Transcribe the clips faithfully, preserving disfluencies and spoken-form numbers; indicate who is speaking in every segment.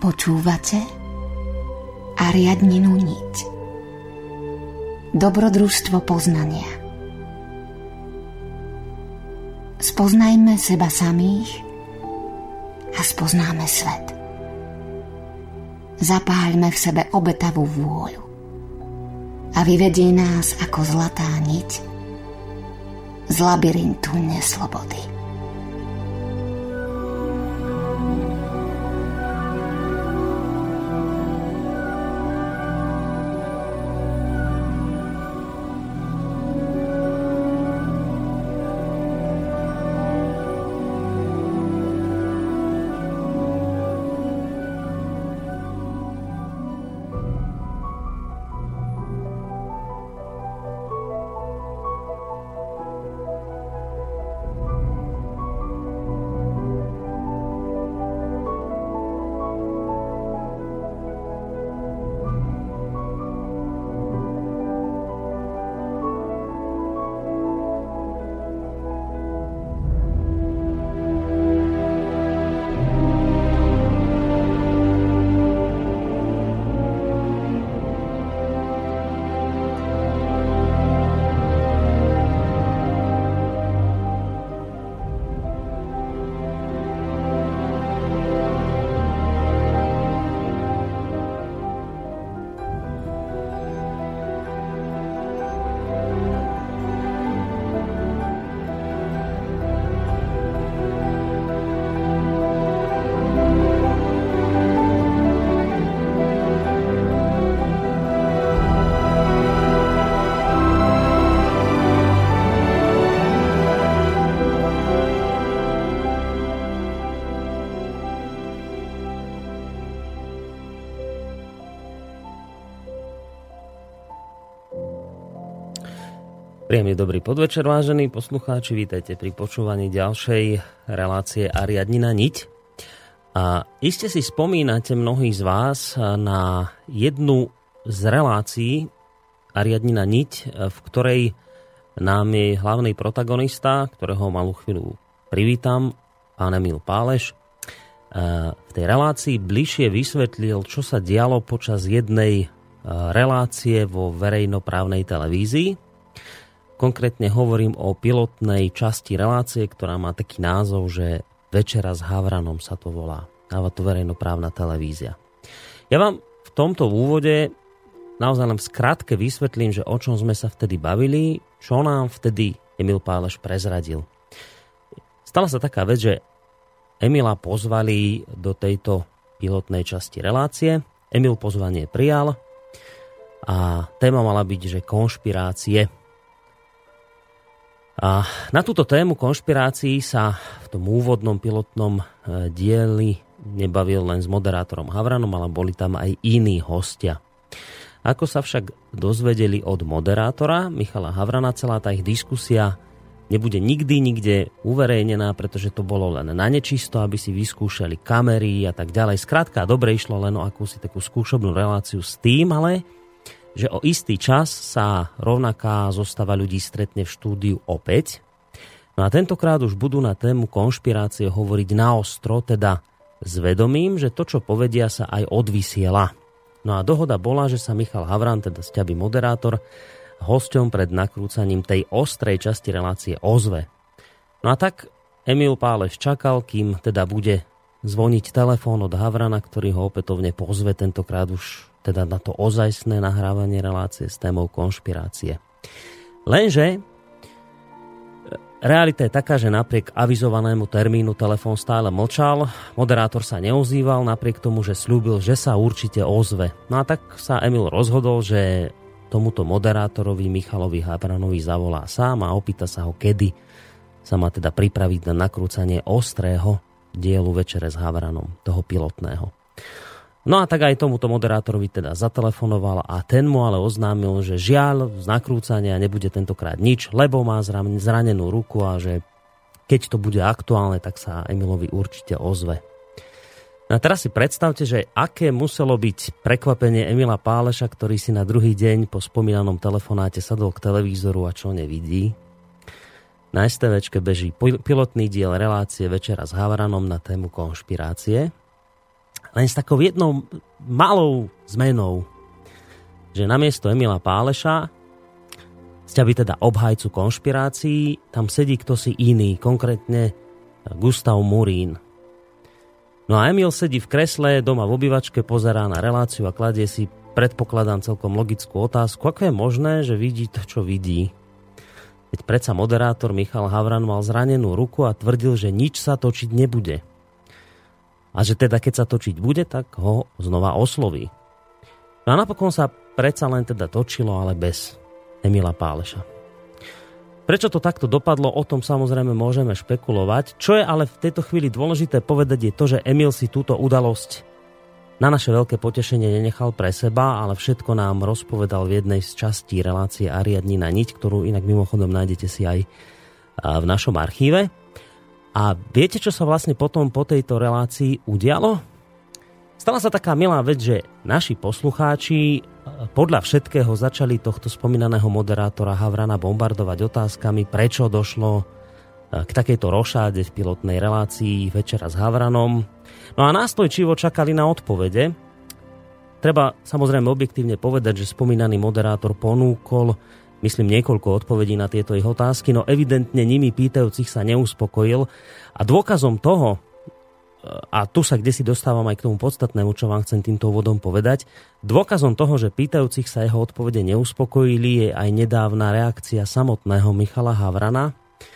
Speaker 1: Počúvate Ariadninu niť. Dobrodružstvo poznania. Spoznajme seba samých a spoznáme svet. Zapáľme v sebe obetavú vôľu a vyvedie nás ako zlatá niť z labyrintu neslobody.
Speaker 2: Príjemný dobrý podvečer, vážení poslucháči, vítajte pri počúvaní ďalšej relácie Ariadnina niť. A iste si spomínate mnohí z vás na jednu z relácií Ariadnina niť, v ktorej nám je hlavný protagonista, ktorého malú chvíľu privítam, pán Emil Páleš. V tej relácii bližšie vysvetlil, čo sa dialo počas jednej relácie vo verejnoprávnej televízii. Konkrétne hovorím o pilotnej časti relácie, ktorá má taký názov, že Večera s Havranom sa to volá. Dáva to verejnoprávna televízia. Ja vám v tomto úvode naozaj len v skratke vysvetlím, že o čom sme sa vtedy bavili, čo nám vtedy Emil Páleš prezradil. Stala sa taká vec, že Emila pozvali do tejto pilotnej časti relácie. Emil pozvanie prijal a téma mala byť, že konšpirácie. A na túto tému konšpirácií sa v tom úvodnom pilotnom dieli nebavil len s moderátorom Havranom, ale boli tam aj iní hostia. Ako sa však dozvedeli od moderátora Michala Havrana, celá tá ich diskusia nebude nikdy nikde uverejnená, pretože to bolo len na nečisto, aby si vyskúšali kamery a tak ďalej. Skrátka, dobre išlo len o akúsi takú skúšobnú reláciu s tým, ale že o istý čas sa rovnaká zostava ľudí stretne v štúdiu opäť. No a tentokrát už budú na tému konšpirácie hovoriť naostro, teda s vedomím, že to, čo povedia, sa aj odvysiela. No a dohoda bola, že sa Michal Havran, teda sťaby moderátor, hosťom pred nakrúcaním tej ostrej časti relácie ozve. No a tak Emil Páleš čakal, kým teda bude zvoniť telefón od Havrana, ktorý ho opätovne pozve, tentokrát už teda na to ozajstné nahrávanie relácie s témou konšpirácie. Lenže realita je taká, že napriek avizovanému termínu telefón stále mlčal, moderátor sa neozýval, napriek tomu, že sľúbil, že sa určite ozve. No a tak sa Emil rozhodol, že tomuto moderátorovi Michalovi Havranovi zavolá sám a opýta sa ho, kedy sa má teda pripraviť na nakrúcanie ostrého dielu Večere s Havranom, toho pilotného. No a tak aj tomuto moderátorovi teda zatelefonoval a ten mu ale oznámil, že žiaľ z nakrúcania nebude tentokrát nič, lebo má zranenú ruku a že keď to bude aktuálne, tak sa Emilovi určite ozve. No a teraz si predstavte, že aké muselo byť prekvapenie Emila Páleša, ktorý si na druhý deň po spomínanom telefonáte sadol k televízoru a čo nevidí. Na STVčke beží pilotný diel relácie Večera s Havranom na tému konšpirácie. len s takou jednou malou zmenou, že namiesto Emila Páleša, sťaby teda obhajcu konšpirácií, tam sedí ktosi iný, konkrétne Gustav Murín. No a Emil sedí v kresle, doma v obývačke, pozerá na reláciu a kladie si, predpokladám, celkom logickú otázku, ako je možné, že vidí to, čo vidí. Veď predsa moderátor Michal Havran mal zranenú ruku a tvrdil, že nič sa točiť nebude. A že teda keď sa točiť bude, tak ho znova osloví. No a napokon sa predsa len teda točilo, ale bez Emila Páleša. Prečo to takto dopadlo, o tom samozrejme môžeme špekulovať. Čo je ale v tejto chvíli dôležité povedať je to, že Emil si túto udalosť na naše veľké potešenie nenechal pre seba, ale všetko nám rozpovedal v jednej z častí relácie Ariadnina niť, ktorú inak mimochodom nájdete si aj v našom archíve. A viete, čo sa vlastne potom po tejto relácii udialo? Stala sa taká milá vec, že naši poslucháči podľa všetkého začali tohto spomínaného moderátora Havrana bombardovať otázkami, prečo došlo k takejto rošáde v pilotnej relácii Večera s Havranom. No a nástojčivo čakali na odpovede. Treba samozrejme objektívne povedať, že spomínaný moderátor ponúkol, myslím, niekoľko odpovedí na tieto ich otázky, no evidentne nimi pýtajúcich sa neuspokojil. A dôkazom toho, a tu sa kdesi dostávam aj k tomu podstatnému, čo vám chcem týmto úvodom povedať, dôkazom toho, že pýtajúcich sa jeho odpovede neuspokojili, je aj nedávna reakcia samotného Michala Havrana,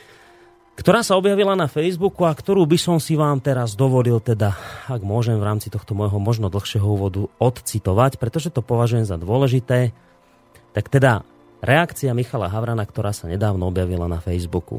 Speaker 2: ktorá sa objavila na Facebooku a ktorú by som si vám teraz dovolil, teda, ak môžem v rámci tohto môjho možno dlhšieho úvodu odcitovať, pretože to považujem za dôležité. Tak teda reakcia Michala Havrana, ktorá sa nedávno objavila na Facebooku.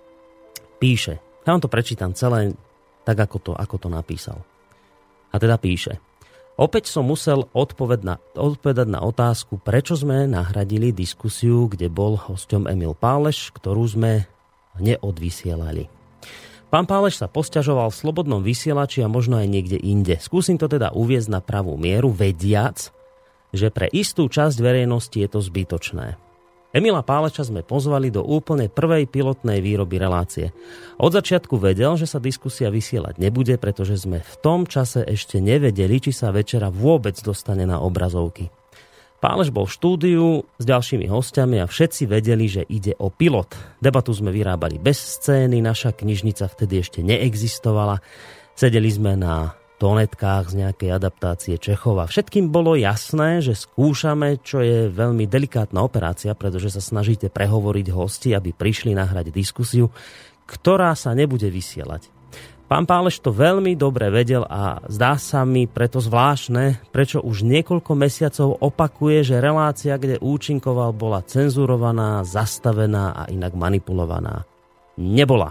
Speaker 2: Píše, ja vám to prečítam celé, tak ako to, ako to napísal. A teda píše: Opäť som musel odpovedať na, odpovedať na otázku, prečo sme nahradili diskusiu, kde bol hosťom Emil Páleš, ktorú sme neodvysielali. Pán Páleš sa posťažoval v slobodnom vysielači a možno aj niekde inde. Skúsim to teda uviesť na pravú mieru, vediac, že pre istú časť verejnosti je to zbytočné. Emila Páleša sme pozvali do úplne prvej pilotnej výroby relácie. Od začiatku vedel, že sa diskusia vysielať nebude, pretože sme v tom čase ešte nevedeli, či sa Večera vôbec dostane na obrazovky. Páleš bol v štúdiu s ďalšími hostiami a všetci vedeli, že ide o pilot. Debatu sme vyrábali bez scény, naša knižnica vtedy ešte neexistovala. Sedeli sme na tonetkách z nejakej adaptácie Čechova. Všetkým bolo jasné, že skúšame, čo je veľmi delikátna operácia, pretože sa snažíte prehovoriť hosti, aby prišli nahrať diskusiu, ktorá sa nebude vysielať. Pán Páleš to veľmi dobre vedel a zdá sa mi preto zvláštne, prečo už niekoľko mesiacov opakuje, že relácia, kde účinkoval, bola cenzurovaná, zastavená a inak manipulovaná. Nebola.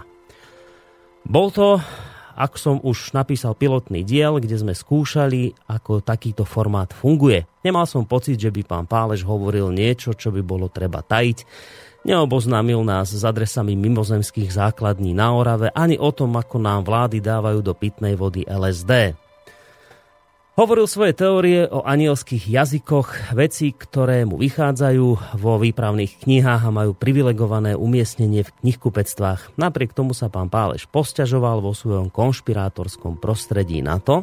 Speaker 2: Bol to, ak som už napísal pilotný diel, kde sme skúšali, ako takýto formát funguje. Nemal som pocit, že by pán Páleš hovoril niečo, čo by bolo treba tajiť. Neoboznámil nás s adresami mimozemských základní na Orave, ani o tom, ako nám vlády dávajú do pitnej vody el es dé. Hovoril svoje teórie o anielských jazykoch, veci, ktoré mu vychádzajú vo výpravných knihách a majú privilegované umiestnenie v knihkupectvách. Napriek tomu sa pán Páleš posťažoval vo svojom konšpirátorskom prostredí na to,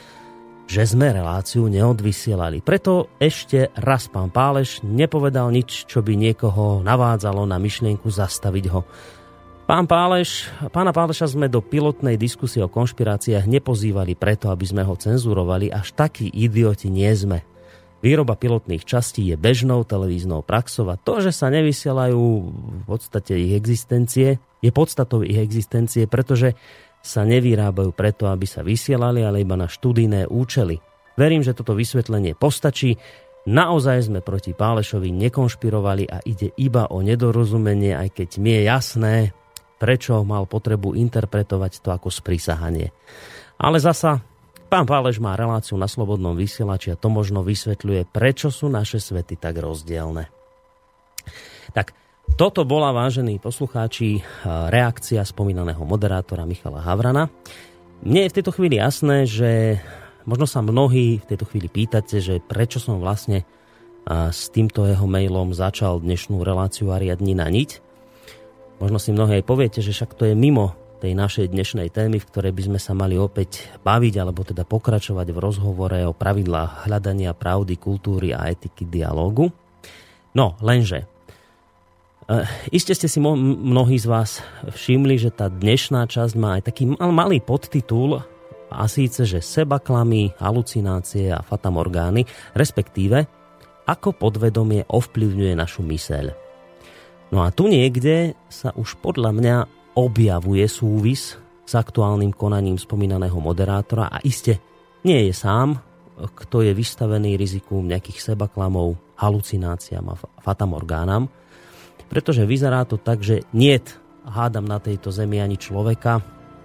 Speaker 2: že sme reláciu neodvysielali. Preto ešte raz pán Páleš nepovedal nič, čo by niekoho navádzalo na myšlienku zastaviť ho. Pán Páleš, pána Páleša sme do pilotnej diskusie o konšpiráciách nepozývali preto, aby sme ho cenzurovali, až takí idioti nie sme. Výroba pilotných častí je bežnou televíznou praxou a to, že sa nevysielajú v podstate ich existencie, je podstatou ich existencie, pretože sa nevyrábajú preto, aby sa vysielali, ale iba na študijné účely. Verím, že toto vysvetlenie postačí. Naozaj sme proti Pálešovi nekonšpirovali a ide iba o nedorozumenie, aj keď mi je jasné, prečo mal potrebu interpretovať to ako sprísahanie. Ale zasa, pán Páleš má reláciu na slobodnom vysielači a to možno vysvetľuje, prečo sú naše svety tak rozdielne. Tak, toto bola, vážení poslucháči, reakcia spomínaného moderátora Michala Havrana. Mne je v tejto chvíli jasné, že možno sa mnohí v tejto chvíli pýtate, že prečo som vlastne s týmto jeho mailom začal dnešnú reláciu Ariadnina niť. Možno si mnohí aj poviete, že však to je mimo tej našej dnešnej témy, v ktorej by sme sa mali opäť baviť, alebo teda pokračovať v rozhovore o pravidlách hľadania pravdy, kultúry a etiky dialógu. No, lenže, e, iste ste si mo- mnohí z vás všimli, že tá dnešná časť má aj taký mal, malý podtitul, a síce, že sebaklamy, halucinácie a fatamorgány, respektíve, ako podvedomie ovplyvňuje našu myseľ. No a tu niekde sa už podľa mňa objavuje súvis s aktuálnym konaním spomínaného moderátora a iste nie je sám, kto je vystavený riziku nejakých sebaklamov, halucináciám a fatamorgánam, pretože vyzerá to tak, že niet, hádam na tejto zemi ani človeka,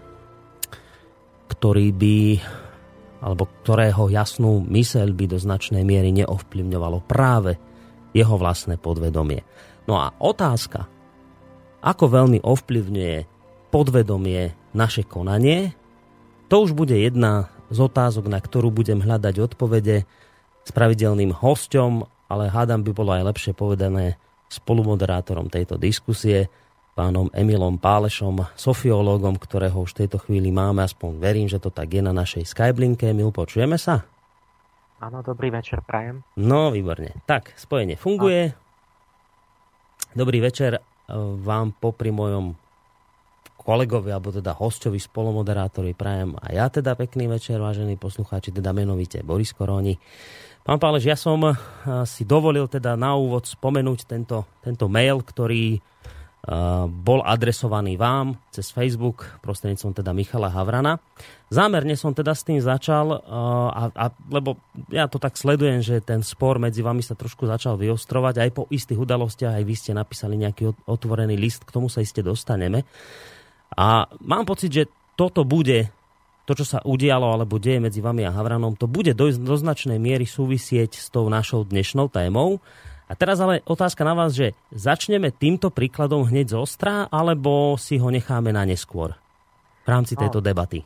Speaker 2: ktorý by, alebo ktorého jasnú myseľ by do značnej miery neovplyvňovalo práve jeho vlastné podvedomie. No a otázka, ako veľmi ovplyvňuje podvedomie naše konanie, to už bude jedna z otázok, na ktorú budem hľadať odpovede s pravidelným hosťom, ale hádam by bolo aj lepšie povedané spolumoderátorom tejto diskusie, pánom Emilom Pálešom, sofiológom, ktorého už v tejto chvíli máme, aspoň verím, že to tak je na našej Skyblinke. Emil, počujeme sa?
Speaker 3: Áno, dobrý večer, prajem.
Speaker 2: No, výborne. Tak, spojenie funguje. A... Dobrý večer vám popri mojom kolegovi, alebo teda hosťovi, spolumoderátorovi prajem a ja teda pekný večer, vážení poslucháči, teda menovite Boris Koroni. Pán Páleš, ja som si dovolil teda na úvod spomenúť tento, tento mail, ktorý Uh, bol adresovaný vám cez Facebook prostredníctvom teda Michala Havrana. Zámerne som teda s tým začal, uh, a, a, lebo ja to tak sledujem, že ten spor medzi vami sa trošku začal vyostrovať. Aj po istých udalostiach, aj vy ste napísali nejaký otvorený list, k tomu sa iste dostaneme. A mám pocit, že toto bude, to, čo sa udialo, alebo deje medzi vami a Havranom, to bude do, do značnej miery súvisieť s tou našou dnešnou témou. A teraz ale otázka na vás, že začneme týmto príkladom hneď z ostra, alebo si ho necháme na neskôr v rámci tejto no, debaty?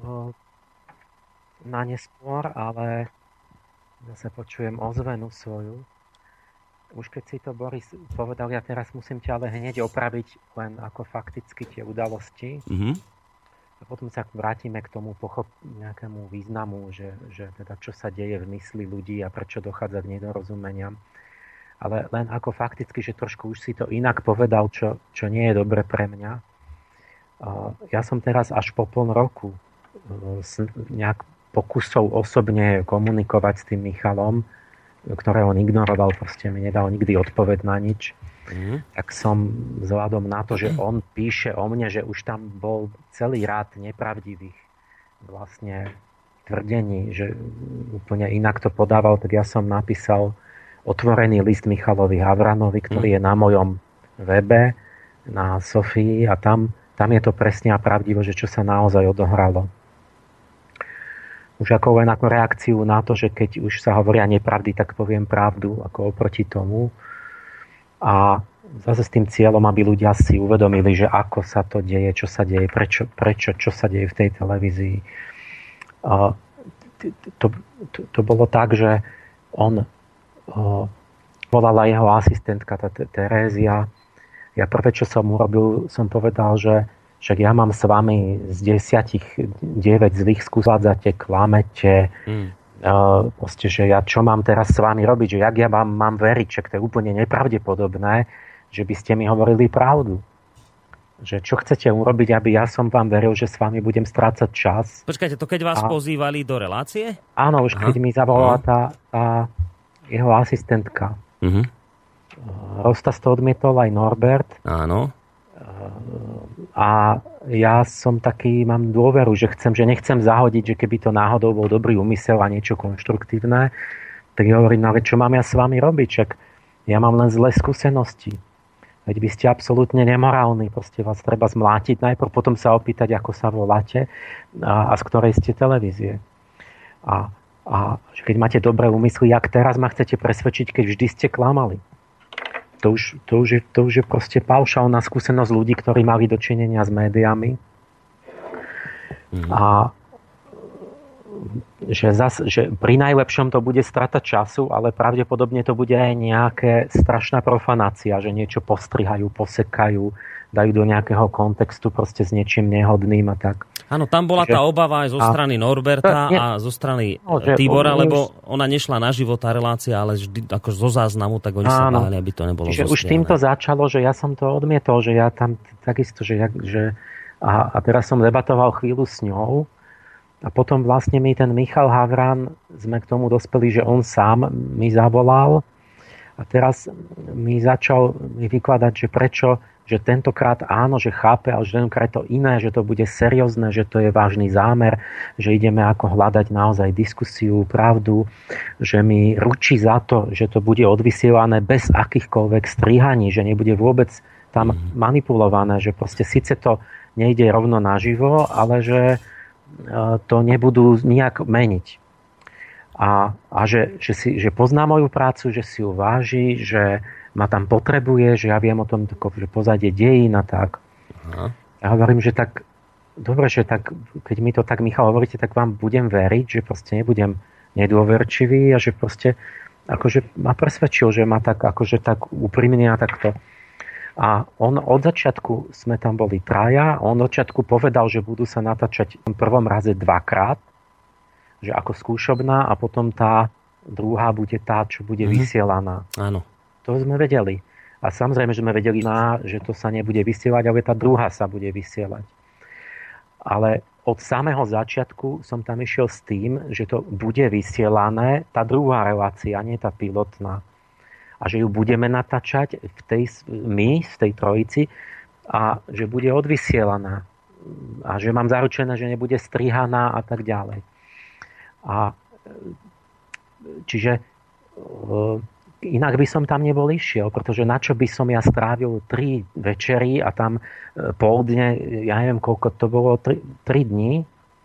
Speaker 3: Na neskôr, ale zase počujem ozvenu svoju. Už keď si to Boris povedal, ja teraz musím ťa ale hneď opraviť len ako fakticky tie udalosti. Mm-hmm. A potom sa vrátime k tomu pochop nejakému významu, že, že teda čo sa deje v mysli ľudí a prečo dochádza k nedorozumeniam. Ale len ako fakticky, že trošku už si to inak povedal, čo, čo nie je dobre pre mňa. Ja som teraz až po pol roku nejak pokusov osobne komunikovať s tým Michalom, ktoré on ignoroval, proste mi nedal nikdy odpoveď na nič. Mm. Tak som vzhľadom na to, že on píše o mne, že už tam bol celý rád nepravdivých vlastne tvrdení, že úplne inak to podával, tak ja som napísal otvorený list Michalovi Havranovi, ktorý mm. je na mojom webe, na Sofii a tam, tam je to presne a pravdivo, že čo sa naozaj odohralo. Už ako len ako reakciu na to, že keď už sa hovoria nepravdy, tak poviem pravdu, ako oproti tomu. A zase s tým cieľom, aby ľudia si uvedomili, že ako sa to deje, čo sa deje, prečo, prečo čo sa deje v tej televízii. A to, to, to bolo tak, že on volala jeho asistentka, tá Terézia. Ja prvé, čo som urobil, som povedal, že však ja mám s vami z desiatich deväť zlých skúsadzate, klamete, mm. uh, proste, že ja čo mám teraz s vami robiť, že jak ja vám mám veriť, že to je úplne nepravdepodobné, že by ste mi hovorili pravdu. Že čo chcete urobiť, aby ja som vám veril, že s vami budem strácať čas.
Speaker 2: Počkajte, to keď vás a... pozývali do relácie?
Speaker 3: Áno, už Aha. keď mi zavolala tá, tá jeho asistentka. Uh-huh. Rostas to odmietol aj Norbert.
Speaker 2: Áno.
Speaker 3: A ja som taký, mám dôveru, že chcem, že nechcem zahodiť, že keby to náhodou bol dobrý úmysel a niečo konštruktívne, tak ja hovorím, no ale čo mám ja s vami robiť? Čak ja mám len zlé skúsenosti. Veď vy ste absolútne nemorálni, proste vás treba zmlátiť najprv, potom sa opýtať, ako sa voláte a, a z ktorej ste televízie. A A keď máte dobré úmysly, jak teraz ma chcete presvedčiť, keď vždy ste klamali. To už, to už, je, to už je proste paušálna skúsenosť ľudí, ktorí mali dočinenia s médiami. Mm. A že, zas, že pri najlepšom to bude strata času, ale pravdepodobne to bude aj nejaká strašná profanácia, že niečo postrihajú, posekajú, dajú do nejakého kontextu proste s niečím nehodným a tak.
Speaker 2: Áno, tam bola
Speaker 3: že,
Speaker 2: tá obava aj zo strany Norberta
Speaker 3: nie,
Speaker 2: a zo strany
Speaker 3: no, že,
Speaker 2: Tibora,
Speaker 3: on,
Speaker 2: lebo ona nešla na život, tá relácia, ale vždy ako zo záznamu, tak oni sa báli, aby to nebolo
Speaker 3: čiže
Speaker 2: zostriané.
Speaker 3: Už týmto začalo, že ja som to odmietol, že ja tam takisto, že, ja, že a, a teraz som debatoval chvíľu s ňou a potom vlastne mi ten Michal Havran, sme k tomu dospeli, že on sám mi zavolal a teraz mi začal mi vykladať, že prečo, že tentokrát áno, že chápe, ale že tentokrát to iné, že to bude seriózne, že to je vážny zámer, že ideme ako hľadať naozaj diskusiu, pravdu, že mi ručí za to, že to bude odvysielané bez akýchkoľvek strihaní, že nebude vôbec tam manipulované, že proste síce to nejde rovno naživo, ale že to nebudú nejak meniť. A, a že, že, si, že pozná moju prácu, že si ju váži, že ma tam potrebuje, že ja viem o tom, že pozadie dejín a tak. Aha. Ja hovorím, že tak, dobre, že tak, keď mi to tak, Michal, hovoríte, tak vám budem veriť, že proste nebudem nedôverčivý a že proste akože ma presvedčil, že ma tak akože tak úprimne a takto. A on od začiatku, sme tam boli traja, on od začiatku povedal, že budú sa natáčať v prvom raze dvakrát, že ako skúšobná a potom tá druhá bude tá, čo bude mm-hmm. vysielaná.
Speaker 2: Áno.
Speaker 3: To sme vedeli. A samozrejme, že sme vedeli, že to sa nebude vysielať, ale tá druhá sa bude vysielať. Ale od samého začiatku som tam išiel s tým, že to bude vysielané, tá druhá relácia, nie tá pilotná. A že ju budeme natáčať v tej, my, z tej trojici, a že bude odvysielaná. A že mám zaručené, že nebude strihaná a tak ďalej. A čiže inak by som tam nebol išiel, pretože na čo by som ja strávil tri večery a tam pol dne, ja neviem koľko to bolo, tri, tri dni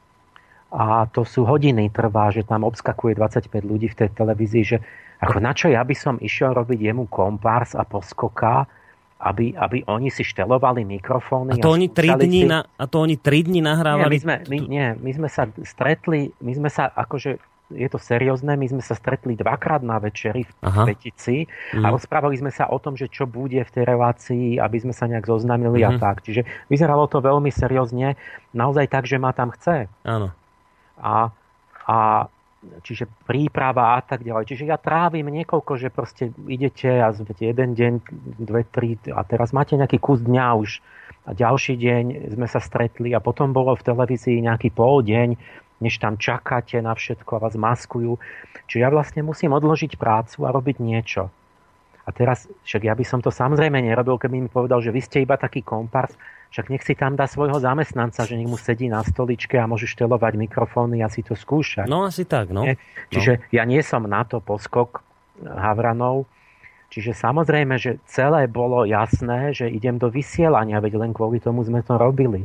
Speaker 3: a to sú hodiny trvá, že tam obskakuje dvadsaťpäť ľudí v tej televízii, že ako na čo ja by som išiel robiť jemu kompárs a poskoka, aby, aby oni si štelovali mikrofóny.
Speaker 2: A to, a oni tri dni
Speaker 3: si...
Speaker 2: na, a to oni tri dni nahrávali?
Speaker 3: Nie, my sme, my, nie, my sme sa stretli, my sme sa akože je to seriózne, my sme sa stretli dvakrát na večeri v Aha. Petici a mm. rozprávali sme sa o tom, že čo bude v tej relácii, aby sme sa nejak zoznamili mm. a tak. Čiže vyzeralo to veľmi seriózne, naozaj tak, že ma tam chce.
Speaker 2: Áno.
Speaker 3: A, a čiže príprava a tak ďalej. Čiže ja trávim niekoľko, že proste idete a zviete jeden deň, dve, tri a teraz máte nejaký kus dňa už a ďalší deň sme sa stretli a potom bolo v televízii nejaký pol deň, než tam čakáte na všetko a vás maskujú. Čiže ja vlastne musím odložiť prácu a robiť niečo. A teraz, však ja by som to samozrejme nerobil, keby mi povedal, že vy ste iba taký kompárs, však nech si tam dá svojho zamestnanca, že nech mu sedí na stoličke a môže štelovať mikrofóny a si to skúšať.
Speaker 2: No asi tak, no.
Speaker 3: Čiže
Speaker 2: no.
Speaker 3: ja nie som na to poskok Havranov. Čiže samozrejme, že celé bolo jasné, že idem do vysielania, veď len kvôli tomu sme to robili.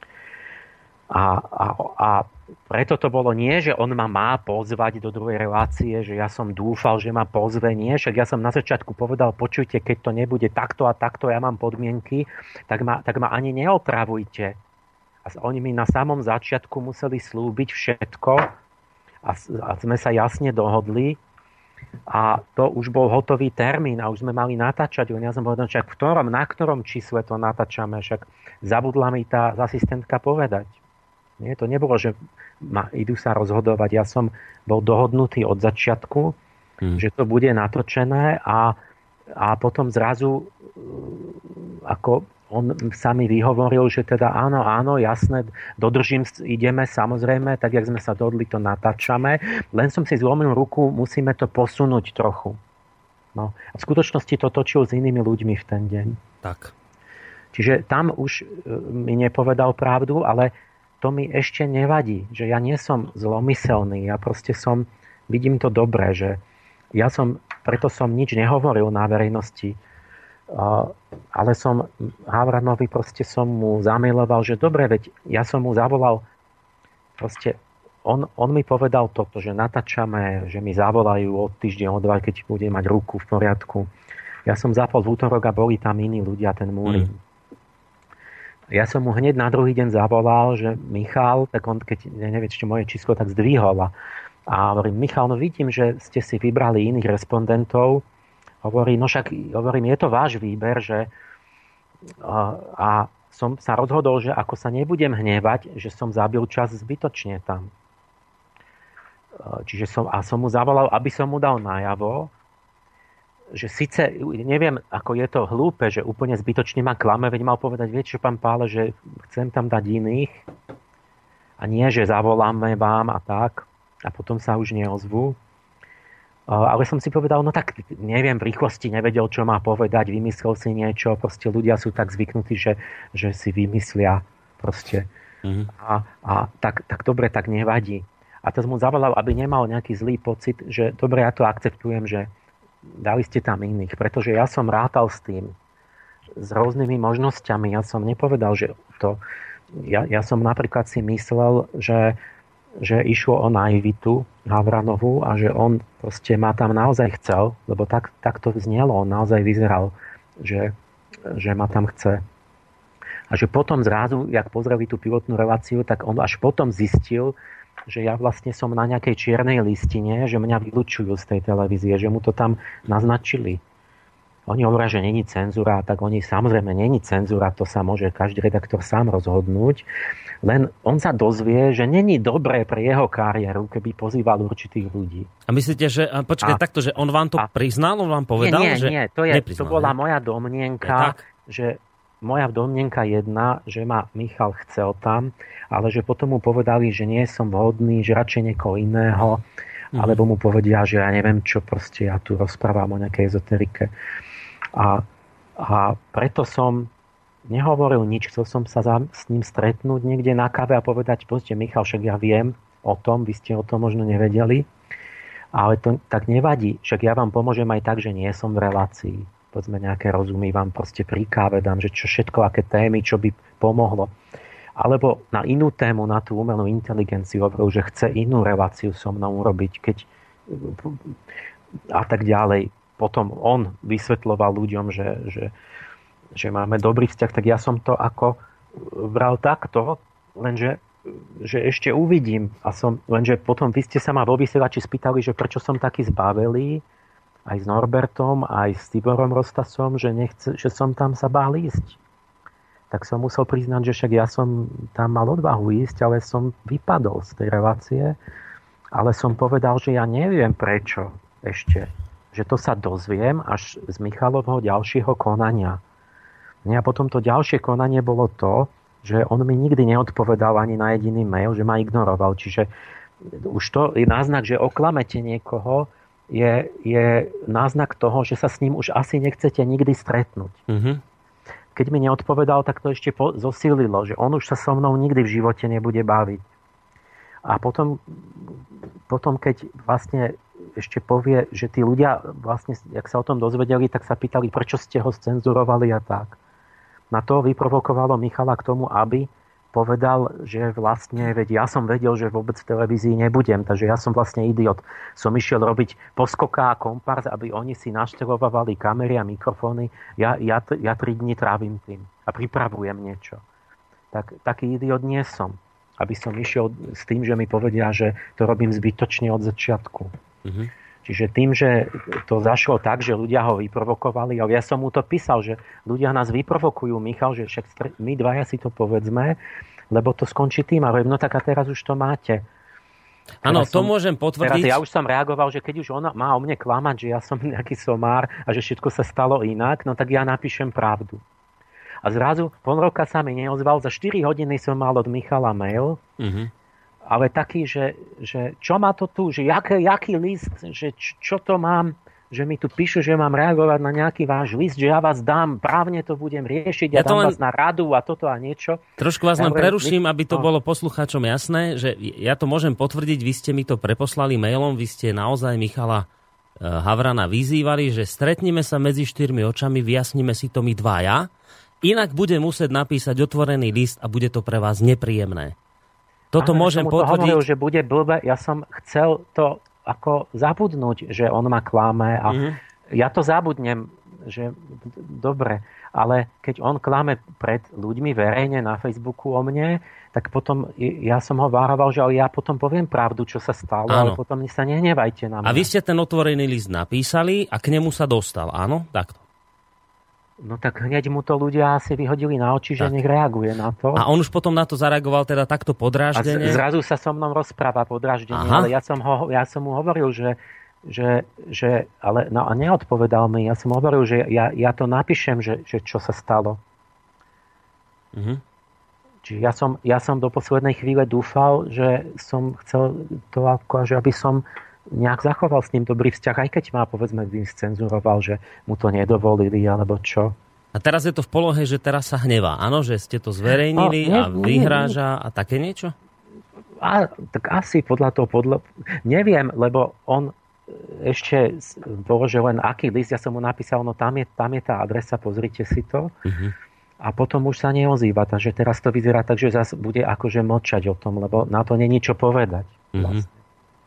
Speaker 3: A, a, a preto to bolo nie, že on ma má pozvať do druhej relácie, že ja som dúfal, že ma pozve. Nie, však ja som na začiatku povedal, počujte, keď to nebude takto a takto, ja mám podmienky, tak ma, tak ma ani neotravujte. A oni mi na samom začiatku museli slúbiť všetko a, a sme sa jasne dohodli a to už bol hotový termín a už sme mali natáčať. Ja som povedal, však v ktorom, na ktorom čísle to natáčame, však zabudla mi tá asistentka povedať. Nie, to nebolo, že ma, idú sa rozhodovať. Ja som bol dohodnutý od začiatku, hmm. že to bude natočené a, a potom zrazu ako on sa mi vyhovoril, že teda áno, áno, jasné, dodržím, ideme, samozrejme, tak jak sme sa dohodli, to natáčame. Len som si zlomil ruku, musíme to posunúť trochu. No. A v skutočnosti to točil s inými ľuďmi v ten deň.
Speaker 2: Tak.
Speaker 3: Čiže tam už mi nepovedal pravdu, ale to mi ešte nevadí, že ja nie som zlomyselný, ja proste som, vidím to dobre, že ja som, preto som nič nehovoril na verejnosti, ale som Havranovi proste som mu zamailoval, že dobre, veď ja som mu zavolal, proste on, on mi povedal toto, že natáčame, že mi zavolajú od týždeň, od dva, keď bude mať ruku v poriadku. Ja som zapol v útorok a boli tam iní ľudia, ten Múrin. Mm. Ja som mu hneď na druhý deň zavolal, že Michal, tak on, keď nevie, či moje číslo, tak zdvihol. A hovorím, Michal, no vidím, že ste si vybrali iných respondentov. Hovorí, no však, hovorím, je to váš výber, že a som sa rozhodol, že ako sa nebudem hnevať, že som zabil čas zbytočne tam. Čiže som, a som mu zavolal, aby som mu dal najavo, že síce, neviem, ako je to hlúpe, že úplne zbytočne ma klame, veď mal povedať, viete čo, pán Pále, že chcem tam dať iných a nie, že zavoláme vám a tak a potom sa už neozvú. Ale som si povedal, no tak neviem, v rýchlosti nevedel, čo má povedať, vymyslel si niečo, proste ľudia sú tak zvyknutí, že, že si vymyslia proste. Mm-hmm. A, a tak, tak dobre, tak nevadí. A to som mu zavolal, aby nemal nejaký zlý pocit, že dobre, ja to akceptujem, že dali ste tam iných, pretože ja som rátal s tým, s rôznymi možnosťami. Ja som nepovedal, že to... Ja, ja som napríklad si myslel, že že išlo o naivitu Havranovú a že on proste ma tam naozaj chcel, lebo tak, tak to vznelo, on naozaj vyzeral, že, že ma tam chce. A že potom zrazu, jak pozreli tú pilotnú reláciu, tak on až potom zistil, že ja vlastne som na nejakej čiernej listine, že mňa vylučujú z tej televízie, že mu to tam naznačili. Oni hovoria, že není cenzúra, tak oni samozrejme není cenzúra, to sa môže každý redaktor sám rozhodnúť. Len on sa dozvie, že není dobré pre jeho kariéru, keby pozýval určitých ľudí.
Speaker 2: A myslíte, že... Počkaj, takto, že on vám to a, priznal? On vám povedal?
Speaker 3: Nie, nie,
Speaker 2: že
Speaker 3: nie. To, je, to bola moja domnienka, že moja domnienka jedna, že ma Michal chcel tam, ale že potom mu povedali, že nie som vhodný, že radšej niekoho iného, mm. alebo mu povedia, že ja neviem čo, proste ja tu rozprávam o nejakej ezoterike. A, a preto som nehovoril nič, chcel som sa za, s ním stretnúť niekde na káve a povedať, pozrite Michal, však ja viem o tom, vy ste o tom možno nevedeli, ale to tak nevadí, však ja vám pomôžem aj tak, že nie som v relácii, povedzme nejaké rozumy, vám proste pri káve dám, že čo všetko, aké témy, čo by pomohlo. Alebo na inú tému, na tú umelú inteligenciu, hovoril, že chce inú reláciu so mnou urobiť, keď a tak ďalej. Potom on vysvetľoval ľuďom, že, že že máme dobrý vzťah, tak ja som to ako bral takto, lenže že ešte uvidím. A som, lenže potom vy ste sa ma vo vysielači spýtali, že prečo som taký zbavelý, aj s Norbertom, aj s Tiborom Rostasom, že, nechce, že som tam sa bál ísť. Tak som musel priznať, že však ja som tam mal odvahu ísť, ale som vypadol z tej relácie. Ale som povedal, že ja neviem prečo ešte. Že to sa dozviem až z Michalovho ďalšieho konania. A potom to ďalšie konanie bolo to, že on mi nikdy neodpovedal ani na jediný mail, že ma ignoroval. Čiže už to je náznak, že oklamete niekoho, je, je náznak toho, že sa s ním už asi nechcete nikdy stretnúť. Mm-hmm. Keď mi neodpovedal, tak to ešte po, zosílilo, že on už sa so mnou nikdy v živote nebude baviť. A potom, potom keď vlastne ešte povie, že tí ľudia vlastne, jak sa o tom dozvedeli, tak sa pýtali, prečo ste ho scenzurovali a tak. Na to vyprovokovalo Michala k tomu, aby povedal, že vlastne, veď ja som vedel, že vôbec v televízii nebudem, takže ja som vlastne idiot. Som išiel robiť poskoká a kompárs, aby oni si naštevovali kamery a mikrofóny. Ja, ja, ja tri dni trávim tým a pripravujem niečo. Tak, taký idiot nie som. Aby som išiel s tým, že mi povedia, že to robím zbytočne od začiatku. Mm-hmm. Čiže tým, že to zašlo tak, že ľudia ho vyprovokovali, ale ja som mu to písal, že ľudia nás vyprovokujú, Michal, že však my dvaja si to povedzme, lebo to skončí tým. A no tak a teraz už to máte.
Speaker 2: Áno, to som, môžem potvrdiť.
Speaker 3: Teraz ja už som reagoval, že keď už ona má o mne klamať, že ja som nejaký somár a že všetko sa stalo inak, no tak ja napíšem pravdu. A zrazu pol roka sa mi neozval, za štyri hodiny som mal od Michala mail, mm-hmm. ale taký, že, že čo má to tu, že jaký, jaký list, že č, čo to mám, že mi tu píšu, že mám reagovať na nejaký váš list, že ja vás dám, právne to budem riešiť, ja, ja dám len... vás na radu a toto a niečo.
Speaker 2: Trošku vás ja len preruším, aby to no. bolo poslucháčom jasné, že ja to môžem potvrdiť, vy ste mi to preposlali mailom, vy ste naozaj Michala Havrana vyzývali, že stretnime sa medzi štyrmi očami, vyjasníme si to my dvaja, inak bude musieť napísať otvorený list a bude to pre vás nepríjemné. Toto ano, môžem potvrdiť. Hovoril, že bude blbe. Ja som chcel to ako zabudnúť, že on ma klame a mm-hmm. ja to zabudnem, že dobre, ale keď on klame pred ľuďmi verejne na Facebooku o mne, tak potom ja som ho vároval, že ja potom poviem pravdu, čo sa stalo, áno. ale potom sa nehnevajte na mňa. A vy ste ten otvorený list napísali a k nemu sa dostal, áno? Takto.
Speaker 3: No tak hneď mu to ľudia asi vyhodili na oči, že tak. Nech reaguje na to.
Speaker 2: A on už potom na to zareagoval teda takto podráždene?
Speaker 3: A zrazu sa so mnou rozpráva podráždene, ale ja som, ho, ja som mu hovoril, že, že, že ale no, a neodpovedal mi. Ja som hovoril, že ja, ja to napíšem, že, že čo sa stalo. Mhm. Čiže ja som, ja som do poslednej chvíle dúfal, že som chcel to ako, že aby som nejak zachoval s ním dobrý vzťah, aj keď ma, povedzme, scenzuroval, že mu to nedovolili, alebo čo.
Speaker 2: A teraz je to v polohe, že teraz sa hnevá. Áno, že ste to zverejnili no, ne, a vyhráža a také niečo?
Speaker 3: A, tak asi podľa toho, podľa... Neviem, lebo on ešte položil len aký list, ja som mu napísal, no tam je, tam je tá adresa, pozrite si to. Uh-huh. A potom už sa neozýva, takže teraz to vyzerá tak, že zase bude akože mlčať o tom, lebo na to není čo povedať. Vlastne. Uh-huh.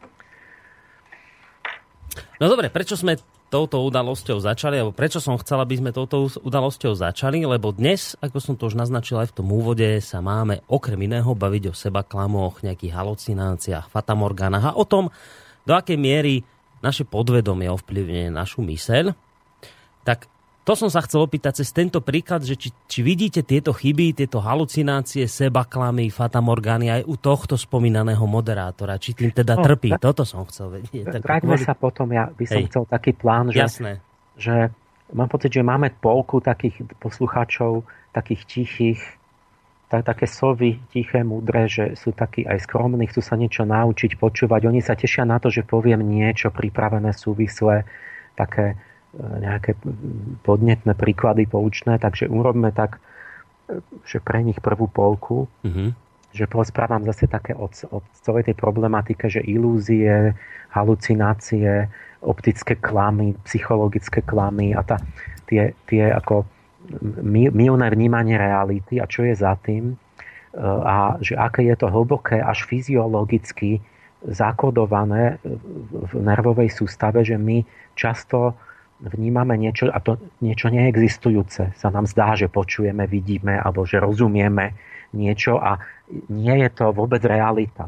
Speaker 2: No dobre, prečo sme touto udalosťou začali, alebo prečo som chcel, aby sme touto udalosťou začali, lebo dnes, ako som to už naznačil aj v tom úvode, sa máme okrem iného baviť o sebaklamoch, nejakých halucináciách, fatamorgánach a o tom, do akej miery naše podvedomie ovplyvňuje našu myseľ. Tak to som sa chcel opýtať cez tento príklad, že či, či vidíte tieto chyby, tieto halucinácie, sebaklamy, fatamorgány aj u tohto spomínaného moderátora, či tým teda no, trpí. Tak, toto som chcel vedieť.
Speaker 3: Vráťme sa potom, ja by som Hej. chcel taký plán, že, že mám pocit, že máme polku takých poslucháčov, takých tichých, tak, také sovy, tiché, múdre, že sú takí aj skromní, chcú sa niečo naučiť, počúvať. Oni sa tešia na to, že poviem niečo pripravené, súvislé, také nejaké podnetné príklady poučné, takže urobme tak, že pre nich prvú polku, mm-hmm. že porozprávam zase také od, od celej tej problematike, že ilúzie, halucinácie, optické klamy, psychologické klamy a tá, tie, tie ako mylné vnímanie reality a čo je za tým a že aké je to hlboké až fyziologicky zakodované v nervovej sústave, že my často vnímame niečo, a to niečo neexistujúce. Sa nám zdá, že počujeme, vidíme, alebo že rozumieme niečo a nie je to vôbec realita.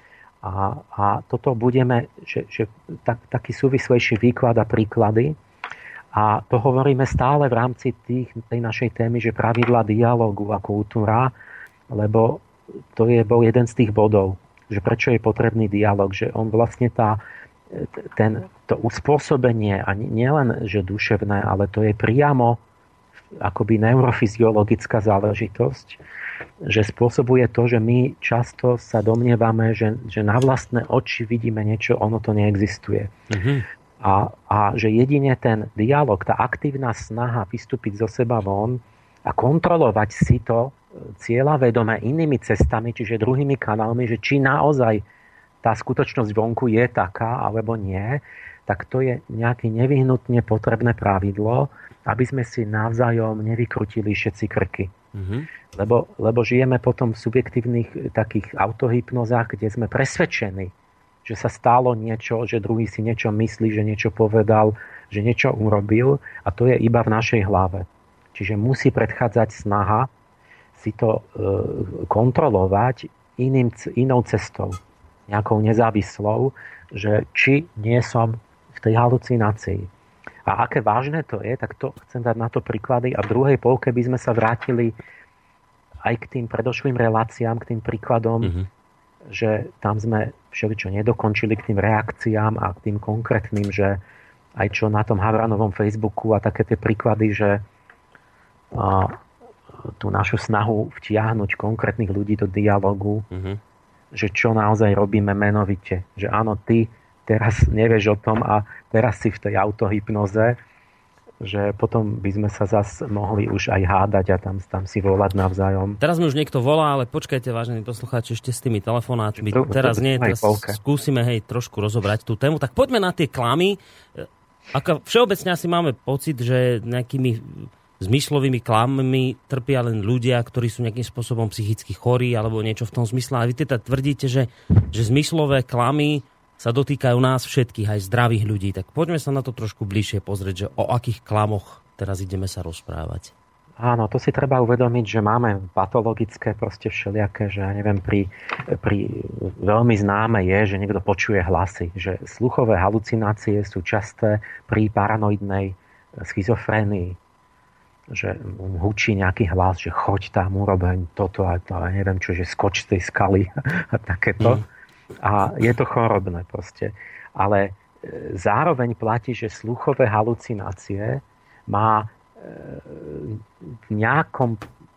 Speaker 3: A, a toto budeme, že, že tak, taký súvislejší výklad a príklady. A to hovoríme stále v rámci tých, tej našej témy, že pravidla dialógu a kultúra, lebo to je bol jeden z tých bodov, že prečo je potrebný dialóg, že on vlastne tá ten, to uspôsobenie, a nielen, že duševné, ale to je priamo akoby neurofyziologická záležitosť, že spôsobuje to, že my často sa domnievame, že, že na vlastné oči vidíme niečo, ono to neexistuje. Mm-hmm. A, a že jedine ten dialog, tá aktívna snaha vystúpiť zo seba von a kontrolovať si to cieľavedome inými cestami, čiže druhými kanálmi, že či naozaj tá skutočnosť vonku je taká, alebo nie, tak to je nejaké nevyhnutne potrebné pravidlo, aby sme si navzájom nevykrutili všetci krky. Mm-hmm. Lebo, lebo žijeme potom v subjektívnych takých autohypnozách, kde sme presvedčení, že sa stalo niečo, že druhý si niečo myslí, že niečo povedal, že niečo urobil a to je iba v našej hlave. Čiže musí predchádzať snaha si to e, kontrolovať iným, inou cestou, nejakou nezávislou, že či nie som v tej halucinácii. A aké vážne to je, tak to chcem dať na to príklady. A v druhej polke by sme sa vrátili aj k tým predošlým reláciám, k tým príkladom, mm-hmm. že tam sme všeličo nedokončili k tým reakciám a k tým konkrétnym, že aj čo na tom Havranovom Facebooku a také tie príklady, že a, tú našu snahu vtiahnuť konkrétnych ľudí do dialogu, mm-hmm. že čo naozaj robíme menovite. Že áno, ty teraz nevieš o tom a teraz si v tej autohypnoze, že potom by sme sa zas mohli už aj hádať a tam, tam si volať navzájom.
Speaker 2: Teraz mi už niekto volá, ale počkajte, vážení poslucháči, ešte s tými telefonátmi. Tu, teraz nie, teraz skúsime hej, trošku rozobrať tú tému. Tak poďme na tie klamy. Ako všeobecne asi máme pocit, že nejakými zmyslovými klamami trpia len ľudia, ktorí sú nejakým spôsobom psychicky chorí alebo niečo v tom zmysle. A vy teda tvrdíte, že, že zmyslové klamy sa dotýkajú nás všetkých, aj zdravých ľudí. Tak poďme sa na to trošku bližšie pozrieť, že o akých klamoch teraz ideme sa rozprávať.
Speaker 3: Áno, to si treba uvedomiť, že máme patologické proste všelijaké, že ja neviem, pri, pri veľmi známe je, že niekto počuje hlasy, že sluchové halucinácie sú časté pri paranoidnej schizofrénii. že mu hučí nejaký hlas, že choď tam, urobeň toto a to, a neviem čo, že skoč z tej skaly a takéto. Mm. A je to chorobné proste. Ale zároveň platí, že sluchové halucinácie má v nejakom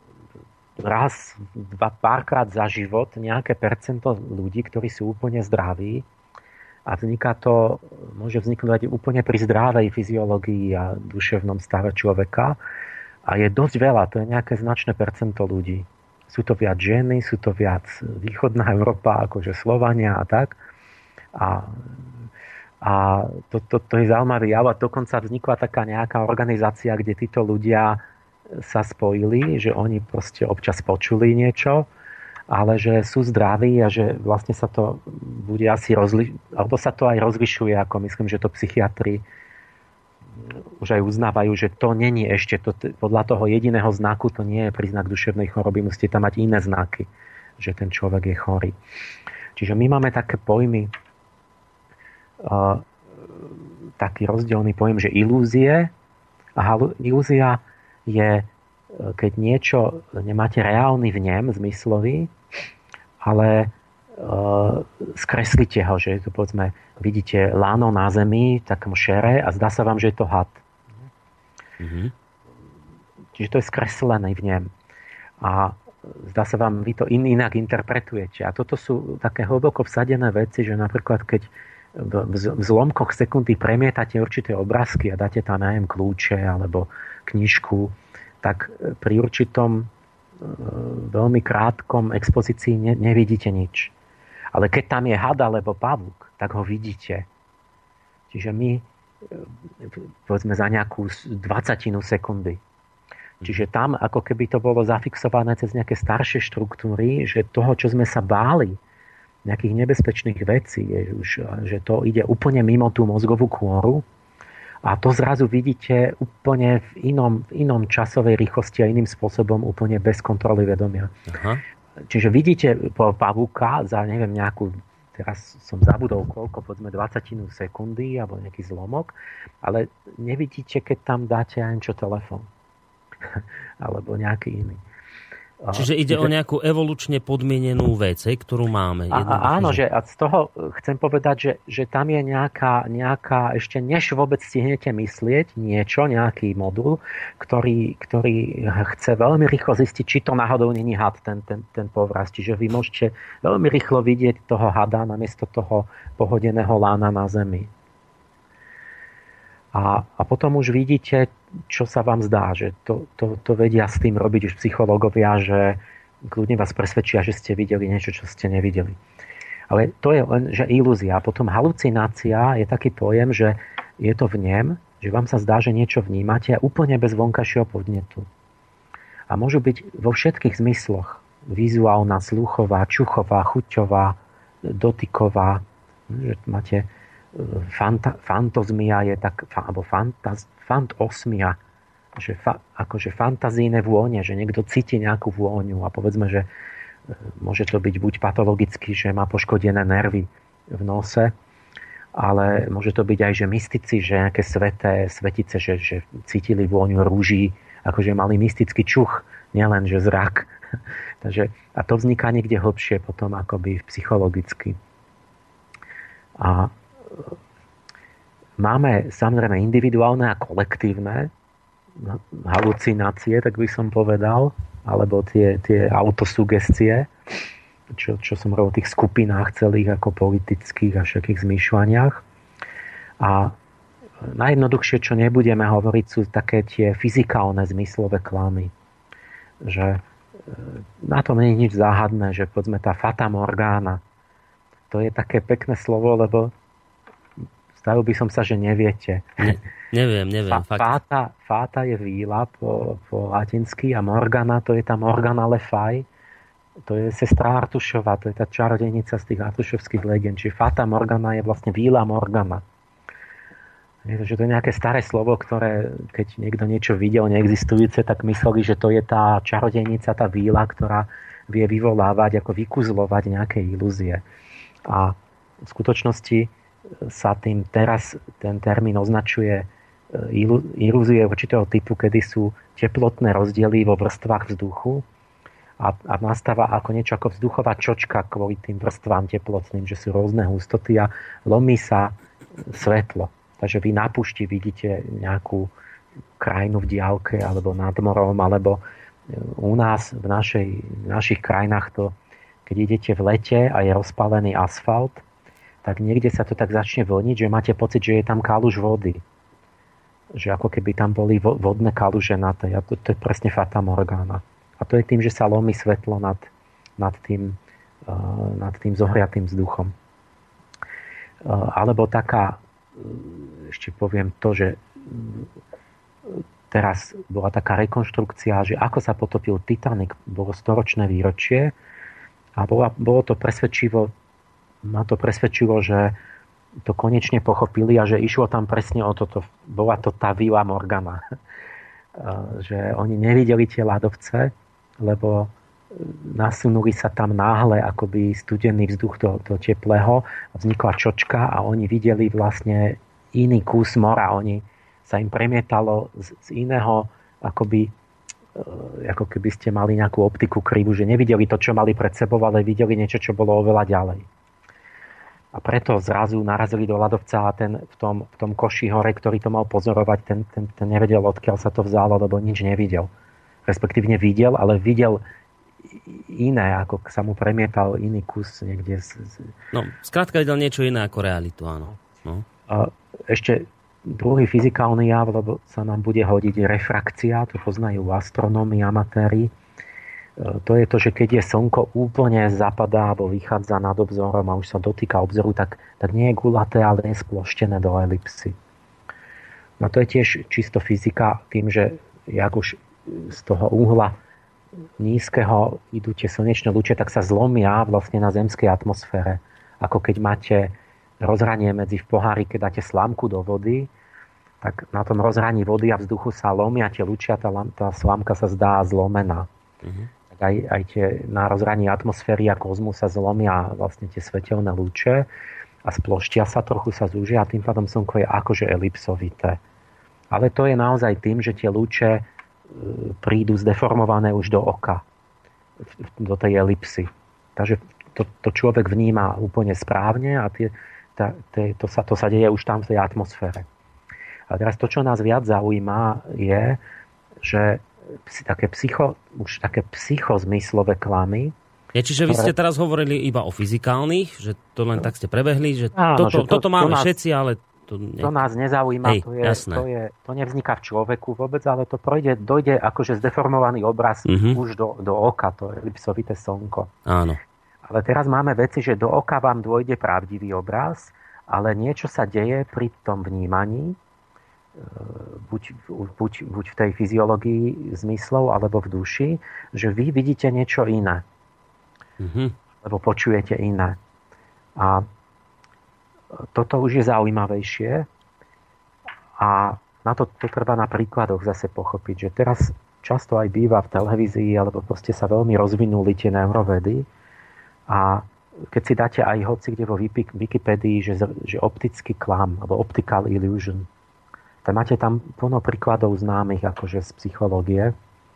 Speaker 3: raz, dva, párkrát za život nejaké percento ľudí, ktorí sú úplne zdraví a vzniká to, môže vzniknúť úplne pri zdravej fyziológii a duševnom stave človeka. A je dosť veľa, to je nejaké značné percento ľudí. Sú to viac ženy, sú to viac východná Európa, akože Slovania a tak. A, a to, to, to je zaujímavý jav. A dokonca vznikla taká nejaká organizácia, kde títo ľudia sa spojili, že oni proste občas počuli niečo, ale že sú zdraví a že vlastne sa to bude asi rozlišovať, alebo sa to aj rozlišuje, ako myslím, že to psychiatri už aj uznávajú, že to není ešte, to, podľa toho jediného znaku to nie je príznak duševnej choroby, musíte tam mať iné znaky, že ten človek je chorý. Čiže my máme také pojmy, uh, taký rozdielný pojem, že ilúzie a halu, ilúzia je, keď niečo nemáte reálny vnem, zmyslový, ale uh, skreslíte ho, že to povedzme vidíte láno na zemi, takom šere a zdá sa vám, že je to had. Mm-hmm. Čiže to je skreslené v ňom. A zdá sa vám, vy to in, inak interpretujete. A toto sú také hlboko vsadené veci, že napríklad keď v, v, v zlomkoch sekundy premietate určité obrázky a dáte tam, neviem, kľúče alebo knižku, tak pri určitom veľmi krátkom expozícii ne, nevidíte nič. Ale keď tam je had alebo pavúk, tak ho vidíte. Čiže my, povedzme, za nejakú dvacatinu sekundy. Čiže tam, ako keby to bolo zafixované cez nejaké staršie štruktúry, že toho, čo sme sa báli, nejakých nebezpečných vecí, je už, že to ide úplne mimo tú mozgovú kôru a to zrazu vidíte úplne v inom, v inom časovej rýchlosti a iným spôsobom, úplne bez kontroly vedomia. Aha. Čiže vidíte pavúka za, neviem, nejakú, teraz som zabudol koľko, povedzme dvacatinu sekundy alebo nejaký zlomok, ale nevidíte, keď tam dáte aj čo telefón. alebo nejaký iný.
Speaker 2: Čiže ide Čiže... o nejakú evolučne podmienenú vec, ktorú máme.
Speaker 3: A, áno, že a z toho chcem povedať, že, že tam je nejaká, nejaká, ešte než vôbec stihnete myslieť niečo, nejaký modul, ktorý, ktorý chce veľmi rýchlo zistiť, či to náhodou není had, ten, ten, ten povraz. Čiže vy môžete veľmi rýchlo vidieť toho hada namiesto toho pohodeného lána na zemi. A, a potom už vidíte, čo sa vám zdá, že to, to, to vedia s tým robiť už psychológovia, že kľudne vás presvedčia, že ste videli niečo, čo ste nevideli. Ale to je len, že ilúzia. A potom halucinácia je taký pojem, že je to vnem, že vám sa zdá, že niečo vnímate úplne bez vonkajšieho podnetu. A môžu byť vo všetkých zmysloch. Vizuálna, sluchová, čuchová, chuťová, dotyková. Že máte Fanta, fantozmia je tak, alebo fantaz, fantosmia, že fa, akože fantazíne vône, že niekto cíti nejakú vôňu a povedzme, že môže to byť buď patologicky, že má poškodené nervy v nose, ale môže to byť aj, že mystici, že nejaké sveté svetice, že, že cítili vôňu rúží, akože mali mystický čuch, nielen, že zrak. Takže, a to vzniká niekde hlbšie potom akoby psychologicky. A máme samozrejme individuálne a kolektívne halucinácie, tak by som povedal, alebo tie, tie autosugestie, čo, čo som hovoril o tých skupinách celých ako politických a všetkých zmýšľaniach. A najjednoduchšie, čo nebudeme hovoriť, sú také tie fyzikálne zmyslové klamy. Že na tom nie je nič záhadné, že povedzme tá fata morgana, to je také pekné slovo, lebo stavil by som sa, že neviete.
Speaker 2: Ne, neviem, neviem.
Speaker 3: Fa, fáta, fáta je víla po, po latinsky a morgana, to je tá Morgana Le Fay. To je sestra Artušova, to je tá čarodejnica z tých artušovských legend. Čiže fata morgana je vlastne víla morgana. Je to, že to je nejaké staré slovo, ktoré, keď niekto niečo videl neexistujúce, tak mysleli, že to je tá čarodejnica, tá víla, ktorá vie vyvolávať, ako vykuzlovať nejaké ilúzie. A v skutočnosti sa tým teraz ten termín označuje ilúzie určitého typu, kedy sú teplotné rozdiely vo vrstvách vzduchu a, a nastáva ako niečo ako vzduchová čočka kvôli tým vrstvám teplotným, že sú rôzne hustoty a lomí sa svetlo. Takže vy na púšti vidíte nejakú krajinu v diaľke alebo nad morom, alebo u nás v, našej, v našich krajinách to, keď idete v lete a je rozpálený asfalt, tak niekde sa to tak začne vlniť, že máte pocit, že je tam kaluž vody. Že ako keby tam boli vodné kaluže na tej. A to, to je presne Fata Morgana. A to je tým, že sa lomí svetlo nad, nad, tým, uh, nad tým zohriatým vzduchom. Uh, alebo taká, ešte poviem to, že teraz bola taká rekonštrukcia, že ako sa potopil Titanic, bolo storočné výročie a bola, bolo to presvedčivo, ma to presvedčilo, že to konečne pochopili a že išlo tam presne o toto. Bola to tá Villa Morgana. Že oni nevideli tie ľadovce, lebo nasunuli sa tam náhle akoby studený vzduch do, do teplého a vznikla čočka a oni videli vlastne iný kus mora. Oni sa im premietalo z, z iného, akoby, ako keby ste mali nejakú optiku krivu, že nevideli to, čo mali pred sebou, ale videli niečo, čo bolo oveľa ďalej. A preto zrazu narazili do ľadovca a ten v tom, v tom koši hore, ktorý to mal pozorovať, ten, ten, ten nevedel, odkiaľ sa to vzalo, lebo nič nevidel. Respektívne videl, ale videl iné, ako sa mu premietal iný kus niekde. Z, z...
Speaker 2: No, skrátka videl niečo iné ako realitu, áno. No.
Speaker 3: A ešte druhý fyzikálny jav, lebo sa nám bude hodiť refrakcia, to poznajú astronómi, amatéri. To je to, že keď je slnko úplne zapadá alebo vychádza nad obzorom a už sa dotýka obzoru, tak, tak nie je gulaté, ale je sploštené do elipsy. No to je tiež čisto fyzika tým, že jak už z toho uhla nízkeho idú tie slnečné lúče, tak sa zlomia vlastne na zemskej atmosfére. Ako keď máte rozhranie medzi v pohári, keď dáte slámku do vody, tak na tom rozhraní vody a vzduchu sa lomia tie lúče a tá, tá slámka sa zdá zlomená. Mhm. Aj, aj tie na rozhraní atmosféry a kozmu sa zlomia vlastne tie svetelné lúče a sploštia sa, trochu sa zúžia a tým pádom slnko je akože elipsovité. Ale to je naozaj tým, že tie lúče prídu zdeformované už do oka, do tej elipsy. Takže to, to človek vníma úplne správne a tie, tá, tie, to, sa, to sa deje už tam v tej atmosfére. A teraz to, čo nás viac zaujíma, je, že také psycho, už také psychozmyslové klamy.
Speaker 2: Je, čiže vy ste teraz hovorili iba o fyzikálnych, že to len tak ste prebehli, že
Speaker 3: áno,
Speaker 2: toto,
Speaker 3: že to,
Speaker 2: toto máme
Speaker 3: to nás,
Speaker 2: všetci, ale to, ne...
Speaker 3: to nás nezaujíma.
Speaker 2: Hej,
Speaker 3: to, je,
Speaker 2: jasné.
Speaker 3: to, je, to nevzniká v človeku vôbec, ale to projde, dojde akože zdeformovaný obraz
Speaker 2: uh-huh.
Speaker 3: už do, do oka, to je elipsovité slnko.
Speaker 2: Áno. Ale
Speaker 3: teraz máme veci, že do oka vám dôjde pravdivý obraz, ale niečo sa deje pri tom vnímaní, Buď, buď, buď v tej fyziológii zmyslov alebo v duši, že vy vidíte niečo iné. Mm-hmm. Lebo počujete iné. A toto už je zaujímavejšie a na to, to treba na príkladoch zase pochopiť, že teraz často aj býva v televízii alebo proste sa veľmi rozvinuli tie neurovedy a keď si dáte aj hoci kde vo Wikipedii, že, že optický klam alebo optical illusion, tak máte tam plno príkladov známych akože z psychológie.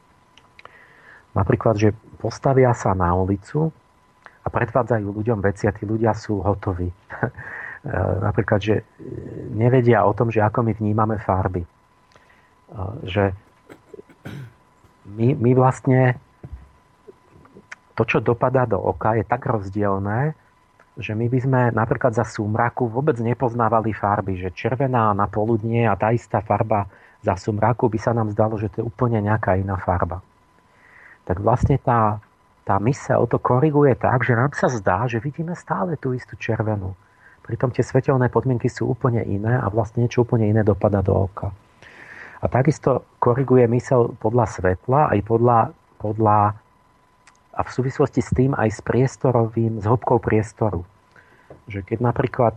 Speaker 3: Napríklad, že postavia sa na ulicu a predvádzajú ľuďom veci a tí ľudia sú hotoví. Napríklad, že nevedia o tom, že ako my vnímame farby. Že my, my vlastne to, čo dopadá do oka, je tak rozdielné, že my by sme napríklad za súmraku vôbec nepoznávali farby, že červená na poludnie a tá istá farba za súmraku by sa nám zdalo, že to je úplne nejaká iná farba. Tak vlastne tá, tá myseľ to koriguje tak, že nám sa zdá, že vidíme stále tú istú červenú. Pritom tie svetelné podmienky sú úplne iné a vlastne niečo úplne iné dopadá do oka. A takisto koriguje myseľ podľa svetla aj podľa, podľa a v súvislosti s tým aj s priestorovým, s hĺbkou priestoru. Že keď napríklad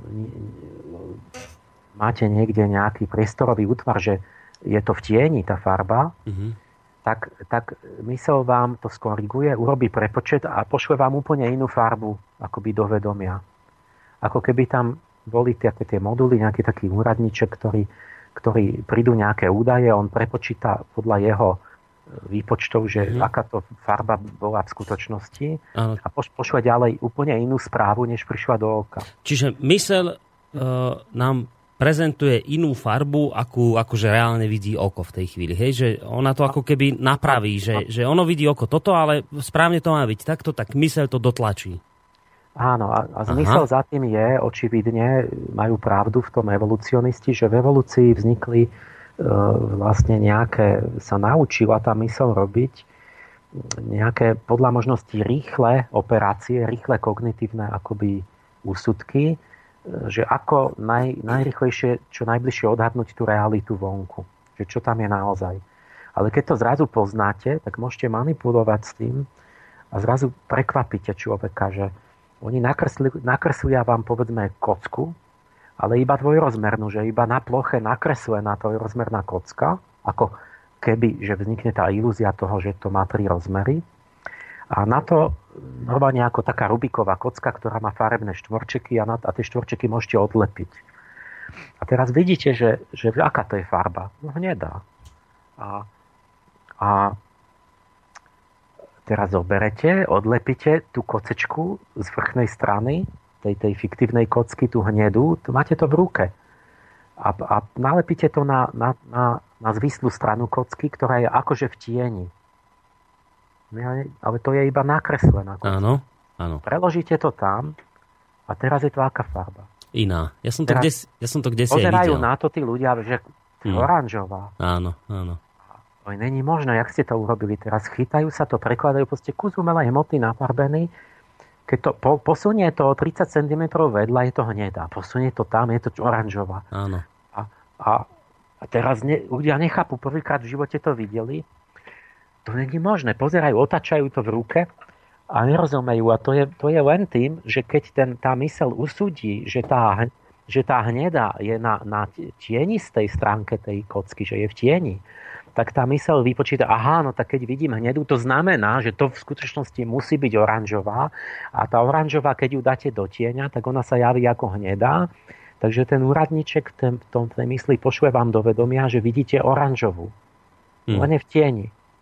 Speaker 3: máte niekde nejaký priestorový útvar, že je to v tieni tá farba, mm-hmm. tak, tak myseľ vám to skoriguje, urobí prepočet a pošle vám úplne inú farbu akoby do vedomia. Ako keby tam boli také tie moduly, nejaký taký úradníček, ktorý, ktorý prídu nejaké údaje, on prepočíta podľa jeho výpočtov, že mm. aká to farba bola v skutočnosti ano. A poš- pošle ďalej úplne inú správu, než prišla do oka.
Speaker 2: Čiže myseľ e, nám prezentuje inú farbu, akú akože reálne vidí oko v tej chvíli. Hej? Že ona to ako keby napraví, že, že ono vidí oko toto, ale správne to má byť takto, tak myseľ to dotlačí.
Speaker 3: Áno, a, a zmysel Aha. za tým je, očividne, majú pravdu v tom evolucionisti, že v evolúcii vznikli vlastne nejaké, sa naučila tá myseľ robiť nejaké podľa možností rýchle operácie, rýchle kognitívne akoby úsudky, že ako naj, najrýchlejšie, čo najbližšie odhadnúť tú realitu vonku. Že čo tam je naozaj. Ale keď to zrazu poznáte, tak môžete manipulovať s tým a zrazu prekvapíte človeka, že oni nakresli, nakreslia vám povedzme kocku, ale iba dvojrozmernú, že iba na ploche nakreslená dvojrozmerná kocka, ako keby, že vznikne tá ilúzia toho, že to má tri rozmery. A na to normálne ako taká Rubiková kocka, ktorá má farebné štvorčeky a, na, a tie štvorčeky môžete odlepiť. A teraz vidíte, že, že aká to je farba? No hnedá. A, a teraz zoberete, odlepíte tú kocečku z vrchnej strany, tej, tej fiktívnej kocky, tú hnedú, to máte to v ruke. A, a nalepíte to na, na, na, na zvislú stranu kocky, ktorá je akože v tieni. Ale to je iba nakreslená kocka.
Speaker 2: Áno, áno.
Speaker 3: Preložíte to tam a teraz je to aká farba?
Speaker 2: Iná. Ja som to kde, ja som to kde si aj videl.
Speaker 3: Pozerajú na to tí ľudia, že je hmm. oranžová.
Speaker 2: Áno, áno.
Speaker 3: To není možné, jak ste to urobili teraz. Chytajú sa to, prekladajú proste kus umelej hmoty nafarbený. Keď to po, posunie to tridsať centimetrov vedľa, je to hnedá. Posunie to tam, je to oranžová.
Speaker 2: Áno.
Speaker 3: A, a, a teraz ne, ľudia nechápu, prvýkrát v živote to videli. To nie je možné. Pozerajú, otačajú to v ruke a nerozumejú. A to je, to je len tým, že keď ten, tá myseľ usúdi, že tá, že tá hnedá je na, na tienistej stránke tej kocky, že je v tieni, tak tá myseľ vypočíta, aha, no tak keď vidím hnedú, to znamená, že to v skutočnosti musí byť oranžová a tá oranžová, keď ju dáte do tieňa, tak ona sa javí ako hnedá. Takže ten úradníček v tom, tej mysli pošle vám do vedomia, že vidíte oranžovú. Hmm. Len je v tieni.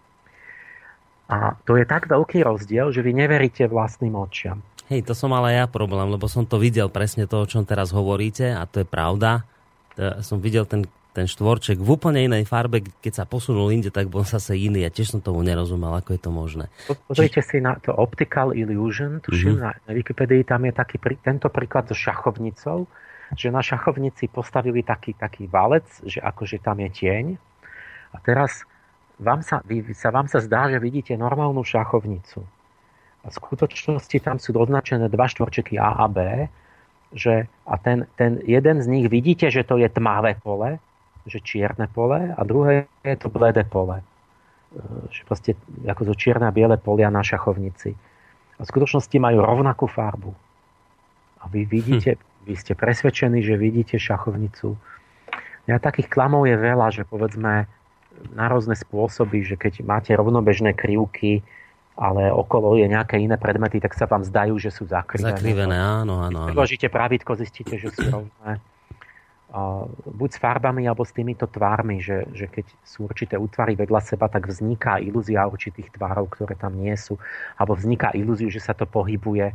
Speaker 3: A to je tak veľký rozdiel, že vy neveríte vlastným očiam.
Speaker 2: Hej, to som ale ja problém, lebo som to videl presne to, o čom teraz hovoríte a to je pravda. To som videl ten ten štvorček v úplne inej farbe, keď sa posunul inde, tak bol zase iný. Ja tiež som tomu nerozumel, ako je to možné.
Speaker 3: Pozrite Či... si na to optical illusion, tuším, mm-hmm. na Wikipedii, tam je taký, tento príklad so šachovnicou, že na šachovnici postavili taký, taký valec, že akože tam je tieň. A teraz vám sa, vy, sa, vám sa zdá, že vidíte normálnu šachovnicu. A v skutočnosti tam sú označené dva štvorčeky A a B, že, a ten, ten jeden z nich vidíte, že to je tmavé pole, že čierne pole a druhé je to bledé pole. Že proste ako zo čierne a biele polia na šachovnici. A v skutočnosti majú rovnakú farbu. A vy vidíte, hm. vy ste presvedčení, že vidíte šachovnicu. Ja takých klamov je veľa, že povedzme na rôzne spôsoby, že keď máte rovnobežné krivky, ale okolo je nejaké iné predmety, tak sa vám zdajú, že sú zakrivené.
Speaker 2: Zakrivené, áno, áno.
Speaker 3: Keď preložíte pravítko, zistíte, že sú rovné. Buď s farbami, alebo s týmito tvármi, že, že keď sú určité útvary vedľa seba, tak vzniká ilúzia určitých tvárov, ktoré tam nie sú, alebo vzniká ilúziu, že sa to pohybuje,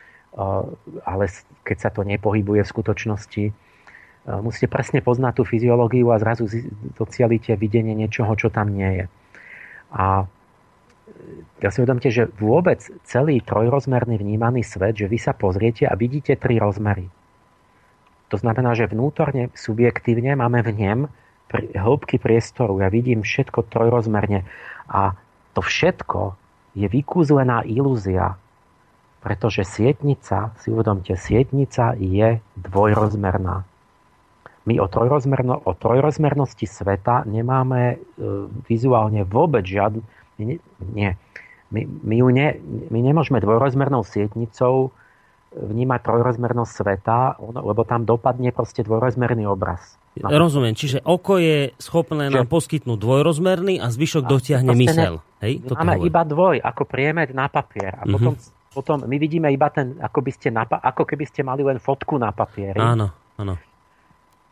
Speaker 3: ale keď sa to nepohybuje v skutočnosti, musíte presne poznať tú fyziológiu a zrazu docielite videnie niečoho, čo tam nie je. A ja si uvedomte, že vôbec celý trojrozmerný vnímaný svet, že vy sa pozriete a vidíte tri rozmery. To znamená, že vnútorne, subjektívne máme v ňom hĺbky priestoru. Ja vidím všetko trojrozmerne. A to všetko je vykúzlená ilúzia. Pretože sietnica, si uvedomte, sietnica je dvojrozmerná. My o, trojrozmerno, o trojrozmernosti sveta nemáme e, vizuálne vôbec žiadny... Nie, nie. My, my, ju ne, my nemôžeme dvojrozmernou sietnicou vnímať trojrozmernosť sveta, lebo tam dopadne proste dvojrozmerný obraz. No.
Speaker 2: Rozumiem, čiže oko je schopné nám že... poskytnúť dvojrozmerný a zvyšok a dotiahne myseľ. Ne... Hej,
Speaker 3: máme hovorí. Iba dvoj, ako priemer na papier. A potom, uh-huh. potom my vidíme iba ten, ako, by ste na, ako keby ste mali len fotku na papieri.
Speaker 2: Áno, áno.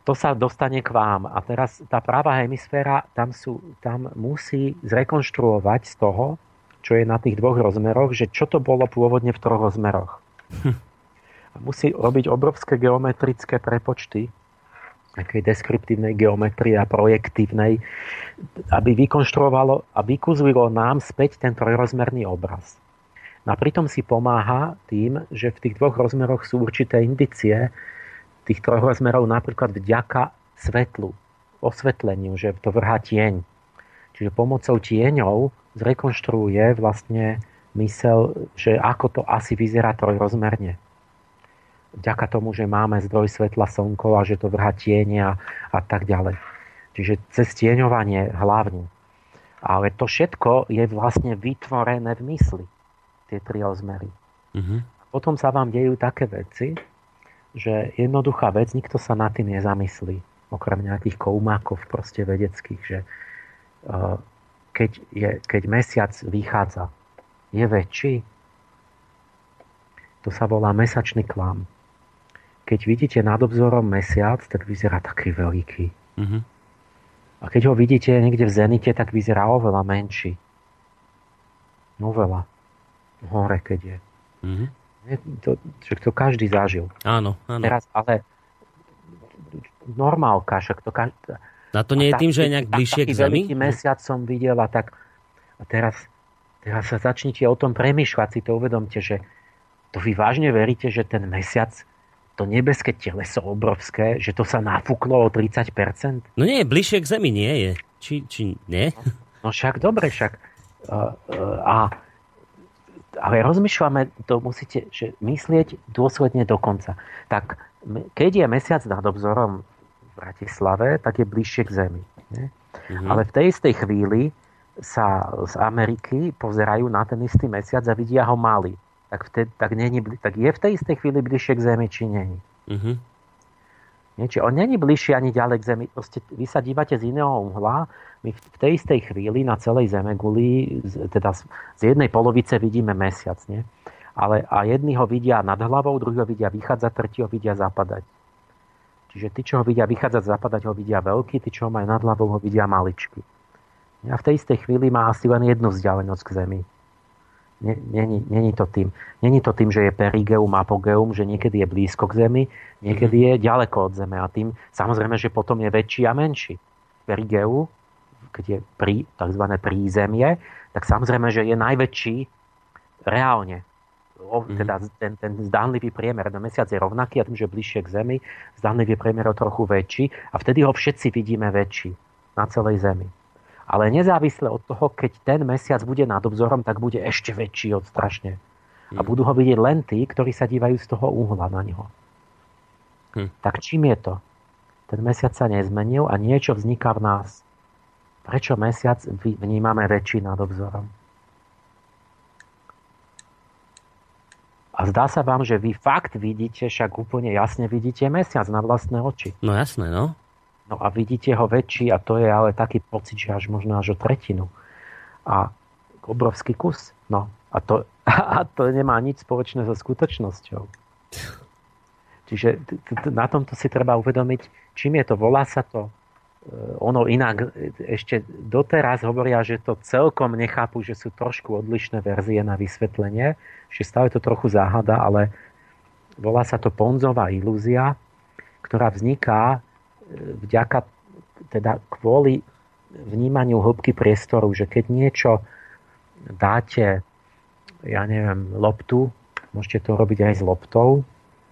Speaker 3: to sa dostane k vám. A teraz tá práva hemisféra, tam, sú, tam musí zrekonštruovať z toho, čo je na tých dvoch rozmeroch, že čo to bolo pôvodne v troch rozmeroch. Hm. A musí robiť obrovské geometrické prepočty, takej deskriptívnej geometrie a projektívnej, aby vykonštruovalo a vykuzlilo nám späť ten trojrozmerný obraz. A pritom si pomáha tým, že v tých dvoch rozmeroch sú určité indície tých troch rozmerov, napríklad vďaka svetlu, osvetleniu, že to vrhá tieň. Čiže pomocou tieňov zrekonštruuje vlastne mysel, že ako to asi vyzerá trojrozmerne. Vďaka tomu, že máme zdroj svetla slnko a že to vrhá tieň a, a tak ďalej. Čiže cez tieňovanie hlavne. Ale to všetko je vlastne vytvorené v mysli. Tie tri rozmery. Uh-huh. Potom sa vám dejú také veci, že jednoduchá vec, nikto sa nad tým nezamyslí, okrem nejakých koumákov proste vedeckých, že uh, keď, je, keď mesiac vychádza, je väčší, to sa volá mesačný klam. Keď vidíte nad obzorom mesiac, tak vyzerá taký veľký. Uh-huh. A keď ho vidíte niekde v zenite, tak vyzerá oveľa menší. No veľa. Hore, keď je. Mm-hmm. To, to každý zažil.
Speaker 2: Áno, áno.
Speaker 3: Teraz ale normálka, však to každý...
Speaker 2: A to nie je tým, že je nejak bližšie k Zemi?
Speaker 3: Taký mesiac som videl a tak... A teraz, teraz sa začnite o tom premýšľať, si to uvedomte, že to vy vážne veríte, že ten mesiac, to nebeské teleso obrovské, že to sa nafúklo o tridsať percent?
Speaker 2: No nie, bližšie k Zemi nie je. Či, či nie?
Speaker 3: No, no však, dobre, však... Uh, uh, a ale rozmýšľame, to musíte že myslieť dôsledne do konca. Tak keď je mesiac nad obzorom v Bratislave, tak je bližšie k Zemi. Nie? Mm-hmm. Ale v tej istej chvíli sa z Ameriky pozerajú na ten istý mesiac a vidia ho malý. Tak, vtedy, tak, není, tak je v tej istej chvíli bližšie k Zemi, či není? Mm-hmm. Nie, či on není bližšie ani ďalej k Zemi. Proste vy sa dívate z iného uhla. My v tej istej chvíli na celej Zemeguli, teda z jednej polovice vidíme mesiac, nie? Ale a jedni ho vidia nad hlavou, druhý ho vidia vychádzať, tretí ho vidia zapadať. Čiže tí, čo ho vidia vychádzať, zapadať, ho vidia veľký, tí, čo ho majú nad hlavou, ho vidia maličký. A v tej istej chvíli má asi len jednu vzdialenosť k Zemi. Není to tým. Není to tým, že je perigeum, apogeum, že niekedy je blízko k Zemi, niekedy je ďaleko od Zeme. A tým samozrejme, že potom je väčší a menší. Perigeu, keď je pri, tzv. Prízemie, tak samozrejme, že je najväčší reálne. O, teda ten, ten zdánlivý priemer na mesiac je rovnaký a tým, že je bližšie k Zemi, zdánlivý priemer je trochu väčší a vtedy ho všetci vidíme väčší na celej Zemi. Ale nezávisle od toho, keď ten mesiac bude nad obzorom, tak bude ešte väčší od strašne. A budú ho vidieť len tí, ktorí sa dívajú z toho uhla na neho. Hm. Tak čím je to? Ten mesiac sa nezmenil a niečo vzniká v nás. Prečo mesiac vnímame väčší nad obzorom? A zdá sa vám, že vy fakt vidíte, však úplne jasne vidíte mesiac na vlastné oči.
Speaker 2: No jasné, no.
Speaker 3: No a vidíte ho väčší a to je ale taký pocit, že až možno až o tretinu. A obrovský kus. No a to, a to nemá nič spoločné so skutočnosťou. Čiže na tomto si treba uvedomiť, čím je to, volá sa to ono inak, ešte doteraz hovoria, že to celkom nechápu, že sú trošku odlišné verzie na vysvetlenie, že stále to trochu záhada, ale volá sa to Ponzová ilúzia, ktorá vzniká vďaka, teda kvôli vnímaniu hĺbky priestoru, že keď niečo dáte, ja neviem, loptu, môžete to robiť aj s loptou,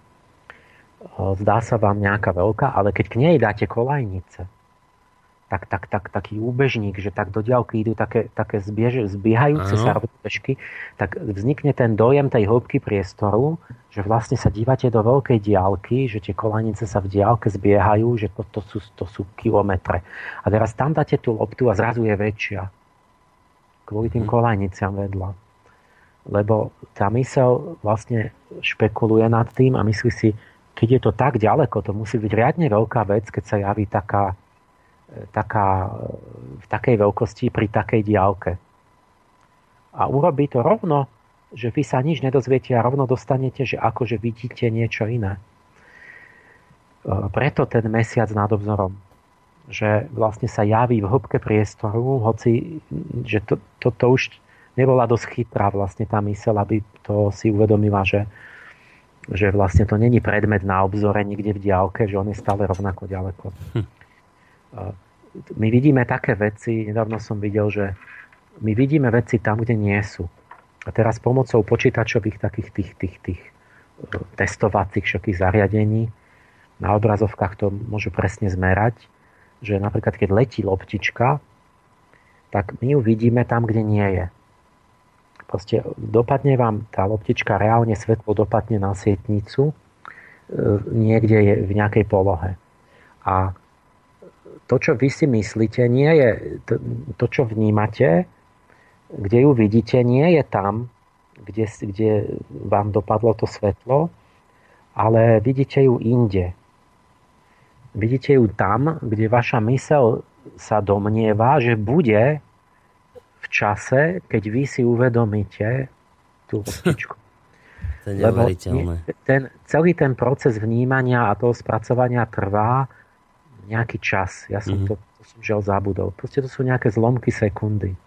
Speaker 3: zdá sa vám nejaká veľká, ale keď k nej dáte kolajnice, tak, tak, tak, taký úbežník, že tak do diaľky idú také, také zbiež, zbiehajúce sa rovnobežky, tak vznikne ten dojem tej hĺbky priestoru, že vlastne sa dívate do veľkej diaľky, že tie kolajnice sa v diaľke zbiehajú, že to, to, sú, to sú kilometre. A teraz tam dáte tú loptu a zrazu je väčšia. Kvôli tým kolajniciam vedľa. Lebo tá myseľ vlastne špekuluje nad tým a myslí si, keď je to tak ďaleko, to musí byť riadne veľká vec, keď sa javí taká taká, v takej veľkosti pri takej diaľke. A urobí to rovno, že vy sa nič nedozviete a rovno dostanete, že akože vidíte niečo iné. preto ten mesiac nad obzorom, že vlastne sa javí v hĺbke priestoru, hoci že to, to, to už nebola dosť chytrá vlastne tá myseľ, aby to si uvedomila, že, že vlastne to není predmet na obzore niekde v diaľke, že on je stále rovnako ďaleko. Hm. My vidíme také veci, nedávno som videl, že my vidíme veci tam, kde nie sú. A teraz pomocou počítačových takých tých, tých, tých testovacích všetkých zariadení na obrazovkách to môžu presne zmerať, že napríklad keď letí loptička, tak my ju vidíme tam, kde nie je. Proste dopadne vám tá loptička, reálne svetlo dopadne na sietnicu, niekde je v nejakej polohe. A to, čo vy si myslíte, nie je to, to čo vnímate, kde ju vidíte, nie je tam, kde, kde vám dopadlo to svetlo, ale vidíte ju inde. Vidíte ju tam, kde vaša myseľ sa domnieva, že bude v čase, keď vy si uvedomíte tú loptičku.
Speaker 2: To je neuveriteľné.
Speaker 3: Ten, celý ten proces vnímania a toho spracovania trvá nejaký čas. Ja som mm-hmm. to, to som žiaľ zabudol. Proste to sú nejaké zlomky sekundy.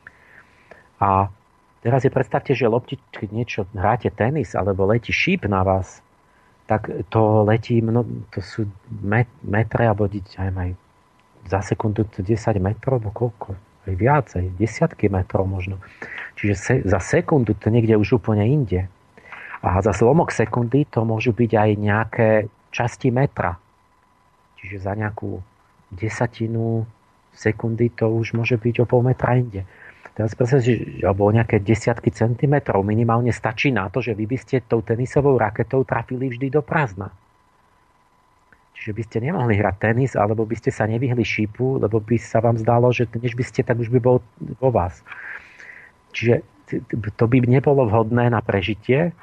Speaker 3: A teraz si predstavte, že loptičky niečo, hráte tenis alebo letí šíp na vás, tak to letí, no, to sú met, metre, alebo aj za sekundu desať metrov, no koľko? Aj viacej, desiatky metrov možno. Čiže se, za sekundu to niekde už úplne inde. A za zlomok sekundy to môžu byť aj nejaké časti metra. Čiže za nejakú desatinu sekundy to už môže byť o pol metra inde. Teraz predstavte, alebo nejaké desiatky centimetrov minimálne stačí na to, že vy by ste tou tenisovou raketou trafili vždy do prázdna. Čiže by ste nemohli hrať tenis, alebo by ste sa nevyhli šípu, lebo by sa vám zdalo, že než by ste, tak už by bol vo vás. Čiže to by nebolo vhodné na prežitie.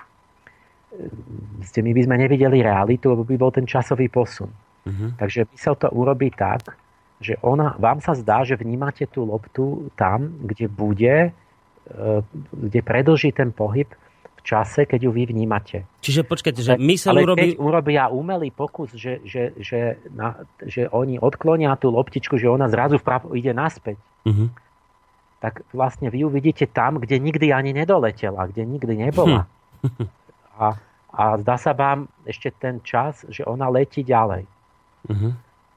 Speaker 3: My by sme nevideli realitu, lebo by bol ten časový posun. Uh-huh. Takže mysel to urobí tak, že ona, vám sa zdá, že vnímate tú loptu tam, kde bude, kde predĺží ten pohyb v čase, keď ju vy vnímate.
Speaker 2: Čiže počkajte, že myseľ
Speaker 3: ale
Speaker 2: urobí...
Speaker 3: keď urobia umelý pokus, že, že, že, na, že oni odklonia tú loptičku, že ona zrazu vpravo ide naspäť, uh-huh. tak vlastne vy ju vidíte tam, kde nikdy ani nedoletela, kde nikdy nebola. Hm. A, a zdá sa vám ešte ten čas, že ona letí ďalej.
Speaker 2: Uh-huh.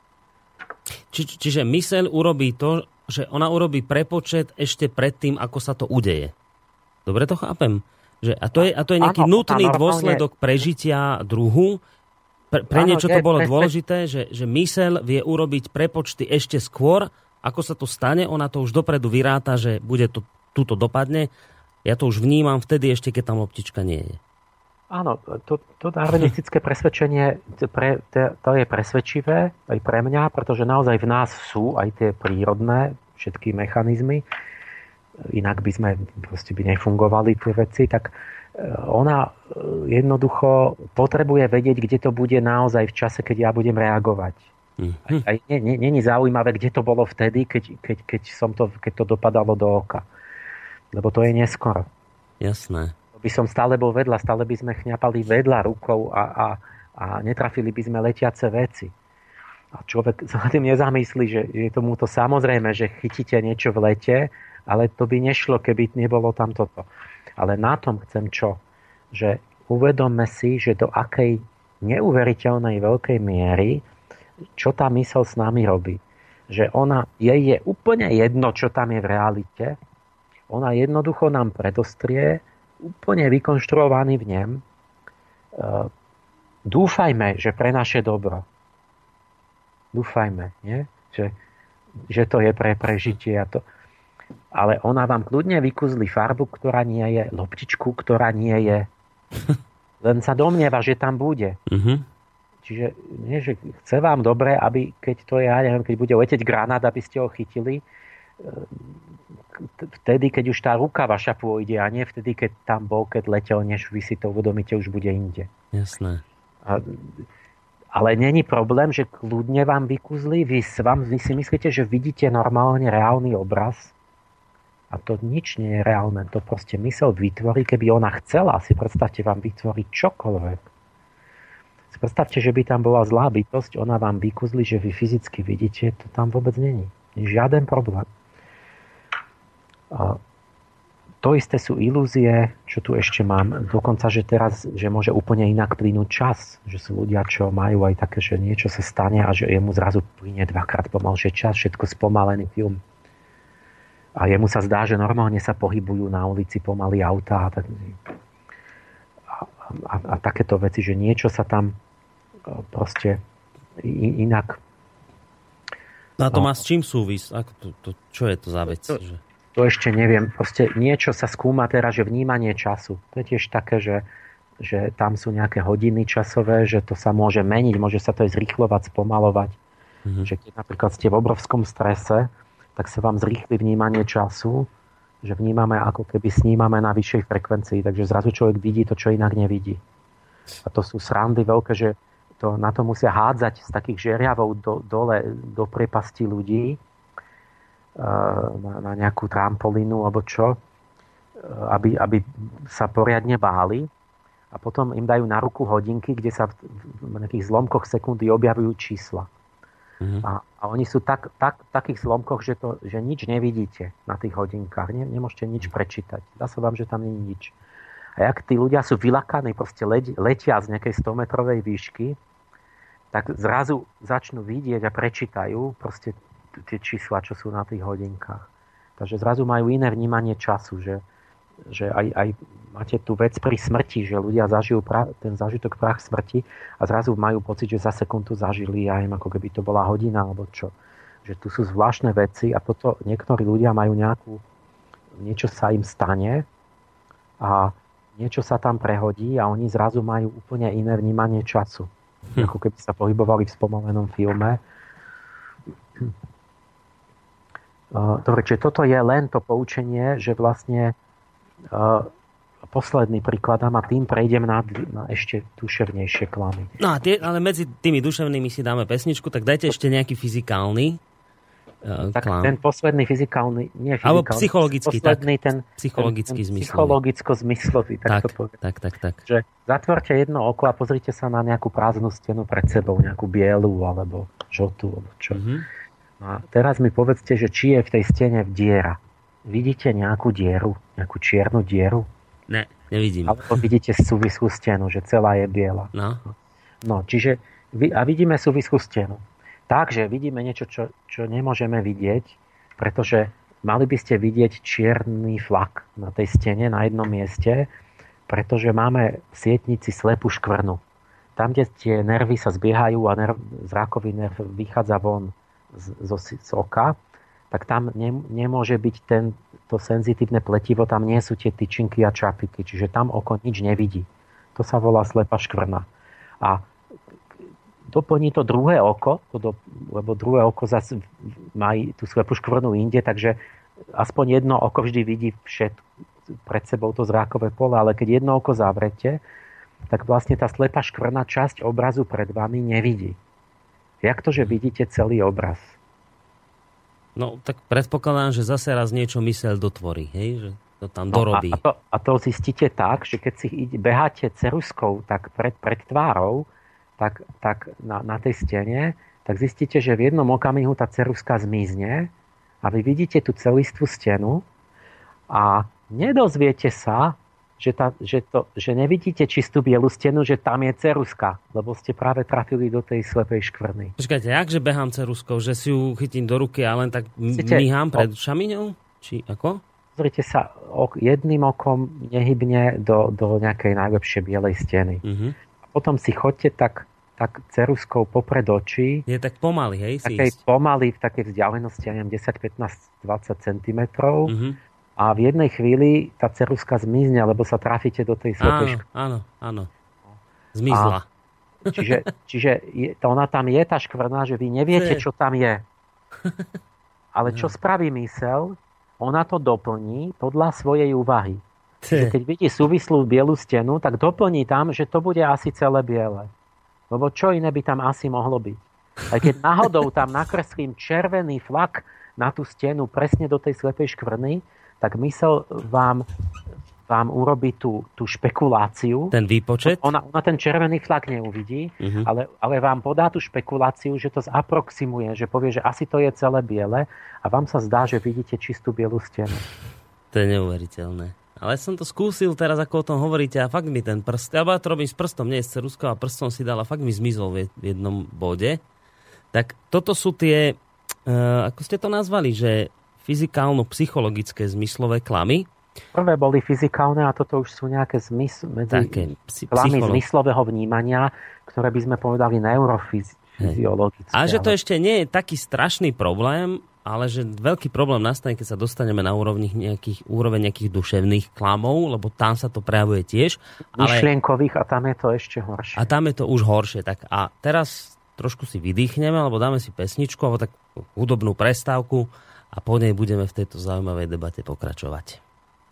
Speaker 2: Či, čiže myseľ urobí to, že ona urobí prepočet ešte pred tým, ako sa to udeje. Dobre to chápem? Že, a, to je, a to je nejaký áno, nutný normálne... dôsledok prežitia druhu. Pre, pre áno, niečo to bolo presne... dôležité, že, že myseľ vie urobiť prepočty ešte skôr, ako sa to stane. Ona to už dopredu vyráta, že bude to, tuto dopadne. Ja to už vnímam vtedy ešte, keď tam loptička nie je.
Speaker 3: Áno, to, to darwinistické presvedčenie, pre, to je presvedčivé aj pre mňa, pretože naozaj v nás sú aj tie prírodné všetky mechanizmy, inak by sme proste by nefungovali tie veci, tak ona jednoducho potrebuje vedieť, kde to bude naozaj v čase, keď ja budem reagovať. Mm-hmm. Aj nie, nie, nie je zaujímavé, kde to bolo vtedy, keď, keď, keď, som to, keď to dopadalo do oka. Lebo to je neskoro.
Speaker 2: Jasné.
Speaker 3: By som stále bol vedľa, stále by sme chňapali vedľa rukou a, a, a netrafili by sme letiace veci. A človek sa tým nezamyslí, že je tomu to samozrejme, že chytíte niečo v lete, ale to by nešlo, keby nebolo tam toto. Ale na tom chcem čo? Že uvedomme si, že do akej neuveriteľnej veľkej miery, čo tá myseľ s nami robí. Že ona, jej je úplne jedno, čo tam je v realite. Ona jednoducho nám predostrie úplne vykonštruovaný v nem. Dúfajme, že pre naše dobro. Dúfajme, nie? Že, že to je pre prežitie. A to. Ale ona vám kľudne vykuzli farbu, ktorá nie je, loptičku, ktorá nie je. Len sa domnieva, že tam bude. Uh-huh. Čiže nie, že chce vám dobre, aby keď to je, ja neviem, keď bude leteť granát, aby ste ho chytili, vtedy, keď už tá ruka vaša pôjde a nie vtedy, keď tam bol, keď letel, než vy si to uvedomíte, už bude inde.
Speaker 2: Jasné.
Speaker 3: A, ale není problém, že kľudne vám vykuzli, vy, vám, vy si myslíte, že vidíte normálne reálny obraz a to nič nie je reálne. To proste myseľ vytvorí, keby ona chcela, si predstavte, vám vytvoriť čokoľvek. Si predstavte, že by tam bola zlá bytosť, ona vám vykuzli, že vy fyzicky vidíte, to tam vôbec není. Žiaden problém. A to isté sú ilúzie, čo tu ešte mám. Dokonca, že teraz, že môže úplne inak plynúť čas. Že sú ľudia, čo majú aj také, že niečo sa stane a že jemu zrazu plynie dvakrát pomalšie čas, všetko spomalený film. A jemu sa zdá, že normálne sa pohybujú na ulici pomaly autá. A, a, a takéto veci, že niečo sa tam proste inak...
Speaker 2: No a to má s čím súvis? Ako to, to, čo je to za vec?
Speaker 3: To,
Speaker 2: že...
Speaker 3: to ešte neviem. Proste niečo sa skúma teraz, že vnímanie času. To je tiež také, že, že tam sú nejaké hodiny časové, že to sa môže meniť, môže sa to aj zrýchlovať, spomalovať. Mm-hmm. Že keď napríklad ste v obrovskom strese, tak sa vám zrýchli vnímanie času, že vnímame ako keby snímame na vyššej frekvencii, takže zrazu človek vidí to, čo inak nevidí. A to sú srandy veľké, že to, na to musia hádzať z takých žeriavov do, dole do priepasti ľudí na, na nejakú trampolínu alebo čo, aby, aby sa poriadne báli a potom im dajú na ruku hodinky, kde sa v nejakých zlomkoch sekundy objavujú čísla. Mm-hmm. A, a oni sú tak, tak, v takých zlomkoch, že, to, že nič nevidíte na tých hodinkách. Ne, nemôžete nič prečítať. Dá sa vám, že tam nie je nič. A jak tí ľudia sú vylakaní, proste letia z nejakej stometrovej výšky, tak zrazu začnú vidieť a prečítajú proste tie čísla, čo sú na tých hodinkách. Takže zrazu majú iné vnímanie času, že, že aj, aj máte tú vec pri smrti, že ľudia zažijú pra, ten zážitok prach smrti a zrazu majú pocit, že za sekundu zažili aj ako keby to bola hodina alebo čo. Že tu sú zvláštne veci a toto niektorí ľudia majú nejakú, niečo sa im stane a niečo sa tam prehodí a oni zrazu majú úplne iné vnímanie času. Hm. Ako keby sa pohybovali v spomalenom filme. Dobre, čiže toto je len to poučenie, že vlastne posledný príkladám a tým prejdem na, na ešte duševnejšie klamy.
Speaker 2: No a tie, ale medzi tými duševnými si dáme pesničku, tak dajte ešte nejaký fyzikálny uh,
Speaker 3: tak
Speaker 2: klám.
Speaker 3: Ten posledný fyzikálny, nie fyzikálny.
Speaker 2: Alebo psychologický,
Speaker 3: posledný,
Speaker 2: tak.
Speaker 3: Ten,
Speaker 2: psychologický
Speaker 3: ten, ten
Speaker 2: zmyslový.
Speaker 3: Psychologicko-zmyslový, tak,
Speaker 2: tak
Speaker 3: to poviem.
Speaker 2: Tak, tak, tak.
Speaker 3: Že zatvorte jedno oko a pozrite sa na nejakú prázdnu stenu pred sebou, nejakú bielu alebo žltú, alebo čo. Mm-hmm. A teraz mi povedzte, že či je v tej stene diera. Vidíte nejakú dieru? Nejakú čiernu dieru?
Speaker 2: Ne, nevidím.
Speaker 3: Alebo vidíte súvislú stenu, že celá je biela.
Speaker 2: No.
Speaker 3: No, čiže a vidíme súvislú stenu. Takže vidíme niečo, čo, čo nemôžeme vidieť, pretože mali by ste vidieť čierny flak na tej stene na jednom mieste, pretože máme v sietnici slepú škvrnu. Tam, kde tie nervy sa zbiehajú a nerv, zrakový nerv vychádza von z, z, z oka, tak tam ne, nemôže byť ten, to senzitívne pletivo, tam nie sú tie tyčinky a čapiky, čiže tam oko nič nevidí. To sa volá slepá škvrna. A doplní to druhé oko, to do, lebo druhé oko zase má tú slepú škvrnu inde, takže aspoň jedno oko vždy vidí všet, pred sebou to zrákové pole, ale keď jedno oko zavrete, tak vlastne tá slepá škvrna časť obrazu pred vami nevidí. Jak to, že vidíte celý obraz?
Speaker 2: No, tak predpokladám, že zase raz niečo myseľ dotvorí, hej? Že to tam
Speaker 3: no,
Speaker 2: dorobí.
Speaker 3: A, a, to, a to zistíte tak, že keď si beháte ceruskou tak pred, pred tvárou, tak, tak na, na tej stene, tak zistíte, že v jednom okamihu tá ceruska zmizne a vy vidíte tú celistú stenu a nedozviete sa, že, tá, že, to, že nevidíte čistú bielu stenu, že tam je ceruska, lebo ste práve trafili do tej slepej škvrny.
Speaker 2: Počkajte, jakže behám ceruskou? Že si ju chytím do ruky a len tak myhám pred ušami ňou? Či ako?
Speaker 3: Pozrite sa ok, jedným okom nehybne do, do nejakej najlepšie bielej steny. Uh-huh. A potom si chodte tak, tak ceruskou popred očí.
Speaker 2: Je tak pomaly, hej?
Speaker 3: Takej pomaly, v takej vzdialenosti, ja neviem, desať, pätnásť, dvadsať centimetrov. Uh-huh. A v jednej chvíli tá ceruska zmizne, lebo sa trafíte do tej slepej škvrny.
Speaker 2: Áno, áno, zmizla.
Speaker 3: A, čiže čiže je, to ona tam je, tá škvrna, že vy neviete, čo tam je. Ale čo spraví mysel? Ona to doplní podľa svojej úvahy. Keď vidí súvislú bielu stenu, tak doplní tam, že to bude asi celé biele. Lebo čo iné by tam asi mohlo byť? Aj keď náhodou tam nakreslím červený flak na tú stenu presne do tej slepej škvrny, tak mysel vám, vám urobí tú, tú špekuláciu.
Speaker 2: Ten výpočet?
Speaker 3: Ona, ona ten červený flak neuvidí, uh-huh. ale, ale vám podá tú špekuláciu, že to zaproximuje, že povie, že asi to je celé biele a vám sa zdá, že vidíte čistú bielu stenu.
Speaker 2: To je neuveriteľné. Ale som to skúsil teraz, ako o tom hovoríte, a fakt mi ten prst, ja to robím s prstom, nie s ceruzkou, a prstom si dal a fakt mi zmizol v jednom bode. Tak toto sú tie, uh, ako ste to nazvali, že fyzikálno-psychologické zmyslové klamy.
Speaker 3: Prvé boli fyzikálne a toto už sú nejaké zmysl, medzi
Speaker 2: Také, psy,
Speaker 3: klamy
Speaker 2: psycholo-
Speaker 3: zmyslového vnímania, ktoré by sme povedali neurofyziologické.
Speaker 2: A že to ešte nie je taký strašný problém, ale že veľký problém nastane, keď sa dostaneme na úrovni nejakých, úroveň nejakých duševných klamov, lebo tam sa to prejavuje tiež. Ale...
Speaker 3: myšlienkových a tam je to ešte horšie.
Speaker 2: A tam je to už horšie. Tak a teraz trošku si vydýchneme, alebo dáme si pesničku, alebo tak hudobnú prestávku a po nej budeme v tejto zaujímavej debate pokračovať.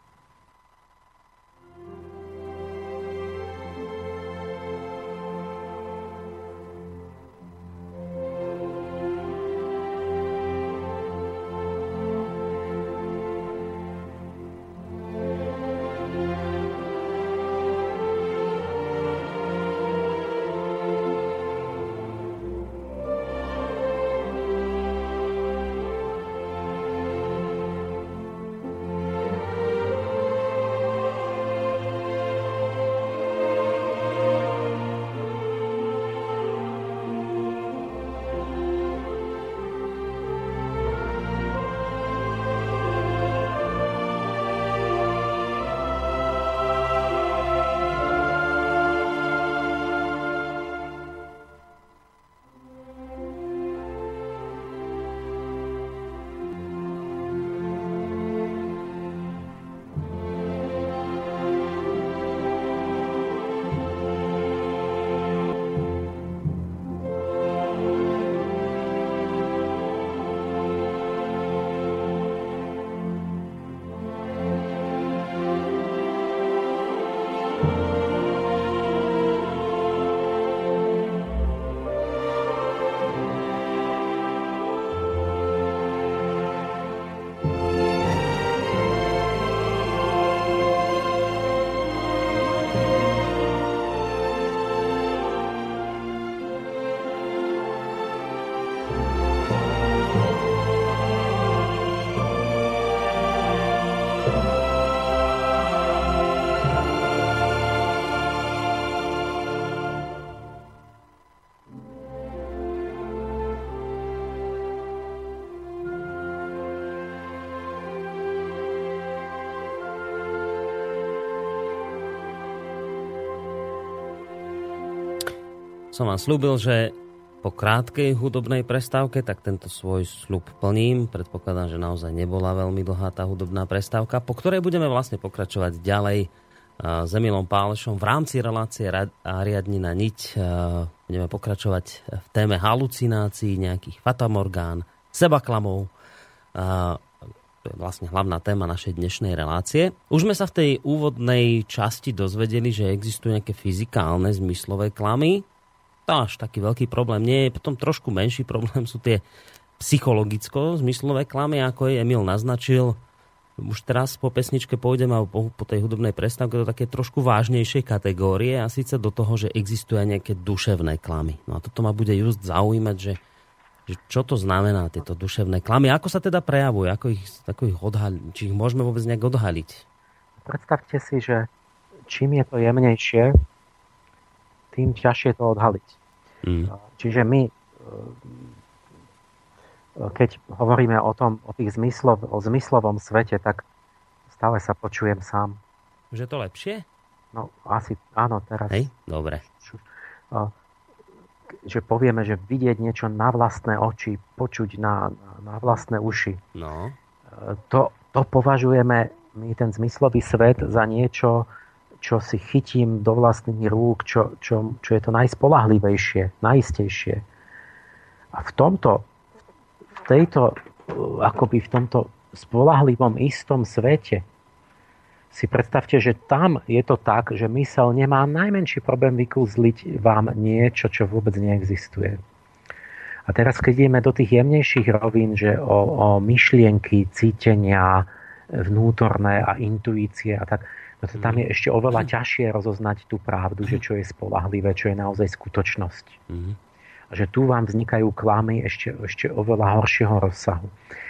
Speaker 2: Som vám slúbil, že po krátkej hudobnej prestávke, tak tento svoj sľub plním. Predpokladám, že naozaj nebola veľmi dlhá tá hudobná prestávka, po ktorej budeme vlastne pokračovať ďalej s Emilom Pálešom v rámci relácie Ariadnina niť. Budeme pokračovať v téme halucinácií, nejakých fatamorgán, sebaklamov. To je vlastne hlavná téma našej dnešnej relácie. Už sme sa v tej úvodnej časti dozvedeli, že existujú nejaké fyzikálne zmyslové klamy. To až taký veľký problém nie je. Potom trošku menší problém sú tie psychologicko-zmyslové klamy, ako je Emil naznačil. Už teraz po pesničke pôjdeme a po, po tej hudobnej prestávke do také trošku vážnejšej kategórie, a síce do toho, že existujú nejaké duševné klamy. No a toto ma bude just zaujímať, že, že čo to znamená, tieto duševné klamy. Ako sa teda prejavujú? Ako ich, ako ich odhaliť? Či ich môžeme vôbec nejak odhaliť?
Speaker 3: Predstavte si, že čím je to jemnejšie, tým ťažšie to odhaliť. Mm. Čiže my, keď hovoríme o tom, o tých zmyslov, o zmyslovom svete, tak stále sa počujem sám.
Speaker 2: Že to lepšie?
Speaker 3: No, asi áno, teraz.
Speaker 2: Hej, dobre.
Speaker 3: Že povieme, že vidieť niečo na vlastné oči, počuť na, na vlastné uši.
Speaker 2: No.
Speaker 3: To, to považujeme my ten zmyslový svet za niečo, čo si chytím do vlastných rúk, čo, čo, čo je to najspolahlivejšie, najistejšie. A v tomto, v tejto, akoby v tomto spolahlivom istom svete si predstavte, že tam je to tak, že myseľ nemá najmenší problém vykúzliť vám niečo, čo vôbec neexistuje. A teraz, keď ideme do tých jemnejších rovín, že o, o myšlienky, cítenia, vnútorné a intuície a tak, No to tam je ešte oveľa ťažšie rozoznať tú pravdu, že čo je spoľahlivé, čo je naozaj skutočnosť. Mm. A že tu vám vznikajú klamy ešte, ešte oveľa horšieho rozsahu.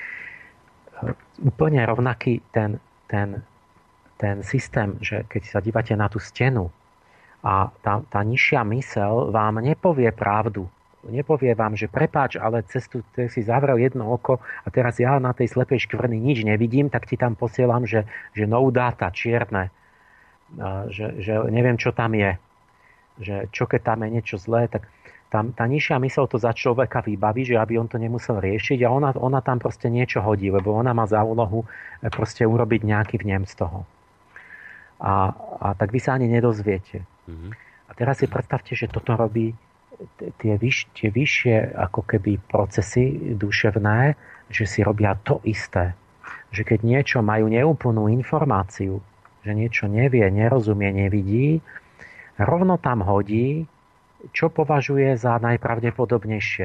Speaker 3: Úplne rovnaký ten, ten, ten systém, že keď sa dívate na tú stenu a tá, tá nižšia myseľ vám nepovie pravdu. Nepovie vám, že prepáč, ale cez tu si zavrel jedno oko a teraz ja na tej slepej škvrny nič nevidím, tak ti tam posielam, že, že no data, čierne. Že, že neviem, čo tam je. Že čo keď tam je niečo zlé, tak tam, tá nižšia myseľ to za človeka vybaví, že aby on to nemusel riešiť a ona, ona tam proste niečo hodí, lebo ona má za úlohu proste urobiť nejaký vnem z toho. A, a tak vy sa ani nedozviete. Mm-hmm. A teraz si predstavte, že toto robí tie, vyš, tie vyššie ako keby procesy duševné, že si robia to isté. Že keď niečo majú neúplnú informáciu, že niečo nevie, nerozumie, nevidí, rovno tam hodí, čo považuje za najpravdepodobnejšie.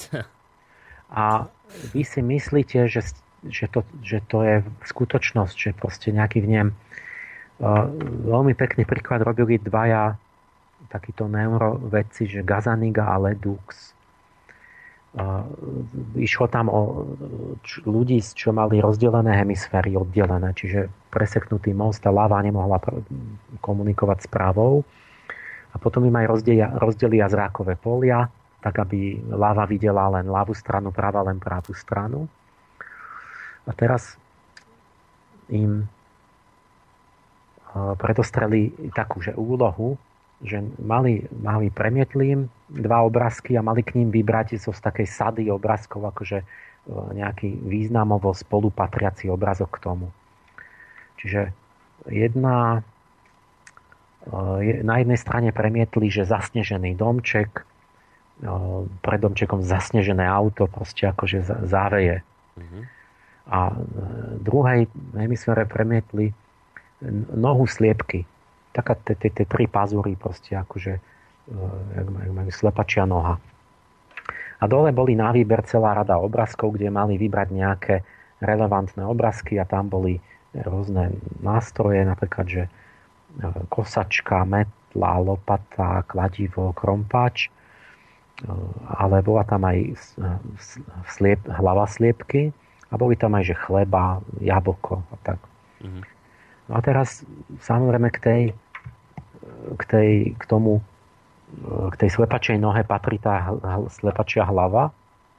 Speaker 3: A vy si myslíte, že, že, to, že to je skutočnosť, že proste nejaký vnem. Veľmi pekný príklad robili dvaja takíto neurovedci, že Gazzaniga a Ledoux. Išlo tam o ľudí, čo mali rozdelené hemisféry, oddelené, čiže preseknutý most a ľava nemohla komunikovať s pravou. A potom im aj rozdelia, rozdelia zrákové polia, tak aby ľava videla len ľavú stranu, prava len pravú stranu. A teraz im predostreli takú že úlohu, že mali, mali premietli im dva obrázky a mali k ním vybrať zo z takej sady obrázkov, akože nejaký významovo spolupatriaci obrazok k tomu. Čiže jedna, na jednej strane premietli, že zasnežený domček, pred domčekom zasnežené auto, proste akože záveje. Mm-hmm. A druhej hemisfére premietli nohu sliepky. Taká tie tri pazúry proste akože jak majú slepačia noha. A dole boli na výber celá rada obrázkov, kde mali vybrať nejaké relevantné obrázky a tam boli rôzne nástroje, napríklad, že kosačka, metla, lopata, kladivo, krompáč, ale bola tam aj sliep, hlava sliepky a boli tam aj, že chleba, jablko a tak. Mm-hmm. No a teraz samozrejme k tej, k tej, k tomu, k tej slepačej nohe patrí tá slepačia hlava.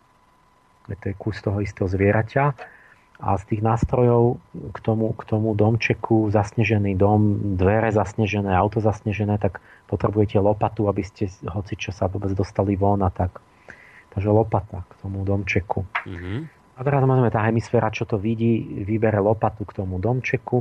Speaker 3: To je kus toho istého zvieraťa. A z tých nástrojov k tomu, k tomu domčeku, zasnežený dom, dvere zasnežené, auto zasnežené, tak potrebujete lopatu, aby ste hoci čo sa vôbec dostali von a tak. Takže lopata k tomu domčeku. Mm-hmm. A teraz máme tá hemisféra, čo to vidí, vybere lopatu k tomu domčeku.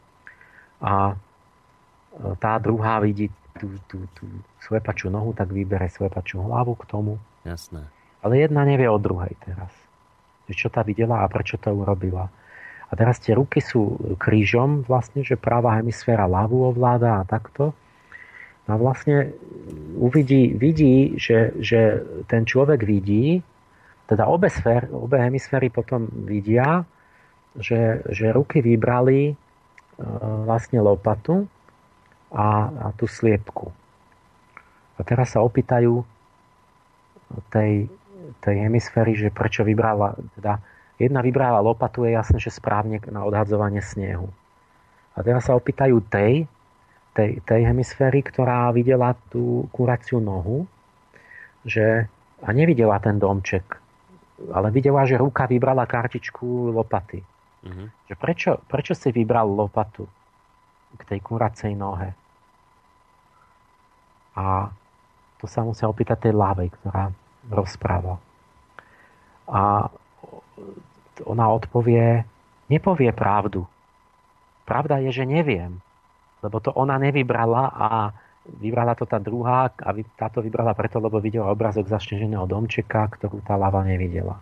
Speaker 3: A tá druhá vidí tú, tú, tú slepačú nohu, tak vybere slepačú hlavu k tomu.
Speaker 2: Jasné.
Speaker 3: Ale jedna nevie o druhej teraz. Že čo tá videla a prečo to urobila. A teraz tie ruky sú krížom vlastne, že pravá hemisféra ľavú ovláda a takto. A vlastne uvidí, vidí, že, že ten človek vidí, teda obe, sfér, obe hemisféry potom vidia, že, že ruky vybrali vlastne lopatu a, a tú sliepku. A teraz sa opýtajú tej, tej hemisféry, že prečo vybrala, teda jedna vybrala lopatu, je jasné, že správne na odhadzovanie snehu. A teraz sa opýtajú tej, tej, tej hemisféry, ktorá videla tú kuraciu nohu, že, a nevidela ten domček, ale videla, že ruka vybrala kartičku lopaty. Mm-hmm. Že prečo, prečo si vybral lopatu k tej kuracej nohe? A to sa musia opýtať tej ľavej, ktorá rozpráva. A ona odpovie, nepovie pravdu. Pravda je, že neviem. Lebo to ona nevybrala a vybrala to tá druhá a táto vybrala preto, lebo videla obrazok zasneženého domčeka, ktorú tá ľava nevidela.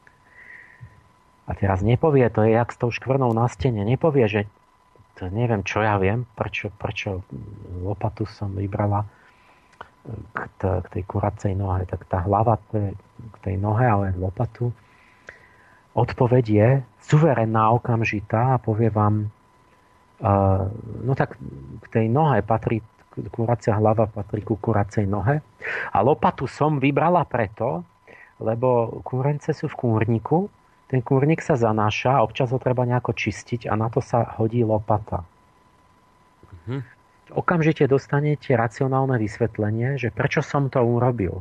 Speaker 3: A teraz nepovie, to je jak s tou škvrnou na stene, nepovie, že to neviem, čo ja viem, prečo, prečo lopatu som vybrala k, t- k tej kuracej nohe. Tak tá hlava to je k tej nohe, ale lopatu. Odpoveď je suverénna, okamžitá a povie vám, No tak k tej nohe patrí, kuracia hlava patrí ku kuracej nohe. A lopatu som vybrala preto, lebo kúrence sú v kúrniku, ten kúrnik sa zanáša, občas ho treba nejako čistiť a na to sa hodí lopata. Mhm. Okamžite dostanete racionálne vysvetlenie, že prečo som to urobil.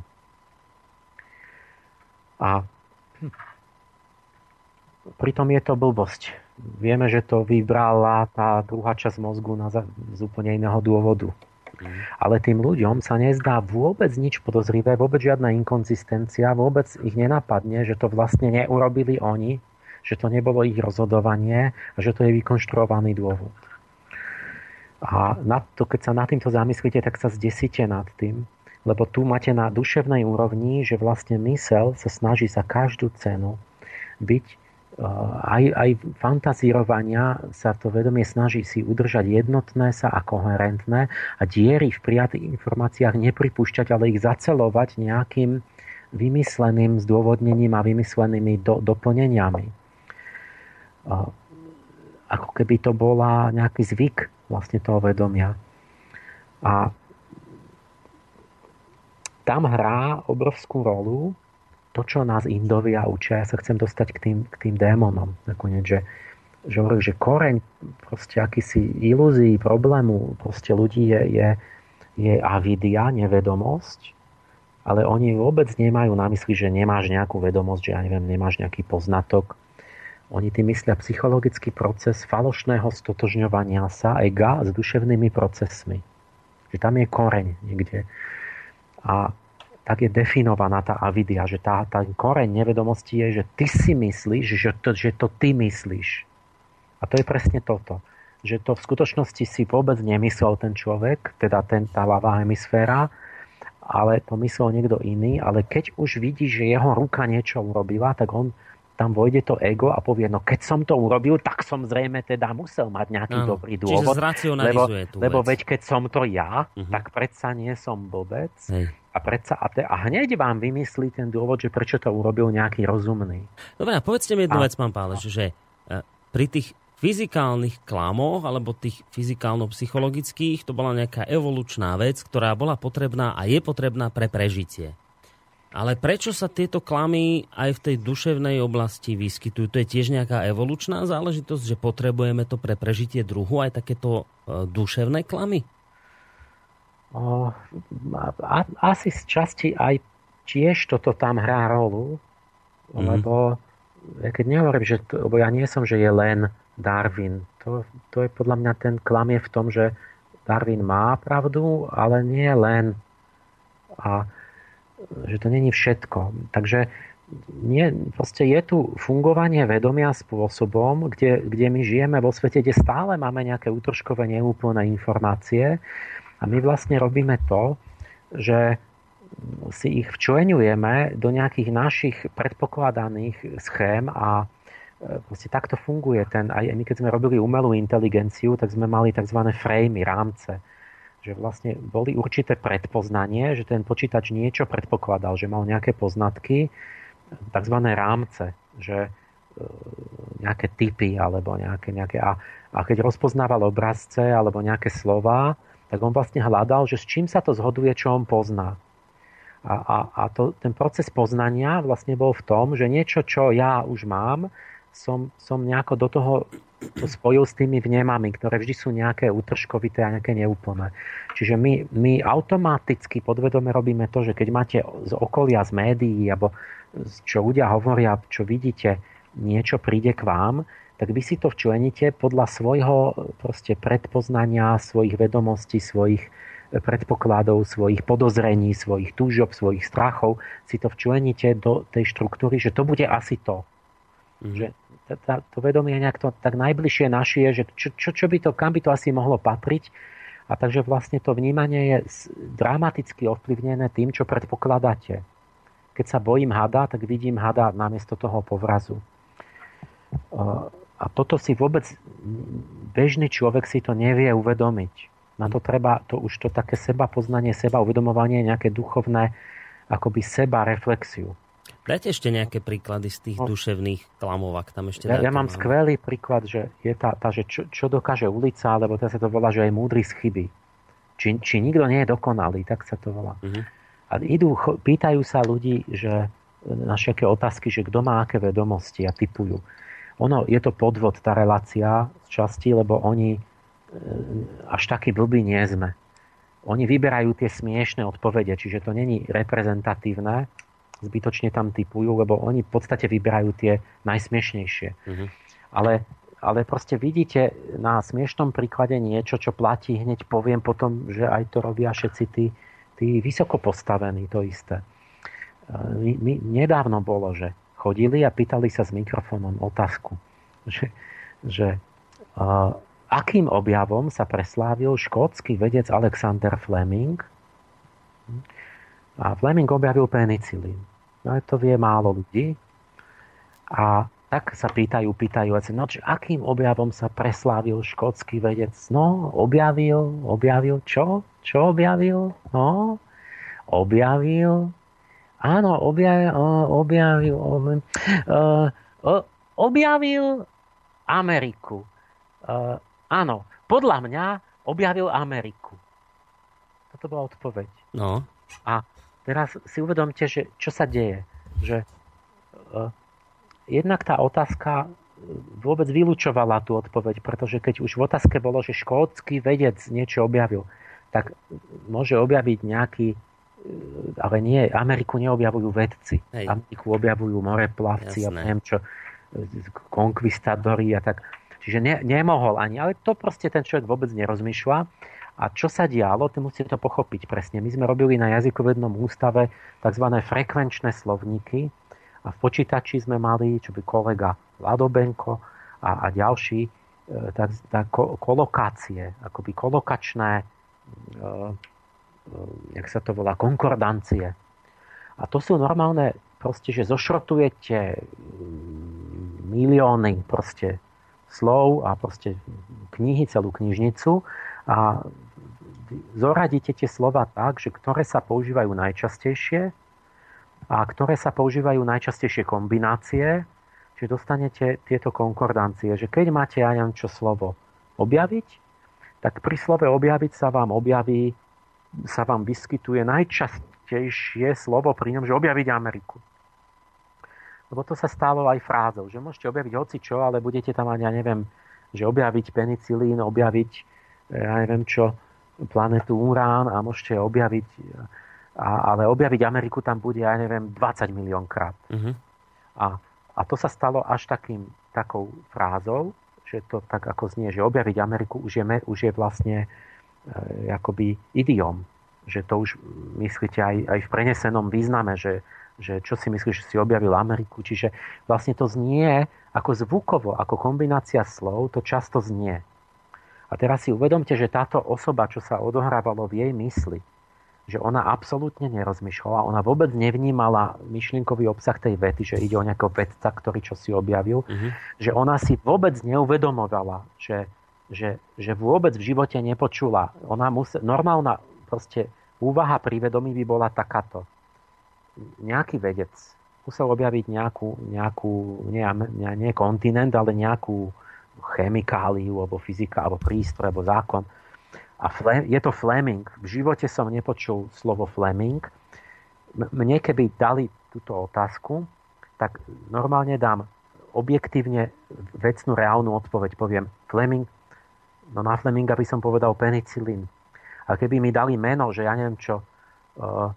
Speaker 3: A hm, pritom je to blbosť. Vieme, že to vybrala tá druhá časť mozgu na, z úplne iného dôvodu. Mm. Ale tým ľuďom sa nezdá vôbec nič podozrivé, vôbec žiadna inkonzistencia, vôbec ich nenapadne, že to vlastne neurobili oni, že to nebolo ich rozhodovanie a že to je vykonštruovaný dôvod. A na to, keď sa nad týmto zamyslíte, tak sa zdesíte nad tým, lebo tu máte na duševnej úrovni, že vlastne myseľ sa snaží za každú cenu byť Aj, aj fantazírovania sa to vedomie snaží si udržať jednotné sa a koherentné a diery v prijatých informáciách nepripúšťať, ale ich zacelovať nejakým vymysleným zdôvodnením a vymyslenými do, doplneniami. Ako keby to bola nejaký zvyk vlastne toho vedomia. A tam hrá obrovskú rolu to, čo nás Indovia učia. Ja sa chcem dostať k tým, k tým démonom. Nakoniec, že, že, že koreň proste akýsi ilúzií, problému proste ľudí je, je, je avidia, nevedomosť, ale oni vôbec nemajú na mysli, že nemáš nejakú vedomosť, že ja neviem, nemáš nejaký poznatok. Oni tým myslia psychologický proces falošného stotožňovania sa ega s duševnými procesmi. Že tam je koreň niekde. A tak je definovaná tá avidia, že tá, tá koreň nevedomosti je, že ty si myslíš, že to, že to ty myslíš. A to je presne toto. Že to v skutočnosti si vôbec nemyslel ten človek, teda ten, tá ľavá hemisféra, ale to myslel niekto iný, ale keď už vidí, že jeho ruka niečo urobila, tak on tam vojde to ego a povie, no keď som to urobil, tak som zrejme teda musel mať nejaký no, dobrý dôvod. Lebo, lebo veď keď som to ja, uh-huh. tak predsa nie som blbec. Hej. A, predsa, a, te, a hneď vám vymyslí ten dôvod, že prečo to urobil nejaký rozumný.
Speaker 2: Dobre, a povedzte mi jednu a, vec, pán Pálež, že pri tých fyzikálnych klamoch alebo tých fyzikálno-psychologických to bola nejaká evolučná vec, ktorá bola potrebná a je potrebná pre prežitie. Ale prečo sa tieto klamy aj v tej duševnej oblasti vyskytujú? To je tiež nejaká evolučná záležitosť, že potrebujeme to pre prežitie druhu, aj takéto e, duševné klamy?
Speaker 3: O, a, asi z časti aj tiež toto tam hrá rolu, mm. lebo ja keď nehovorím, že to, lebo ja nie som, že je len Darwin. To, to je podľa mňa ten klam je v tom, že Darwin má pravdu, ale nie len. A že to není všetko. Takže nie, proste je tu fungovanie vedomia spôsobom, kde, kde my žijeme vo svete, kde stále máme nejaké útržkové neúplné informácie a my vlastne robíme to, že si ich včleňujeme do nejakých našich predpokladaných schém a proste takto funguje ten, aj my keď sme robili umelú inteligenciu, tak sme mali tzv. Framey, rámce. Že vlastne boli určité predpoznanie, že ten počítač niečo predpokladal, že mal nejaké poznatky, tzv. Rámce, že nejaké typy alebo nejaké, nejaké a, a keď rozpoznával obrazce alebo nejaké slová, tak on vlastne hľadal, že s čím sa to zhoduje, čo on pozná. A, a, a to, ten proces poznania vlastne bol v tom, že niečo, čo ja už mám, som, som nejako do toho to spojil s tými vnemami, ktoré vždy sú nejaké útržkovité a nejaké neúplné. Čiže my, my automaticky podvedome robíme to, že keď máte z okolia, z médií, alebo čo ľudia hovoria, čo vidíte, niečo príde k vám, tak vy si to včleníte podľa svojho proste predpoznania, svojich vedomostí, svojich predpokladov, svojich podozrení, svojich túžob, svojich strachov, si to včleníte do tej štruktúry, že to bude asi to. Mm. Že to vedomie nejak to tak najbližšie našie, že čo, čo, čo by to, kam by to asi mohlo patriť. A takže vlastne to vnímanie je dramaticky ovplyvnené tým, čo predpokladáte. Keď sa bojím hada, tak vidím hada namiesto toho povrazu. A toto si vôbec bežný človek si to nevie uvedomiť. Na to treba to už to také seba poznanie, seba uvedomovanie, nejaké duchovné akoby seba reflexiu.
Speaker 2: Dajte ešte nejaké príklady z tých no. duševných klamov, ak tam ešte
Speaker 3: Ja, ja mám
Speaker 2: máme.
Speaker 3: skvelý príklad, že je tá, tá že čo, čo dokáže ulica, alebo to sa to volá, že aj múdry z chyby. Či, či nikto nie je dokonalý, tak sa to volá. Uh-huh. A idú, pýtajú sa ľudí, že na všetké otázky, že kto má aké vedomosti a typujú. Ono, je to podvod, tá relácia z časti, lebo oni až takí blbí nie sme. Oni vyberajú tie smiešné odpovede, čiže to není reprezentatívne, zbytočne tam typujú, lebo oni v podstate vyberajú tie najsmiešnejšie. Uh-huh. Ale Ale proste vidíte na smiešnom príklade niečo, čo platí, hneď poviem potom, že aj to robia všetci tí, tí vysoko postavení, to isté. My, my, nedávno bolo, že chodili a pýtali sa s mikrofónom otázku, že, že uh, akým objavom sa preslávil škótsky vedec Alexander Fleming. A Fleming objavil penicilín. No to vie málo ľudí. A tak sa pýtajú, pýtajú, no či akým objavom sa preslávil škótsky vedec? No, objavil, objavil, čo? Čo objavil? No, objavil, áno, objavil, objavil, objavil, uh, objavil Ameriku. Uh, áno, podľa mňa objavil Ameriku. Toto bola odpoveď.
Speaker 2: No.
Speaker 3: A teraz si uvedomte, že čo sa deje, že uh, jednak tá otázka vôbec vylúčovala tú odpoveď, pretože keď už v otázke bolo, že škótsky vedec niečo objavil, tak môže objaviť nejaký, ale nie, Ameriku neobjavujú vedci. Hej. Ameriku objavujú moreplavci a neviem čo, konkvistadori a tak. Čiže ne, nemohol ani, ale to proste ten človek vôbec nerozmýšľa. A čo sa dialo, ty musíte to pochopiť presne. My sme robili na jazykovednom ústave tzv. Frekvenčné slovníky, a v počítači sme mali, čo by kolega Ladobenko a, a ďalší, tak, tak kolokácie, akoby kolokačné, e, e, jak sa to volá, konkordancie. A to sú normálne, proste, že zošrotujete milióny proste slov a proste knihy, celú knižnicu a zoradíte tie slova tak, že ktoré sa používajú najčastejšie a ktoré sa používajú najčastejšie kombinácie, čiže dostanete tieto konkordancie, že keď máte, ja neviem čo, slovo objaviť, tak pri slove objaviť sa vám objaví, sa vám vyskytuje najčastejšie slovo pri ňom, že objaviť Ameriku. Lebo to sa stalo aj frázou, že môžete objaviť hocičo, ale budete tam mať, ja neviem, že objaviť penicilín, objaviť, ja neviem čo, planetu Urán a môžete objaviť... A, ale objaviť Ameriku tam bude, ja neviem, dvadsať milión krát. Uh-huh. A, a to sa stalo až takým, takou frázou, že to tak ako znie, že objaviť Ameriku už je, už je vlastne e, akoby idiom. Že to už myslíte aj, aj v prenesenom význame, že, že čo si myslíš, že si objavil Ameriku. Čiže vlastne to znie ako zvukovo, ako kombinácia slov, to často znie. A teraz si uvedomte, že táto osoba, čo sa odohrávalo v jej mysli, že ona absolútne nerozmýšľala, ona vôbec nevnímala myšlienkový obsah tej vety, že ide o nejakého vedca, ktorý čo si objavil, uh-huh. že ona si vôbec neuvedomovala, že, že, že vôbec v živote nepočula. Ona musel, normálna proste úvaha pri vedomí by bola takáto. Nejaký vedec musel objaviť nejakú, nejakú nie, nie kontinent, ale nejakú chemikáliu, alebo fyzika, alebo prístroj, alebo zákon. A je to Fleming. V živote som nepočul slovo Fleming. Mne keby dali túto otázku, tak normálne dám objektívne vecnú, reálnu odpoveď. Poviem Fleming, no na Fleminga by som povedal penicilín. A keby mi dali meno, že ja neviem čo, uh, uh,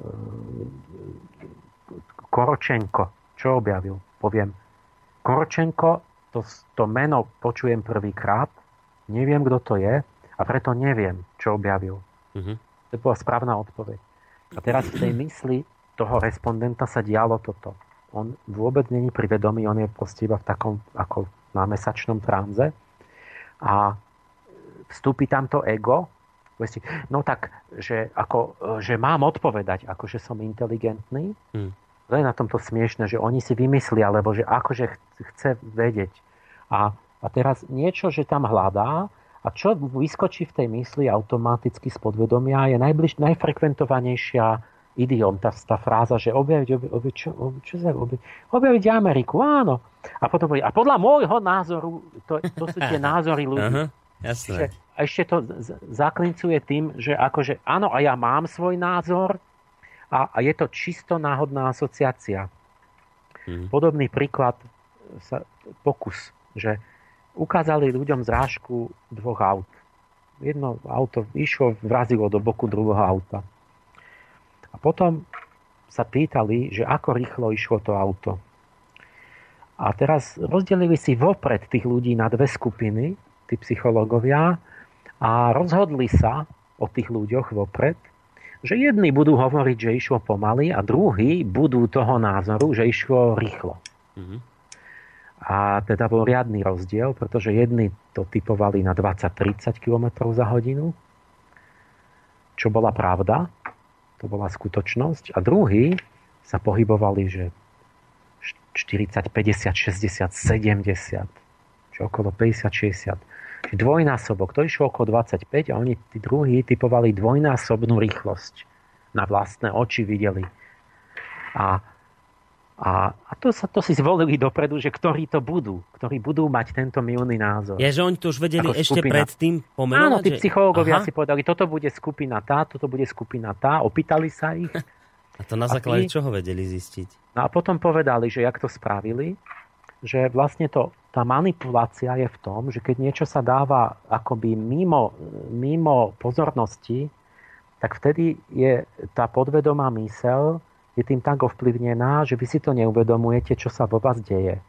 Speaker 3: Koročenko, čo objavil? Poviem Koročenko, to, to meno počujem prvýkrát, neviem, kto to je, a preto neviem, čo objavil. Uh-huh. To bola správna odpoveď. A teraz v tej mysli toho respondenta sa dialo toto. On vôbec není privedomý, on je proste iba v takom ako námesačnom tranze. A vstúpi tam to ego. No tak, že, ako, že mám odpovedať, ako že som inteligentný. Uh-huh. To je na tomto smiešne, že oni si vymyslia, alebo že akože chce vedieť. A, a teraz niečo, že tam hľadá, a čo vyskočí v tej mysli automaticky z podvedomia, je najbliž, najfrekventovanejšia idiom, tá, tá fráza, že objaviť, objaviť, objaviť čo, čo sa objaviť? Objaviť Ameriku, áno. A potom povie, a podľa môjho názoru, to, to sú tie názory ľudí.
Speaker 2: Aha, jasné.
Speaker 3: A ešte to z- zaklincuje tým, že akože áno, a ja mám svoj názor a, a je to čisto náhodná asociácia. Hmm. Podobný príklad, sa, pokus, že ukázali ľuďom zrážku dvoch aut. Jedno auto išlo, vrazilo do boku druhého auta. A potom sa pýtali, že ako rýchlo išlo to auto. A teraz rozdelili si vopred tých ľudí na dve skupiny, tí psychológovia, a rozhodli sa o tých ľuďoch vopred, že jedni budú hovoriť, že išlo pomaly a druhí budú toho názoru, že išlo rýchlo. Mm-hmm. A teda bol riadny rozdiel, pretože jedni to typovali na dvadsať tridsať kilometrov za hodinu, čo bola pravda, to bola skutočnosť, a druhí sa pohybovali, že štyridsať, päťdesiat, šesťdesiat, sedemdesiat, čo okolo päťdesiat, šesťdesiat. Dvojnásobok, to išlo okolo dvadsaťpäť a oni, tí druhí, typovali dvojnásobnú rýchlosť. Na vlastné oči videli. A, a, a to, sa, to si zvolili dopredu, že ktorí to budú, ktorí budú mať tento mylný názor.
Speaker 2: Je, že oni to už vedeli
Speaker 3: Ako
Speaker 2: ešte
Speaker 3: skupina.
Speaker 2: predtým pomenovať?
Speaker 3: Áno, tí
Speaker 2: že...
Speaker 3: psychológovia
Speaker 2: Aha.
Speaker 3: si povedali, toto bude skupina tá, toto bude skupina tá, opýtali sa ich.
Speaker 2: A to na základe
Speaker 3: tí... čoho
Speaker 2: vedeli zistiť?
Speaker 3: No a potom povedali, že jak to spravili, že vlastne to, tá manipulácia je v tom, že keď niečo sa dáva akoby mimo, mimo pozornosti, tak vtedy je tá podvedomá myseľ je tým tak ovplyvnená, že vy si to neuvedomujete, čo sa vo vás deje.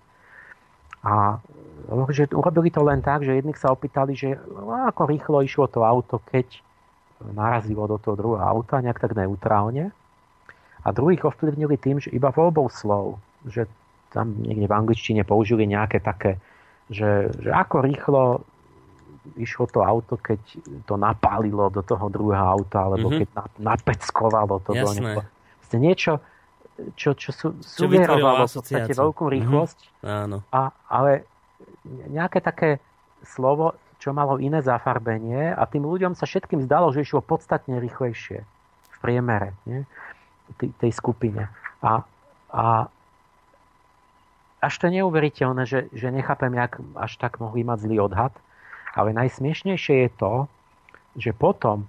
Speaker 3: A že urobili to len tak, že jedných sa opýtali, že ako rýchlo išlo to auto, keď narazilo do toho druhého auta, nejak tak neutrálne. A druhých ovplyvnili tým, že iba voľbou slov, že tam niekde v angličtine použili nejaké také, že, že ako rýchlo išlo to auto, keď to napálilo do toho druhého auta, alebo mm-hmm. keď napeckovalo to do neho. Ste niečo, čo, čo sú, sugerovalo v podstate veľkú rýchlosť,
Speaker 2: mm-hmm. Áno.
Speaker 3: A, ale nejaké také slovo, čo malo iné zafarbenie a tým ľuďom sa všetkým zdalo, že išlo podstatne rýchlejšie v priemere, nie? Tej, tej skupine. A, a až to je neuveriteľné, že, že nechápem, jak až tak mohli mať zlý odhad. Ale najsmiešnejšie je to, že potom,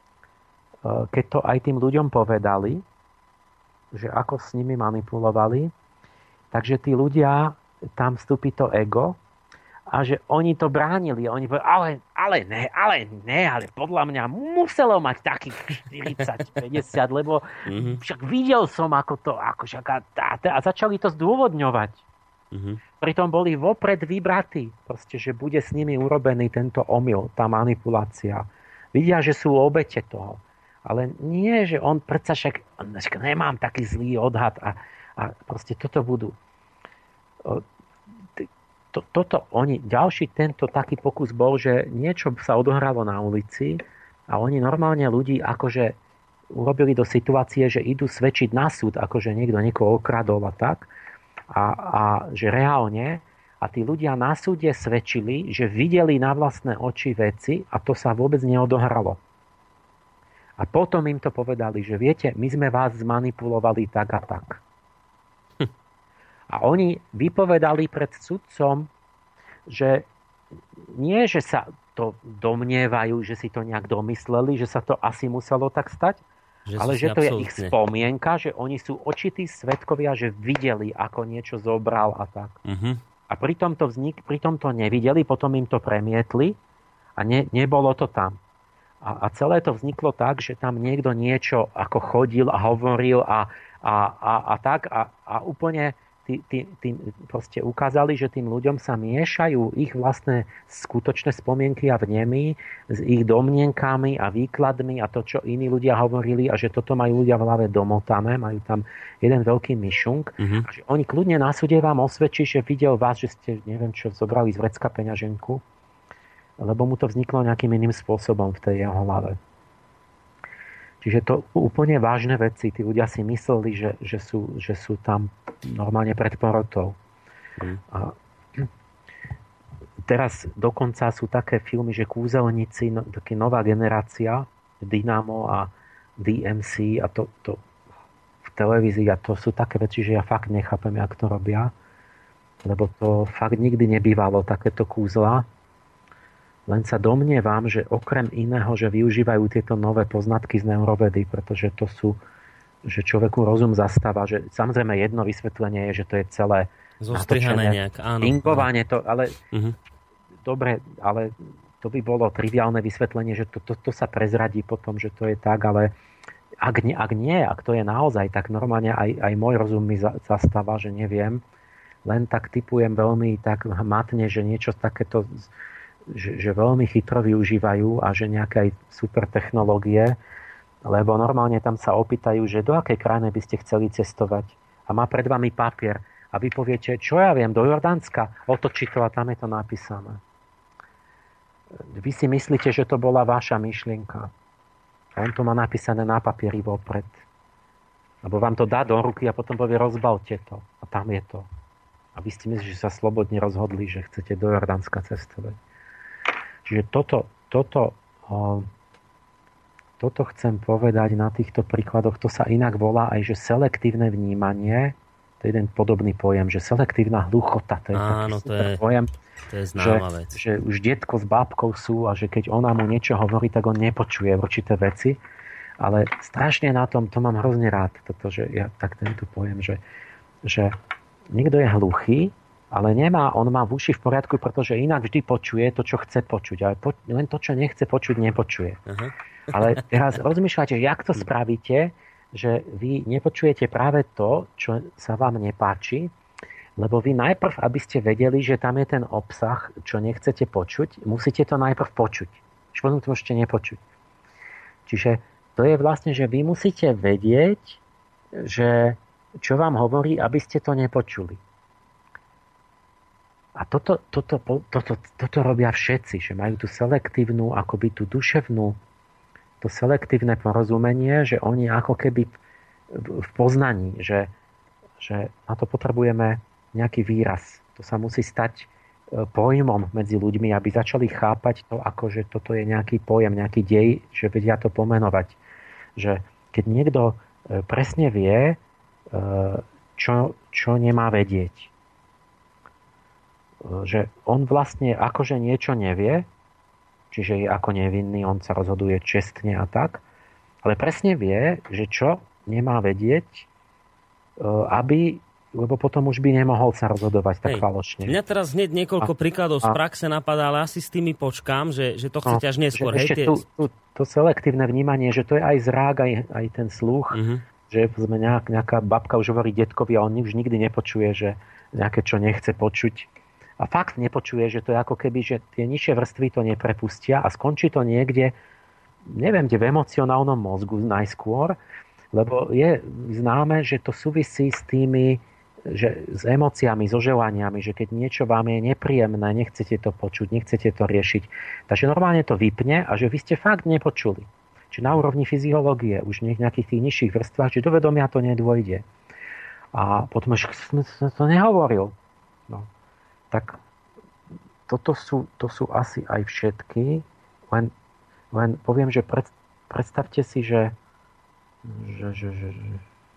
Speaker 3: keď to aj tým ľuďom povedali, že ako s nimi manipulovali, takže tí ľudia, tam vstúpi to ego a že oni to bránili. Oni povedali, ale, ale ne, ale ne, ale podľa mňa muselo mať takých štyridsať päťdesiat, lebo mm-hmm. však videl som, ako to, ako však a, a, a začali to zdôvodňovať. Mm-hmm. Pritom boli vopred vybratí, proste, že bude s nimi urobený tento omyl, tá manipulácia. Vidia, že sú obete toho. Ale nie, že on predsa však, však nemám taký zlý odhad a, a proste toto budú. To, toto oni, ďalší tento taký pokus bol, že niečo sa odohralo na ulici a oni normálne ľudí akože urobili do situácie, že idú svedčiť na súd, akože niekto niekoho okradol a tak. A, a že reálne a tí ľudia na súde svedčili, že videli na vlastné oči veci a to sa vôbec neodohralo. A potom im to povedali, že viete, my sme vás zmanipulovali tak a tak. Hm. A oni vypovedali pred sudcom, že nie, že sa to domnievajú, že si to nejak domysleli, že sa to asi muselo tak stať, že ale že to absolútne je ich spomienka, že oni sú očití svedkovia, že videli, ako niečo zobral a tak. Uh-huh. A pritom to vznik, pritom to nevideli, potom im to premietli a ne, nebolo to tam. A, a celé to vzniklo tak, že tam niekto niečo ako chodil a hovoril a, a, a, a tak a, a úplne tý, tý, tý, proste ukázali, že tým ľuďom sa miešajú ich vlastné skutočné spomienky a vnemy s ich domnienkami a výkladmi a to, čo iní ľudia hovorili a že toto majú ľudia v hlave domotané, majú tam jeden veľký myšunk. Mm-hmm. A že oni kľudne na súde vám osvedčí, že videl vás, že ste, neviem čo, zobrali z vrecka peňaženku, lebo mu to vzniklo nejakým iným spôsobom v tej jeho hlave. Čiže to úplne vážne veci. Tí ľudia si mysleli, že, že, sú, že sú tam normálne pred porotou. Mm. A teraz dokonca sú také filmy, že kúzelníci, no, taký nová generácia, Dynamo a dé em cé a to, to televízii a to sú také veci, že ja fakt nechápem, jak to robia, lebo to fakt nikdy nebývalo takéto kúzla. Len sa domnievam, že okrem iného, že využívajú tieto nové poznatky z neurovedy, pretože to sú, že človeku rozum zastáva, že samozrejme jedno vysvetlenie je, že to je celé
Speaker 2: zostrihané nejak, áno.
Speaker 3: Ingovanie to, ale
Speaker 2: uh-huh.
Speaker 3: dobre, ale to by bolo triviálne vysvetlenie, že to, to, to sa prezradí potom, že to je tak, ale ak nie, ak nie, ak to je naozaj, tak normálne aj, aj môj rozum mi za, zastáva, že neviem, len tak typujem veľmi tak matne, že niečo takéto Že, že veľmi chytro využívajú a že nejaké aj super technológie, lebo normálne tam sa opýtajú, že do akej krajiny by ste chceli cestovať a má pred vami papier a vy poviete, čo ja viem, do Jordánska, otočí to a tam je to napísané. Vy si myslíte, že to bola vaša myšlienka a on to má napísané na papieri vopred. Lebo vám to dá do ruky a potom povie, rozbalte to a tam je to. A vy ste myslíte, že sa slobodne rozhodli, že chcete do Jordánska cestovať. Čiže toto, toto, toto chcem povedať na týchto príkladoch. To sa inak volá aj, že selektívne vnímanie, to je jeden podobný pojem, že selektívna hluchota, to je
Speaker 2: Áno,
Speaker 3: taký
Speaker 2: to je,
Speaker 3: pojem,
Speaker 2: to je známa
Speaker 3: že,
Speaker 2: vec.
Speaker 3: že už detko s bábkou sú a že keď ona mu niečo hovorí, tak on nepočuje určité veci. Ale strašne na tom, to mám hrozne rád, toto, že ja tak tento pojem, že, že niekto je hluchý, ale nemá, on má v uši v poriadku, pretože inak vždy počuje to, čo chce počuť. Ale po, len to, čo nechce počuť, nepočuje. Uh-huh. Ale teraz rozmýšľate, že jak to spravíte, že vy nepočujete práve to, čo sa vám nepáči, lebo vy najprv, aby ste vedeli, že tam je ten obsah, čo nechcete počuť, musíte to najprv počuť. Už potom to môžete nepočuť. Čiže to je vlastne, že vy musíte vedieť, že čo vám hovorí, aby ste to nepočuli. A toto, toto, toto, toto robia všetci, že majú tú selektívnu, akoby tú duševnú, to selektívne porozumenie, že oni ako keby v, v poznaní, že, že na to potrebujeme nejaký výraz. To sa musí stať pojmom medzi ľuďmi, aby začali chápať to, ako že toto je nejaký pojem, nejaký dej, že vedia to pomenovať. Že keď niekto presne vie, čo, čo nemá vedieť, že on vlastne akože niečo nevie, čiže je ako nevinný, on sa rozhoduje čestne a tak, ale presne vie, že čo nemá vedieť, aby, lebo potom už by nemohol sa rozhodovať tak
Speaker 2: Hej,
Speaker 3: falošne.
Speaker 2: Mňa teraz hneď niekoľko a, príkladov a, z praxe napadá, ale asi s tými počkám, že, že to chcete až neskôr.
Speaker 3: Hej, ešte tie... tu, tu, to selektívne vnímanie, že to je aj zrák, aj, aj ten sluch, uh-huh. že sme nejak, nejaká babka už hovorí detkovi a on už nikdy nepočuje, že nejaké, čo nechce počuť. A fakt nepočuje, že to je ako keby, že tie nižšie vrstvy to neprepustia a skončí to niekde, neviem, kde v emocionálnom mozgu najskôr, lebo je známe, že to súvisí s tými, že s emóciami, so želaniami, že keď niečo vám je nepríjemné, nechcete to počuť, nechcete to riešiť. Takže normálne to vypne a že vy ste fakt nepočuli. Či na úrovni fyziológie, už v nejakých tých nižších vrstvách, či do vedomia to nedôjde. A potom ešte som to nehovoril. No. Tak toto sú, to sú asi aj všetky. Len, len poviem, že pred, predstavte si, že, že, že, že, že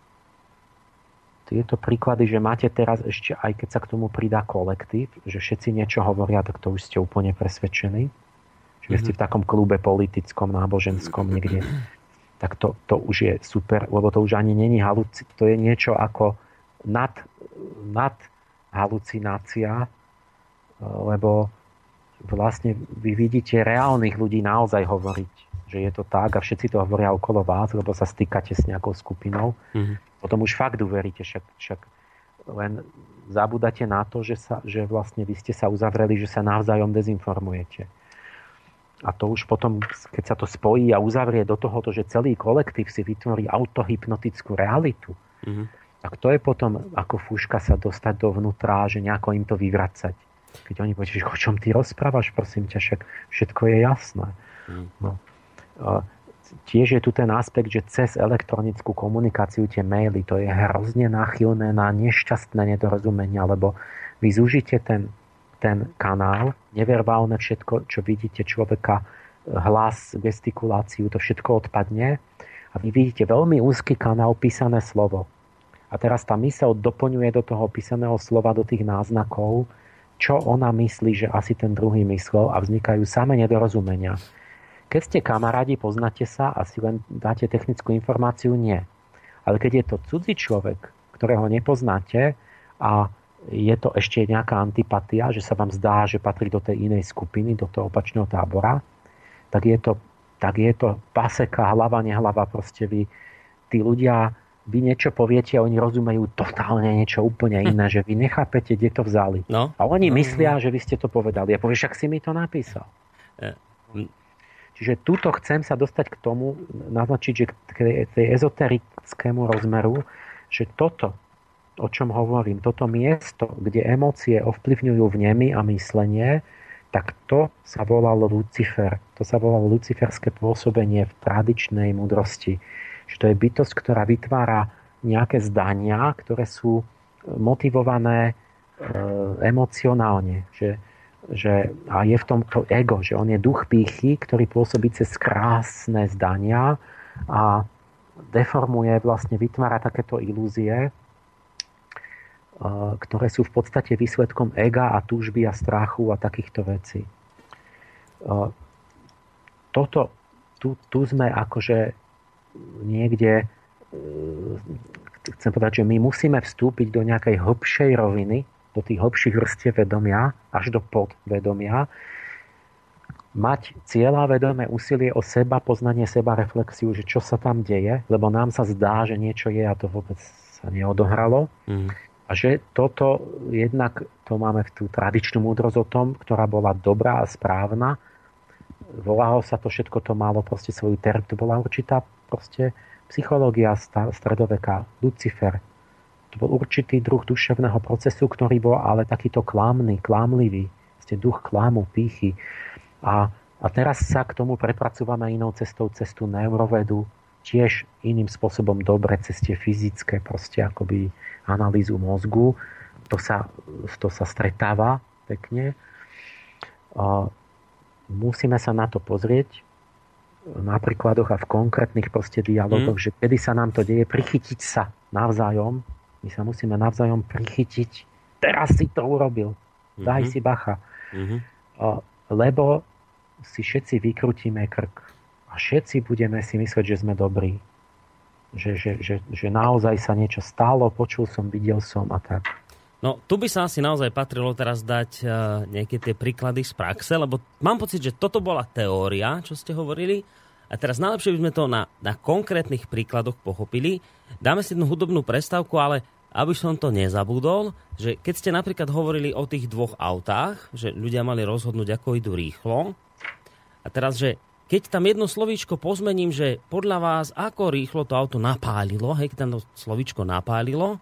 Speaker 3: tieto príklady, že máte teraz ešte, aj keď sa k tomu pridá kolektív, že všetci niečo hovoria, tak to už ste úplne presvedčení. Čiže mm-hmm. ste v takom klube politickom, náboženskom niekde. Tak to, to už je super, lebo to už ani není haluci, to je niečo ako nad, nad halucinácia, lebo vlastne vy vidíte reálnych ľudí naozaj hovoriť, že je to tak a všetci to hovoria okolo vás, lebo sa stýkate s nejakou skupinou. Mm-hmm. Potom už fakt uveríte, však, však len zabúdate na to, že, sa, že vlastne vy ste sa uzavreli, že sa navzájom dezinformujete. A to už potom, keď sa to spojí a uzavrie do tohoto, že celý kolektív si vytvorí autohypnotickú realitu, mm-hmm. tak to je potom ako fúška sa dostať dovnútra, že nejako im to vyvracať. Keď oni povedia, že o čom ty rozprávaš, prosím ťa, však všetko je jasné. Mm. No. Tiež je tu ten aspekt, že cez elektronickú komunikáciu tie maily, to je hrozne náchylné na nešťastné nedorozumenia, lebo vy zúžite ten, ten kanál, neverbálne všetko, čo vidíte človeka, hlas, gestikuláciu, to všetko odpadne a A vy vidíte veľmi úzky kanál písané slovo. A teraz tá myseľ doplňuje do toho písaného slova, do tých náznakov, čo ona myslí, že asi ten druhý myslel a vznikajú samé nedorozumenia. Keď ste kamarádi, poznáte sa a si len dáte technickú informáciu, nie. Ale keď je to cudzí človek, ktorého nepoznáte a je to ešte nejaká antipatia, že sa vám zdá, že patrí do tej inej skupiny, do toho opačného tábora, tak je to, tak je to paseka, hlava, nehlava, proste vy, tí ľudia, vy niečo poviete a oni rozumejú totálne niečo úplne iné, že vy nechápete, kde to vzali. No. A oni no, myslia, no. že vy ste to povedali. A povieš, však si mi to napísal. Uh, um. Čiže túto chcem sa dostať k tomu, naznačiť, že k tej ezoterickému rozmeru, že toto, o čom hovorím, toto miesto, kde emócie ovplyvňujú vnemy a myslenie, tak to sa volalo Lucifer. To sa volalo luciferské pôsobenie v tradičnej múdrosti. Že to je bytosť, ktorá vytvára nejaké zdania, ktoré sú motivované e, emocionálne. Že, že, a je v tom to ego, že on je duch pýchy, ktorý pôsobí cez krásne zdania a deformuje, vlastne vytvára takéto ilúzie, e, ktoré sú v podstate výsledkom ega a túžby a strachu a takýchto vecí. E, toto, tu, tu sme akože niekde, chcem povedať, že my musíme vstúpiť do nejakej hlbšej roviny, do tých hlbších vrstiev vedomia, až do podvedomia, mať cieľavedomé úsilie o seba, poznanie seba, reflexiu, že čo sa tam deje, lebo nám sa zdá, že niečo je a to vôbec sa neodohralo. Mm. A že toto, jednak to máme v tú tradičnú múdrosť o tom, ktorá bola dobrá a správna, volalo sa to, všetko to malo proste svoju ter- to bola určitá proste psychológia stredoveká, Lucifer. To bol určitý druh duševného procesu, ktorý bol ale takýto klamný, klamlivý. Ste duch klamu, pýchy. A, a teraz sa k tomu prepracúvame inou cestou, cestu neurovedu, tiež iným spôsobom dobre, cez tie fyzické, proste akoby analýzu mozgu. To sa, to sa stretáva pekne. A musíme sa na to pozrieť na príkladoch a v konkrétnych proste dialogoch, mm. že kedy sa nám to deje, prichytiť sa navzájom. My sa musíme navzájom prichytiť. Teraz si to urobil. Mm-hmm. Daj si bacha. Mm-hmm. Lebo si všetci vykrutíme krk. A všetci budeme si myslieť, že sme dobrí. Že, že, že, že naozaj sa niečo stalo, počul som, videl som a tak.
Speaker 2: No, tu by sa asi naozaj patrilo teraz dať uh, nejaké tie príklady z praxe, lebo mám pocit, že toto bola teória, čo ste hovorili, a teraz najlepšie by sme to na, na konkrétnych príkladoch pochopili. Dáme si jednu hudobnú prestávku, ale aby som to nezabudol, že keď ste napríklad hovorili o tých dvoch autách, že ľudia mali rozhodnúť, ako idú rýchlo, a teraz, že keď tam jedno slovíčko pozmením, že podľa vás, ako rýchlo to auto napálilo, hej, keď tam to slovíčko napálilo,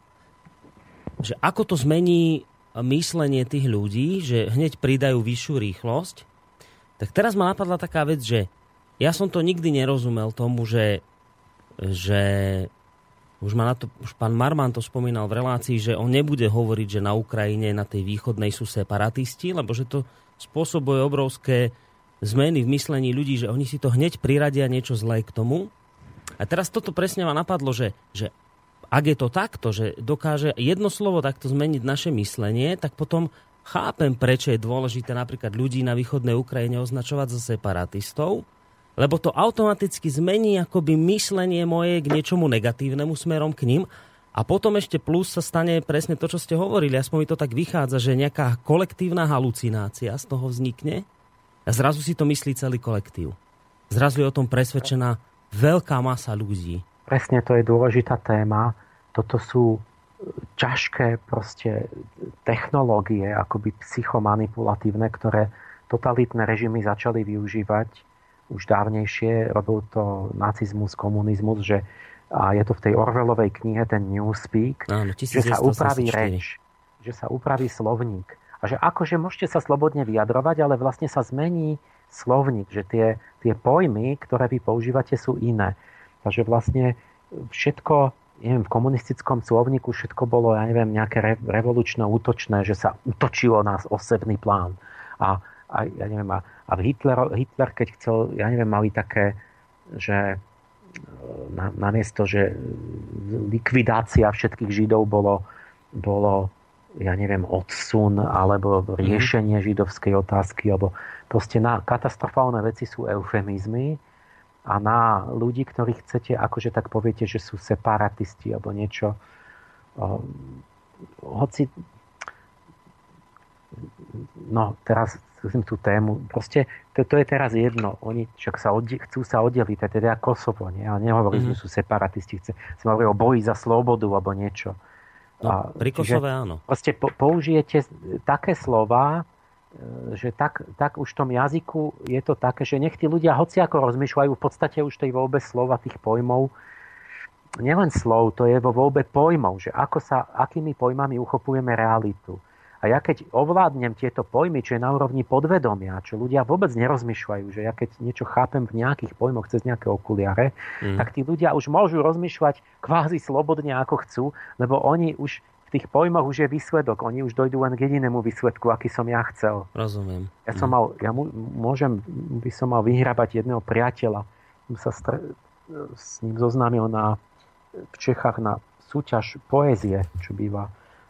Speaker 2: že ako to zmení myslenie tých ľudí, že hneď pridajú vyššiu rýchlosť, tak teraz ma napadla taká vec, že ja som to nikdy nerozumel tomu, že, že už, ma na to, už pán Marman to spomínal v relácii, že on nebude hovoriť, že na Ukrajine, na tej východnej sú separatisti, lebo že to spôsobuje obrovské zmeny v myslení ľudí, že oni si to hneď priradia niečo zlé k tomu. A teraz toto presne ma napadlo, že, že ak je to takto, že dokáže jedno slovo takto zmeniť naše myslenie, tak potom chápem, prečo je dôležité napríklad ľudí na východnej Ukrajine označovať za separatistov, lebo to automaticky zmení akoby myslenie moje k niečomu negatívnemu smerom k ním a potom ešte plus sa stane presne to, čo ste hovorili. Aspoň mi to tak vychádza, že nejaká kolektívna halucinácia z toho vznikne a zrazu si to myslí celý kolektív. Zrazu je o tom presvedčená veľká masa ľudí.
Speaker 3: Presne, to je dôležitá téma. Toto sú ťažké proste technológie, akoby psychomanipulatívne, ktoré totalitné režimy začali využívať už dávnejšie. Robil to nacizmus, komunizmus, že a je to v tej Orwellovej knihe, ten Newspeak, Áno, že sa upraví reč, že sa upraví slovník. A že akože môžete sa slobodne vyjadrovať, ale vlastne sa zmení slovník, že tie, tie pojmy, ktoré vy používate, sú iné. Takže vlastne všetko, neviem, v komunistickom slovníku všetko bolo, ja neviem, nejaké re, revolučné, útočné, že sa utočilo nás osebný plán. A, a ja neviem, a, a Hitler, Hitler, keď chcel, ja neviem, mali také, že na, namiesto, že likvidácia všetkých Židov bolo, bolo ja neviem, odsun alebo riešenie židovskej otázky, alebo proste na katastrofálne veci sú eufemizmy a na ľudí, ktorých chcete, akože tak poviete, že sú separatisti alebo niečo. Hoci no teraz tú tému, proste to, to je teraz jedno, oni však sa oddi- chcú sa oddeliť, to je teda Kosovo, nie? Ale nehovorí, mm-hmm. že sú separatisti, chce, sme hovorili o boji za slobodu alebo niečo.
Speaker 2: No, a, pri Kosove áno.
Speaker 3: Proste po, použijete také slová, že tak, tak už v tom jazyku je to také, že nech tí ľudia hociako rozmýšľajú, v podstate už tej voľbe slova, tých pojmov, nielen slov, to je vo voľbe pojmov, že ako sa, akými pojmami uchopujeme realitu. A ja keď ovládnem tieto pojmy, čo je na úrovni podvedomia, čo ľudia vôbec nerozmýšľajú, že ja keď niečo chápem v nejakých pojmoch cez nejaké okuliare, mm. tak tí ľudia už môžu rozmýšľať kvázi slobodne ako chcú, lebo oni už v tých pojmoch už je výsledok. Oni už dojdú len k jedinému výsledku, aký som ja chcel.
Speaker 2: Rozumiem.
Speaker 3: Ja som mm. mal, ja môžem, by som mal vyhrabať jedného priateľa. Som sa stre, s ním zoznámil na, v Čechách na súťaž poézie, čo býva.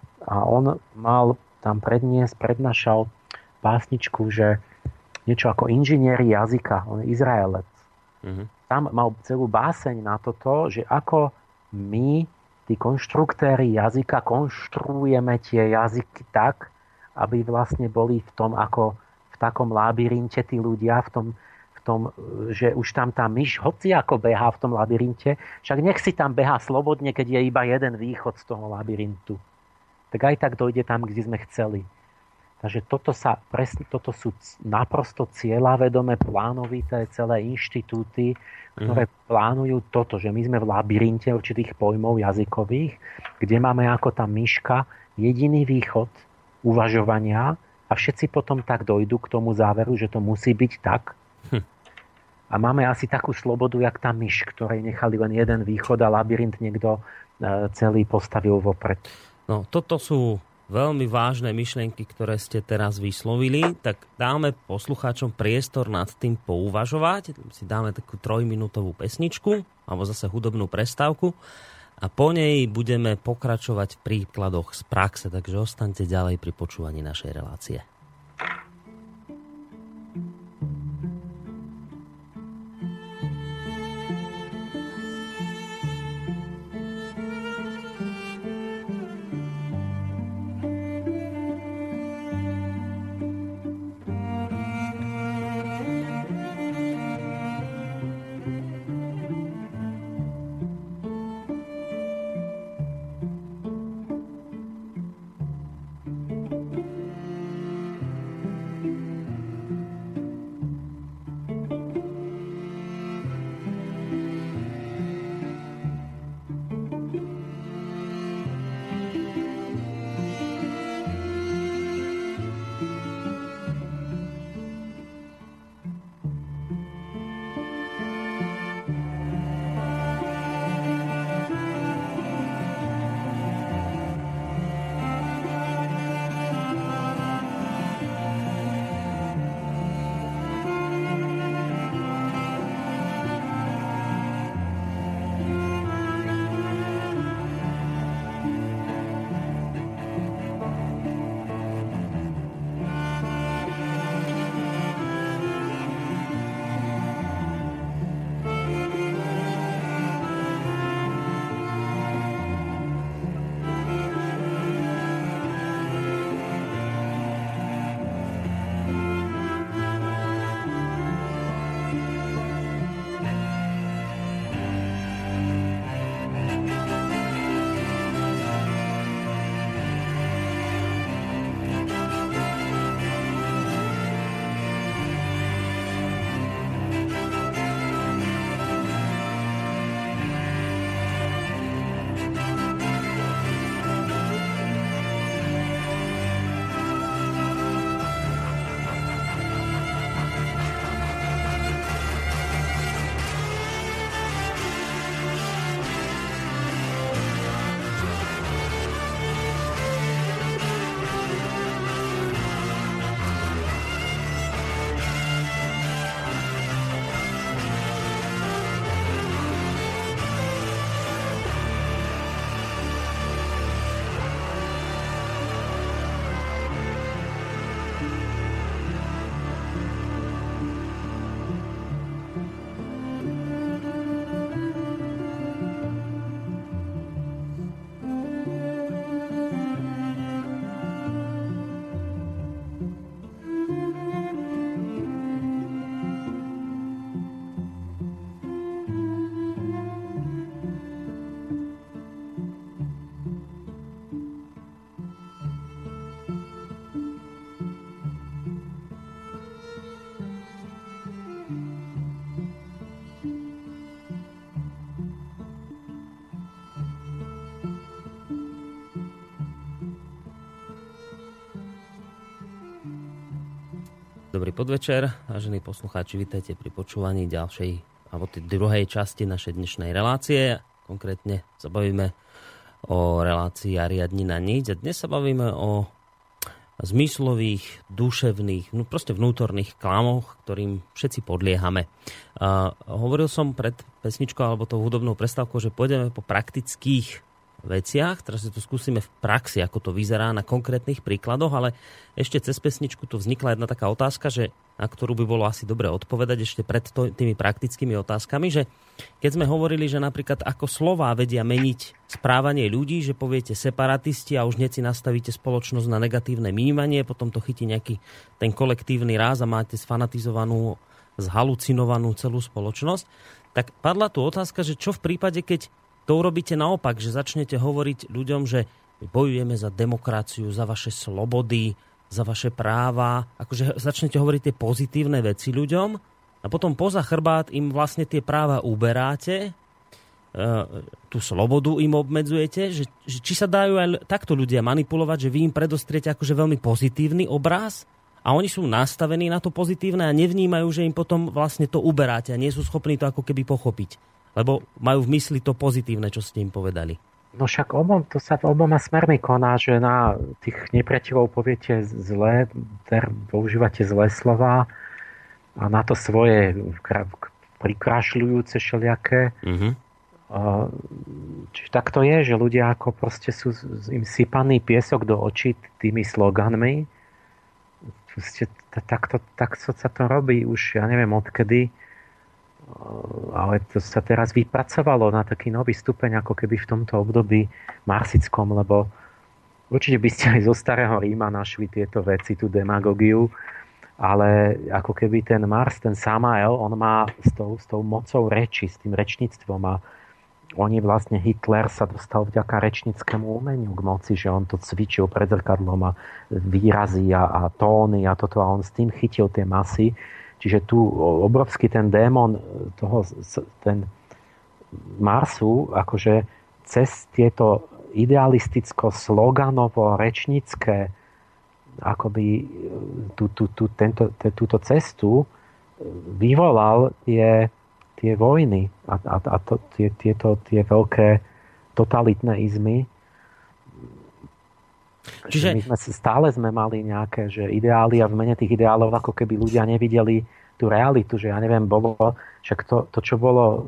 Speaker 3: A on mal tam predniesť, prednášal básničku, že niečo ako inžinieri jazyka, on je Izraelec. Mm-hmm. Tam mal celú báseň na toto, že ako my, tí konštruktéri jazyka, konštruujeme tie jazyky tak, aby vlastne boli v tom, ako v takom labyrinte tí ľudia, v tom, v tom, že už tam tá myš hoci ako behá v tom labyrinte, však nech si tam behá slobodne, keď je iba jeden východ z toho labyrintu. Tak aj tak dojde tam, kde sme chceli. Takže toto, sa, presne, toto sú naprosto cieľavedomé, plánovité celé inštitúty, ktoré mm. plánujú toto, že my sme v labyrinte určitých pojmov jazykových, kde máme ako tá myška jediný východ uvažovania a všetci potom tak dojdú k tomu záveru, že to musí byť tak. Hm. A máme asi takú slobodu, jak tá myš, ktorej nechali len jeden východ a labyrint niekto celý postavil vopred.
Speaker 2: No, toto sú veľmi vážne myšlienky, ktoré ste teraz vyslovili, tak dáme poslucháčom priestor nad tým pouvažovať. Si dáme takú trojminútovú pesničku, alebo zase hudobnú prestávku a po nej budeme pokračovať v príkladoch z praxe, takže ostaňte ďalej pri počúvaní našej relácie. Dobrý podvečer, vážení poslucháči, vítajte pri počúvaní ďalšej, alebo tej druhej časti našej dnešnej relácie. Konkrétne sa bavíme o relácii Ariadnina niť a dnes sa bavíme o zmyslových, duševných, no proste vnútorných klamoch, ktorým všetci podliehame. A hovoril som pred pesničkou alebo tou hudobnou prestávkou, že pôjdeme po praktických veciach. Teraz si to skúsime v praxi, ako to vyzerá na konkrétnych príkladoch, ale ešte cez pesničku tu vznikla jedna taká otázka, že, na ktorú by bolo asi dobre odpovedať ešte pred to, tými praktickými otázkami, že keď sme hovorili, že napríklad ako slová vedia meniť správanie ľudí, že poviete separatisti a už hneď si nastavíte spoločnosť na negatívne vnímanie, potom to chytí nejaký ten kolektívny ráz a máte sfanatizovanú, zhalucinovanú celú spoločnosť, tak padla tu otázka, že čo v prípade, keď to urobíte naopak, že začnete hovoriť ľuďom, že bojujeme za demokraciu, za vaše slobody, za vaše práva, akože začnete hovoriť tie pozitívne veci ľuďom a potom poza chrbát im vlastne tie práva uberáte, tú slobodu im obmedzujete, že, že či sa dajú aj takto ľudia manipulovať, že vy im predostriete akože veľmi pozitívny obraz a oni sú nastavení na to pozitívne a nevnímajú, že im potom vlastne to uberáte a nie sú schopní to ako keby pochopiť. Lebo majú v mysli to pozitívne, čo ste im povedali.
Speaker 3: No však obom, to sa oboma smermi koná, že na tých nepriateľov poviete zlé, používate zlé slova a na to svoje prikrašľujúce všelijaké. Mm-hmm. Čiže tak to je, že ľudia ako proste sú im sypaný piesok do očí tými sloganmi. Proste, tak, to, tak sa to robí už, ja neviem odkedy, ale to sa teraz vypracovalo na taký nový stupeň, ako keby v tomto období marsickom, lebo určite by ste aj zo starého Ríma našli tieto veci, tú demagogiu, ale ako keby ten Mars, ten Samael, on má s tou, s tou mocou reči, s tým rečníctvom a oni vlastne, Hitler sa dostal vďaka rečníckému umeniu k moci, že on to cvičil pred zrkadlom a výrazy a, a tóny a toto a on s tým chytil tie masy. Čiže tu obrovský ten démon toho, ten Marsu, akože cez tieto idealisticko-sloganovo-rečnícke akoby tú, tú, tú, tento, túto cestu vyvolal tie, tie vojny a, a, a to, tie, tieto tie veľké totalitné izmy. Čiže my sme stále sme mali nejaké že ideály a v mene tých ideálov ako keby ľudia nevideli tú realitu, že ja neviem, bolo však to, to čo bolo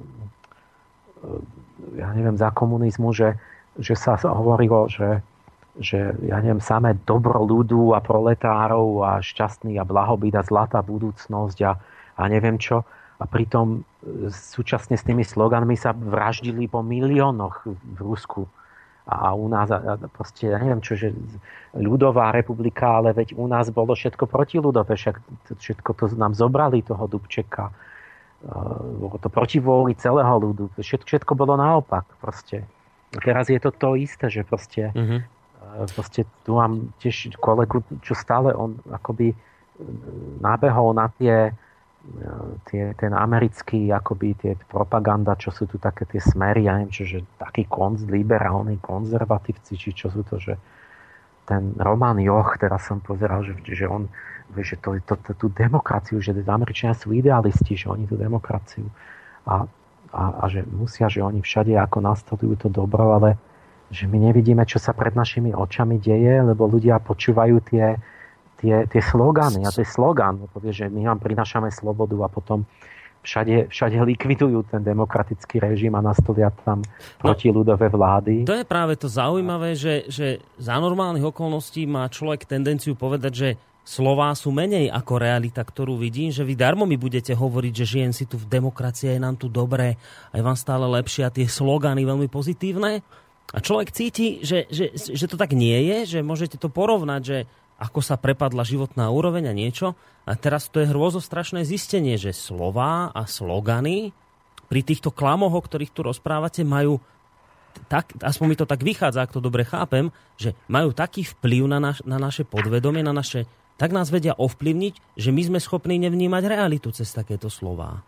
Speaker 3: ja neviem, za komunizmu, že, že sa hovorilo, že, že ja neviem, samé dobro ľudu a proletárov a šťastný a blahobyt a zlatá budúcnosť a, a neviem čo a pritom súčasne s tými sloganmi sa vraždili po miliónoch v Rusku. A u nás, proste, ja neviem čo, že ľudová republika, ale veď u nás bolo všetko protiľudové, však všetko to nám zobrali toho Dubčeka. Bolo to proti vôli celého ľudu. Všetko, všetko bolo naopak, proste. A teraz je to to isté, že proste, mm-hmm. proste tu mám tiež kolegu, čo stále on akoby nábehol na tie Tie, ten americký, akoby tie propaganda, čo sú tu také tie smery, ja neviem čo, že taký konz, liberálny konzervatívci, či čo sú to, že ten Roman Joch, teraz som pozeral, že, že on, že to, to, to, tú demokraciu, že Američania sú idealisti, že oni tú demokraciu a, a, a že musia, že oni všade ako nastavujú to dobro, ale že my nevidíme, čo sa pred našimi očami deje, lebo ľudia počúvajú tie Tie, tie slogany, a to je slogan, povie, že my vám prinášame slobodu a potom všade, všade likvidujú ten demokratický režim a nastolia tam protiľudové vlády.
Speaker 2: To je práve to zaujímavé, že, že za normálnych okolností má človek tendenciu povedať, že slová sú menej ako realita, ktorú vidím, že vy darmo mi budete hovoriť, že žijem si tu v demokracii, je nám tu dobré, aj vám stále lepšie a tie slogany veľmi pozitívne. A človek cíti, že, že, že to tak nie je, že môžete to porovnať, že ako sa prepadla životná úroveň a niečo. A teraz to je hrôzostrašné zistenie, že slová a slogany pri týchto klamoch, o ktorých tu rozprávate, majú tak, aspoň mi to tak vychádza, ak to dobre chápem, že majú taký vplyv na, naš, na naše podvedomie, na naše, tak nás vedia ovplyvniť, že my sme schopní nevnímať realitu cez takéto slová.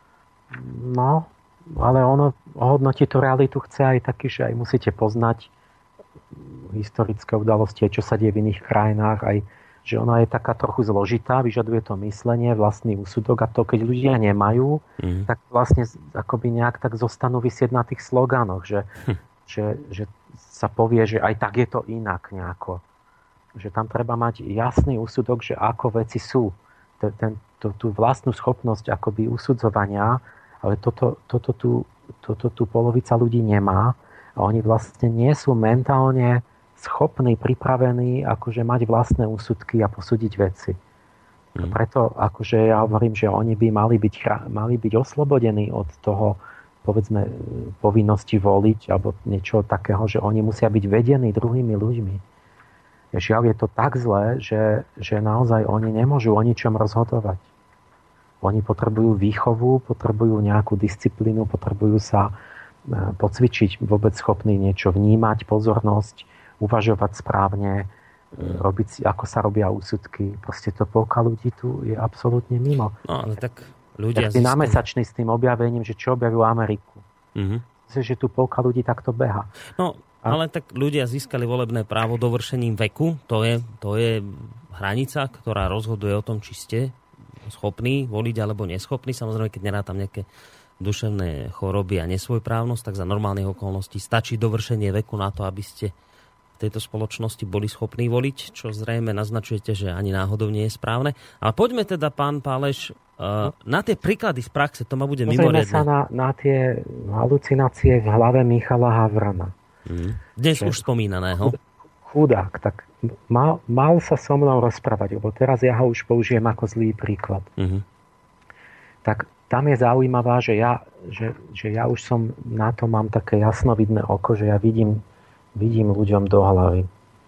Speaker 3: No, ale ono ohodnotiť tú realitu chce aj taký, že aj musíte poznať historické udalosti, čo sa deje v iných krajinách, aj, že ona je taká trochu zložitá, vyžaduje to myslenie, vlastný úsudok a to, keď ľudia nemajú, mm. tak vlastne akoby nejak tak zostanú visieť na tých sloganoch, že, hm. že, že sa povie, že aj tak je to inak nejako. Že tam treba mať jasný úsudok, že ako veci sú. Ten, ten, to, tú vlastnú schopnosť akoby usudzovania, ale toto, toto, tu, toto tu polovica ľudí nemá a oni vlastne nie sú mentálne schopní, pripravení akože mať vlastné úsudky a posúdiť veci. Mm. Preto akože ja hovorím, že oni by mali byť, mali byť oslobodení od toho, povedzme, povinnosti voliť alebo niečo takého, že oni musia byť vedení druhými ľuďmi. Žiaľ, je to tak zlé, že, že naozaj oni nemôžu o ničom rozhodovať. Oni potrebujú výchovu, potrebujú nejakú disciplínu, potrebujú sa pocvičiť, vôbec schopní niečo vnímať, pozornosť, uvažovať správne, robiť si, ako sa robia úsudky. Proste to polka ľudí tu je absolútne mimo.
Speaker 2: No, ale tak ľudia...
Speaker 3: Tak si námesačný s tým objavením, že čo objavil Ameriku. Mm-hmm. Myslím, že tu polka ľudí takto beha.
Speaker 2: No, a? Ale tak ľudia získali volebné právo dovršením veku. To je, to je hranica, ktorá rozhoduje o tom, či ste schopní voliť alebo neschopní. Samozrejme, keď nerá tam nejaké duševné choroby a nesvojprávnosť, tak za normálnych okolností stačí dovršenie veku na to, aby ste v tejto spoločnosti boli schopní voliť, čo zrejme naznačujete, že ani náhodou nie je správne. Ale poďme teda, pán Páleš, na tie príklady z praxe, to ma bude mimoriadne.
Speaker 3: Pozrieme sa na, na tie halucinácie v hlave Michala Havrana.
Speaker 2: Hmm. Dnes že už spomínaného.
Speaker 3: Chudák, tak mal, mal sa so mnou rozprávať, lebo teraz ja ho už použijem ako zlý príklad. Hmm. Tak tam je zaujímavá, že ja, že, že ja už som na to mám také jasnovidné oko, že ja vidím vidím ľuďom do hlavy.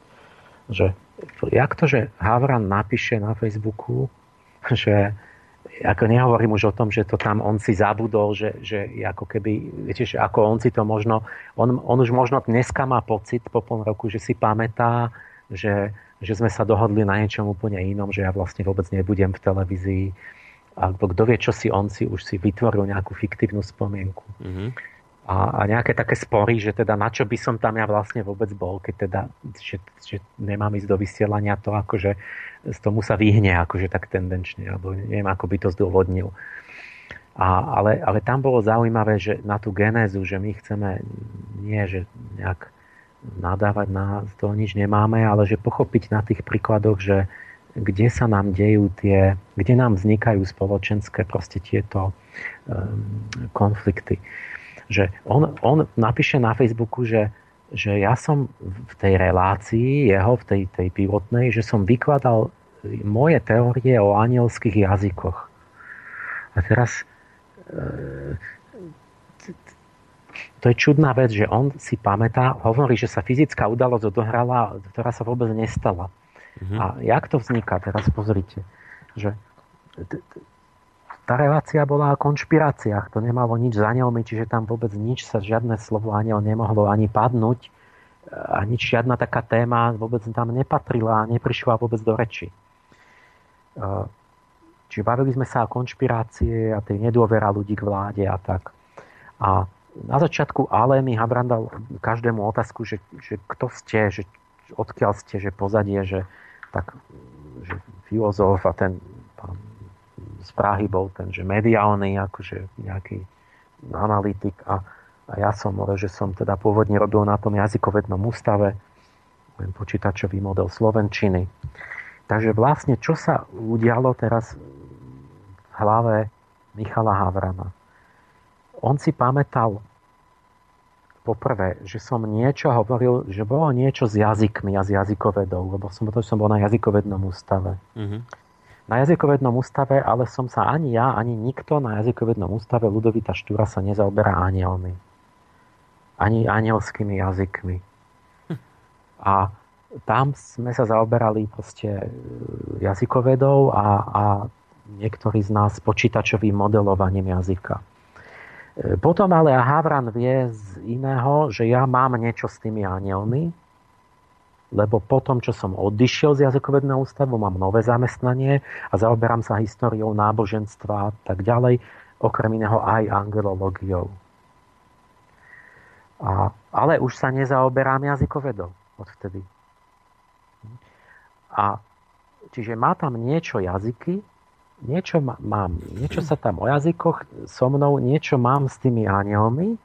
Speaker 3: Že, jak to, že Havran napíše na Facebooku, že ako nehovorím už o tom, že to tam on si zabudol, že, že ako keby, viete, že ako on si to možno, on, on už možno dneska má pocit po pol roku, že si pamätá, že, že sme sa dohodli na niečom úplne inom, že ja vlastne vôbec nebudem v televízii. Alebo kto vie, čo si on si už si vytvoril nejakú fiktívnu spomienku. Mm-hmm. A, a nejaké také spory, že teda na čo by som tam ja vlastne vôbec bol, keď teda, že, že nemám ísť do vysielania, to akože z tomu sa vyhne akože tak tendenčne, alebo neviem, ako by to zdôvodnil. A, ale, ale tam bolo zaujímavé, že na tú genézu, že my chceme nie, že nejak nadávať na to nič nemáme, ale že pochopiť na tých príkladoch, že kde sa nám dejú tie, kde nám vznikajú spoločenské proste tieto um, konflikty. Že on, on napíše na Facebooku, že, že ja som v tej relácii jeho, v tej, tej pilotnej, že som vykladal moje teórie o anielských jazykoch. A teraz e, to je čudná vec, že on si pamätá, hovorí, že sa fyzická udalosť odohrala, ktorá sa vôbec nestala. Mhm. A jak to vzniká? Teraz pozrite, že t- t- tá relácia bola o konšpiráciách. To nemalo nič s anielmi, čiže tam vôbec nič sa, žiadne slovo aniel nemohlo ani padnúť. A nič, žiadna taká téma vôbec tam nepatrila a neprišla vôbec do reči. Čiže bavili sme sa o konšpirácie a tej nedôvera ľudí k vláde a tak. A na začiatku ale mi Havran dal každému otázku, že, že kto ste, že odkiaľ ste, že pozadie, že tak, že filozof a ten pán z Prahy bol ten, že mediálny, akože nejaký analytik a, a ja som, že som teda pôvodne robil na tom jazykovednom ústave, ten počítačový model slovenčiny. Takže vlastne, čo sa udialo teraz v hlave Michala Havrana? On si pamätal poprvé, že som niečo hovoril, že bolo niečo s jazykmi a s jazykovedou, lebo som, to som bol na jazykovednom ústave. Mm-hmm. Na jazykovednom ústave, ale som sa ani ja, ani nikto na jazykovednom ústave Ľudovita Štúra sa nezaoberá anielmi. Ani anielskými jazykmi. Hm. A tam sme sa zaoberali proste jazykovedou a, a niektorí z nás počítačovým modelovaním jazyka. Potom ale Havran vie z iného, že ja mám niečo s tými anielmi, lebo potom, čo som odišiel z jazykovedného ústavu, mám nové zamestnanie a zaoberám sa históriou náboženstva a tak ďalej, okrem iného aj angelológiou. A, ale už sa nezaoberám jazykovedou odvtedy. A čiže má tam niečo jazyky, niečo má, mám, niečo sa tam o jazykoch so mnou, niečo mám s tými anielmi.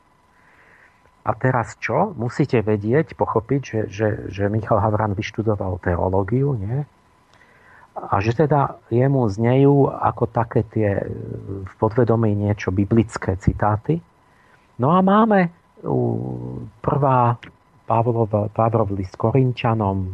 Speaker 3: A teraz čo? Musíte vedieť, pochopiť, že, že, že Michal Havran vyštudoval teológiu, nie? A že teda jemu znejú ako také tie v podvedomí niečo biblické citáty. No a máme prvá Pavlov, Pavlov list Korinťanom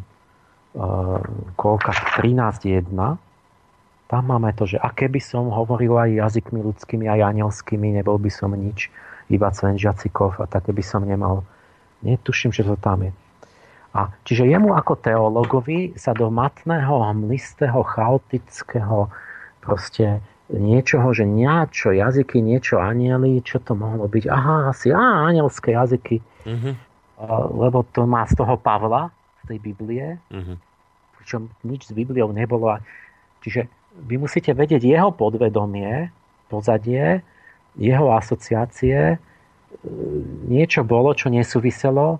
Speaker 3: koľka trinásť jedna. Tam máme to, že a keby som hovoril aj jazykmi ľudskými, aj anielskými, nebol by som nič, iba cvenžiacikov a také by som nemal. Netuším, že to tam je. A čiže jemu ako teológovi sa do matného, hmlistého, chaotického proste niečoho, že niečo jazyky, niečo anieli, čo to mohlo byť? Aha, asi á, anielské jazyky. Mm-hmm. Lebo to má z toho Pavla, z tej Biblie. Mm-hmm. Pričom nič s Bibliou nebolo. Čiže vy musíte vedieť jeho podvedomie, pozadie, jeho asociácie. Niečo bolo, čo nesúviselo.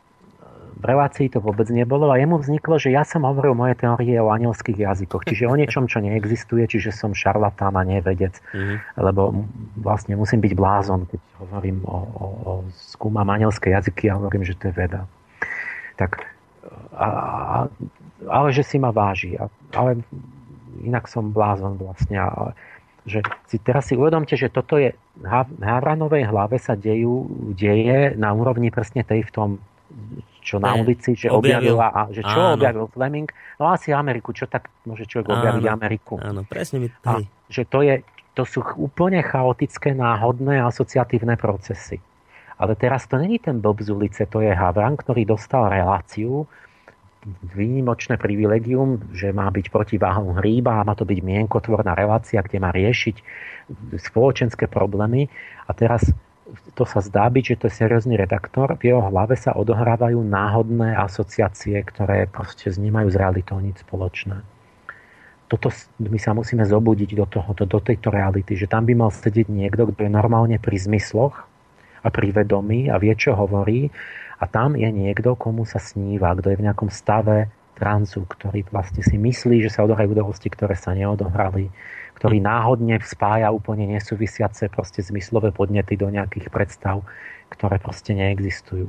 Speaker 3: V relácii to vôbec nebolo a jemu vzniklo, že ja som hovoril moje teórie o anielských jazykoch. Čiže o niečom, čo neexistuje, čiže som šarlatán a nevedec. Mm-hmm. Lebo vlastne musím byť blázon, keď hovorím o, o, o skúmam anielské jazyky a hovorím, že to je veda. Tak, a, a, ale že si ma váži. A, ale inak som blázon vlastne. A, že si teraz si uvedomte, že toto je v Havranovej hlave sa dejú, deje na úrovni presne tej v tom, čo na ulici, že objavil, objavila, a že čo áno. objavil Fleming, no asi Ameriku, čo tak môže človek objaviť áno, Ameriku.
Speaker 2: Áno, presne mi
Speaker 3: a že to, je, to sú úplne chaotické, náhodné asociatívne procesy. Ale teraz to není ten blb z ulice, to je Havran, ktorý dostal reláciu, výnimočné privilegium, že má byť protiváhou hríba a má to byť mienkotvorná relácia, kde má riešiť spoločenské problémy. A teraz to sa zdá byť, že to je seriózny redaktor. V jeho hlave sa odohrávajú náhodné asociácie, ktoré proste nemajú s realitou nič spoločné. Toto my sa musíme zobudiť do tohoto, do tejto reality, že tam by mal sedieť niekto, kto je normálne pri zmysloch a pri vedomí a vie, čo hovorí. A tam je niekto, komu sa sníva, kto je v nejakom stave transu, ktorý vlastne si myslí, že sa odohrajú udalosti, ktoré sa neodohrali, ktorý náhodne spája úplne nesúvisiace proste zmyslové podnety do nejakých predstav, ktoré proste neexistujú.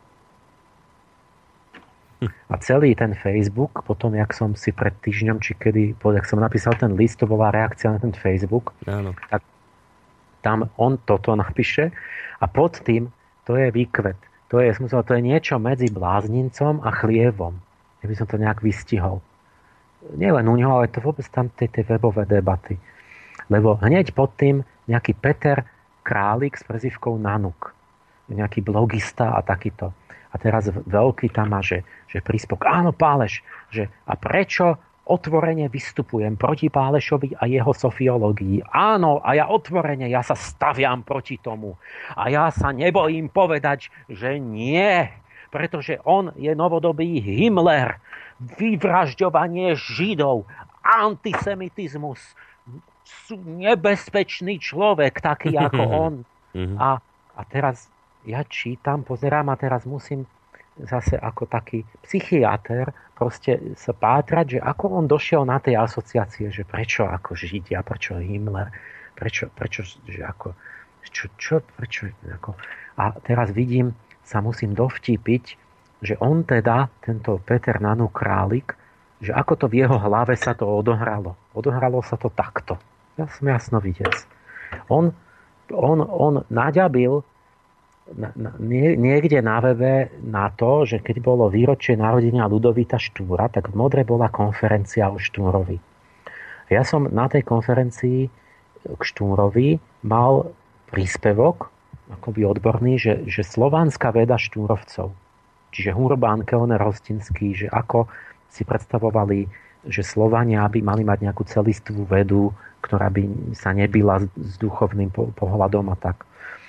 Speaker 3: A celý ten Facebook, potom, jak som si pred týždňom, či kedy, jak som napísal ten list, to bola reakcia na ten Facebook,
Speaker 2: áno.
Speaker 3: Tak tam on toto napíše a pod tým to je výkvet. To je, to je niečo medzi bláznincom a chlievom. Ja by som to nejak vystihol. Nie len u neho, ale to vôbec tam tie, tie webové debaty. Lebo hneď pod tým nejaký Peter Králik s prezývkou Nanuk. Nejaký blogista a takýto. A teraz veľký tam má, že, že príspevok. Áno, Páleš, že a prečo otvorene vystupujem proti Pálešovi a jeho sofiológii. Áno, a ja otvorene, ja sa staviam proti tomu. A ja sa nebojím povedať, že nie, pretože on je novodobý Himmler, vyvražďovanie Židov, antisemitizmus, sú nebezpečný človek, taký ako on. A, a teraz ja čítam, pozerám a teraz musím zase ako taký psychiater proste sa pátrať, že ako on došiel na tej asociácie, že prečo ako Židia, prečo Himmler, prečo, prečo že ako, čo, čo, prečo, ako. A teraz vidím, sa musím dovtípiť, že on teda, tento Peter Nanuk Králik, že ako to v jeho hlave sa to odohralo. Odohralo sa to takto. Ja som jasno videc. On, on, on naďabil Na, na, niekde na webe na to, že keď bolo výročie narodenia Ľudovíta Štúra, tak v Modre bola konferencia o Štúrovi. Ja som na tej konferencii k Štúrovi mal príspevok, akoby odborný, že, že slovanská veda Štúrovcov, čiže Hurban, Kellner, Hostinský, že ako si predstavovali, že Slovania by mali mať nejakú celistvú vedu, ktorá by sa nebila s, s duchovným pohľadom a tak.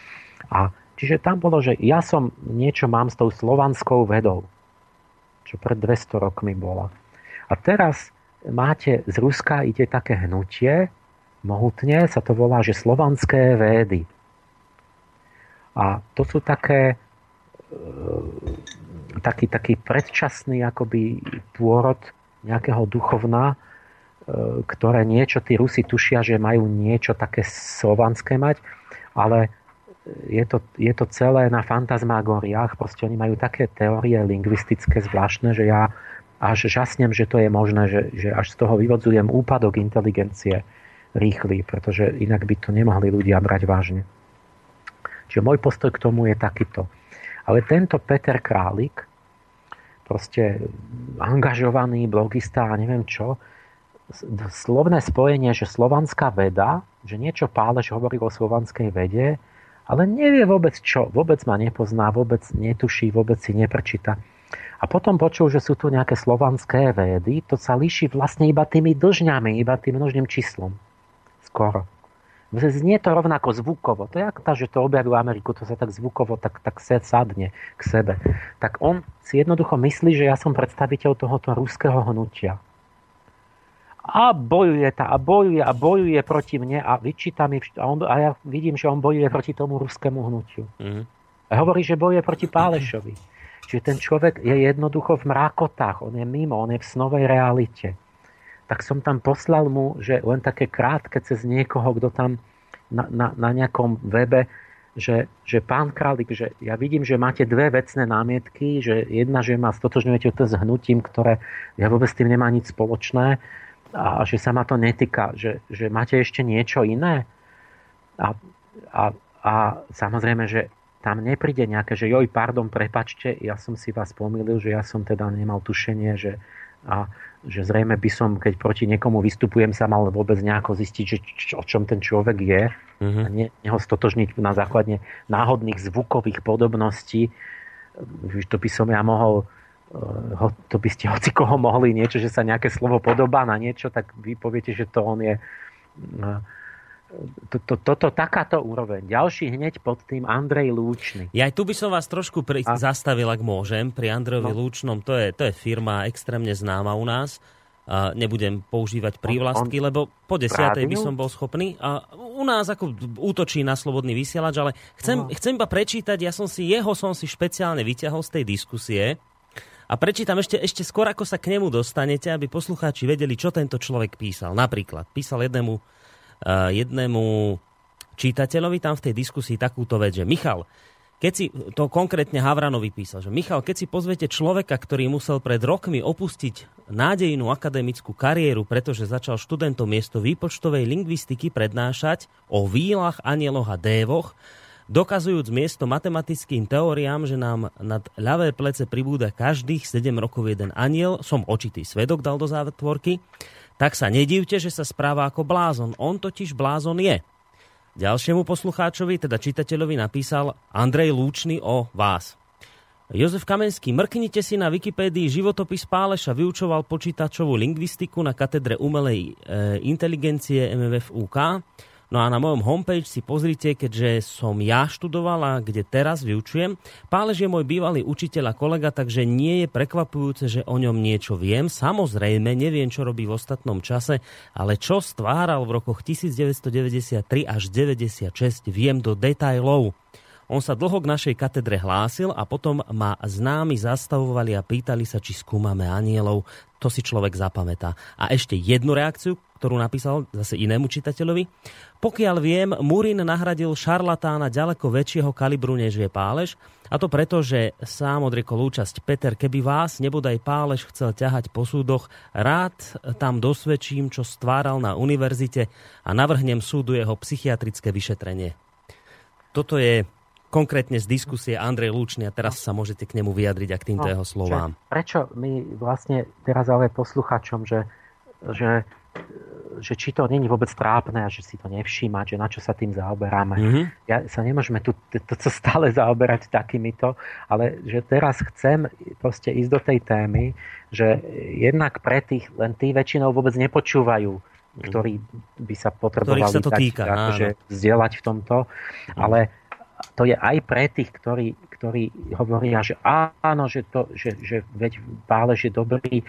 Speaker 3: A čiže tam bolo, že ja som niečo mám s tou slovanskou vedou, čo pred dvesto rokmi bola. A teraz máte, z Ruska ide také hnutie, mohutne sa to volá, že slovanské védy. A to sú také, taký, taký predčasný akoby pôrod nejakého duchovna, ktoré niečo tí Rusi tušia, že majú niečo také slovanské mať, ale je to, je to celé na fantasmagóriách. Proste oni majú také teórie lingvistické zvláštne, že ja až žasnem, že to je možné, že, že až z toho vyvodzujem úpadok inteligencie rýchly, pretože inak by to nemohli ľudia brať vážne. Čiže môj postoj k tomu je takýto. Ale tento Peter Králik, proste angažovaný blogista a neviem čo, slovné spojenie, že slovanská veda, že niečo Páleš hovorí o slovanskej vede, ale nevie vôbec čo, vôbec ma nepozná, vôbec netuší, vôbec si neprečíta. A potom počul, že sú tu nejaké slovanské vedy, to sa líši vlastne iba tými dĺžňami, iba tým množným číslom. Skoro. Znie to rovnako zvukovo. To je ako tá, že to objavil Ameriku, to sa tak zvukovo tak, tak sadne k sebe. Tak on si jednoducho myslí, že ja som predstaviteľ tohoto ruského hnutia. A bojuje tá, a bojuje, a bojuje proti mne a vyčíta mi, a, on, a ja vidím, že on bojuje proti tomu ruskému hnutiu. Mm. A hovorí, že bojuje proti Pálešovi. Čiže ten človek je jednoducho v mrákotách, on je mimo, on je v snovej realite. Tak som tam poslal mu, že len také krátke cez niekoho, kto tam na, na, na nejakom webe, že, že pán Králik, že ja vidím, že máte dve vecné námietky, že jedna, že ma stotožňujete to s hnutím, ktoré ja vôbec s tým nemá nič spoločné, a že sa ma to netýka, že, že máte ešte niečo iné. A, a, a samozrejme, že tam nepríde nejaké, že joj, pardon, prepačte, ja som si vás pomýlil, že ja som teda nemal tušenie, že, a, že zrejme by som, keď proti niekomu vystupujem, sa mal vôbec nejako zistiť, že č, o čom ten človek je, mm-hmm. a ne, neho stotožniť na základne náhodných zvukových podobností. To by som ja mohol to by ste hoci koho mohli niečo, že sa nejaké slovo podobá na niečo, tak vy poviete, že to on je toto, to, to, takáto úroveň. Ďalší hneď pod tým Andrej Lúčny.
Speaker 2: Ja aj tu by som vás trošku pri, a... zastavil, ak môžem. Pri Andrejovi no. Lúčnom, to je, to je firma extrémne známa u nás. A nebudem používať prívlastky, on, on lebo po desiatej by som bol schopný. A u nás ako útočí na slobodný vysielač, ale chcem, no. chcem iba prečítať, ja som si, jeho som si špeciálne vyťahol z tej diskusie. A prečítam ešte, ešte skôr, ako sa k nemu dostanete, aby poslucháči vedeli, čo tento človek písal. Napríklad písal jednému, uh, jednému čitateľovi tam v tej diskusii takúto vec, že Michal, keď si, to konkrétne Havranovi písal, že Michal, keď si pozvete človeka, ktorý musel pred rokmi opustiť nádejnú akademickú kariéru, pretože začal študentom miesto výpočtovej lingvistiky prednášať o vílach, anieloch a dévoch, dokazujúc miesto matematickým teóriám, že nám nad ľavé plece pribúda každých sedem rokov jeden anjel, som očitý svedok, dal do zátvorky, tak sa nedivte, že sa správa ako blázon. On totiž blázon je. Ďalšiemu poslucháčovi, teda čitateľovi, napísal Andrej Lúčny o vás. Jozef Kamenský, mrknite si na Wikipédii životopis Páleša, vyučoval počítačovú lingvistiku na katedre umelej e, inteligencie em ef ef ú ká. No a na mojom homepage si pozrite, keďže som ja študoval a kde teraz vyučujem. Páleš je môj bývalý učiteľ a kolega, takže nie je prekvapujúce, že o ňom niečo viem. Samozrejme, neviem, čo robí v ostatnom čase, ale čo stváral v rokoch devätnásťstodeväťdesiattri až deväťdesiatšesť, viem do detailov. On sa dlho k našej katedre hlásil a potom ma známi zastavovali a pýtali sa, či skúmame anielov. To si človek zapamätá. A ešte jednu reakciu, ktorú napísal zase inému čitateľovi. Pokiaľ viem, Murín nahradil šarlatána ďaleko väčšieho kalibru, než je Páleš. A to preto, že sám odriekol účasť Peter, keby vás nebodaj Páleš chcel ťahať po súdoch, rád tam dosvedčím, čo stváral na univerzite a navrhnem súdu jeho psychiatrické vyšetrenie. Toto je konkrétne z diskusie Andrej Lúčny a teraz sa môžete k nemu vyjadriť a k týmto no, jeho slovám.
Speaker 3: Že, prečo my vlastne teraz ale posluchačom, že, že, že či to nie je vôbec trápne a že si to nevšímať, že na čo sa tým zaoberáme. Mm-hmm. Ja sa nemôžeme tu to, to stále zaoberať takýmito, ale že teraz chcem proste ísť do tej témy, že jednak pre tých, len tí väčšinou vôbec nepočúvajú, ktorí by sa potrebovali
Speaker 2: sa to týka,
Speaker 3: dať, akože vzdelať v tomto, ale to je aj pre tých, ktorí, ktorí hovoria, že áno, že, to, že, že veď Páleš je dobrý.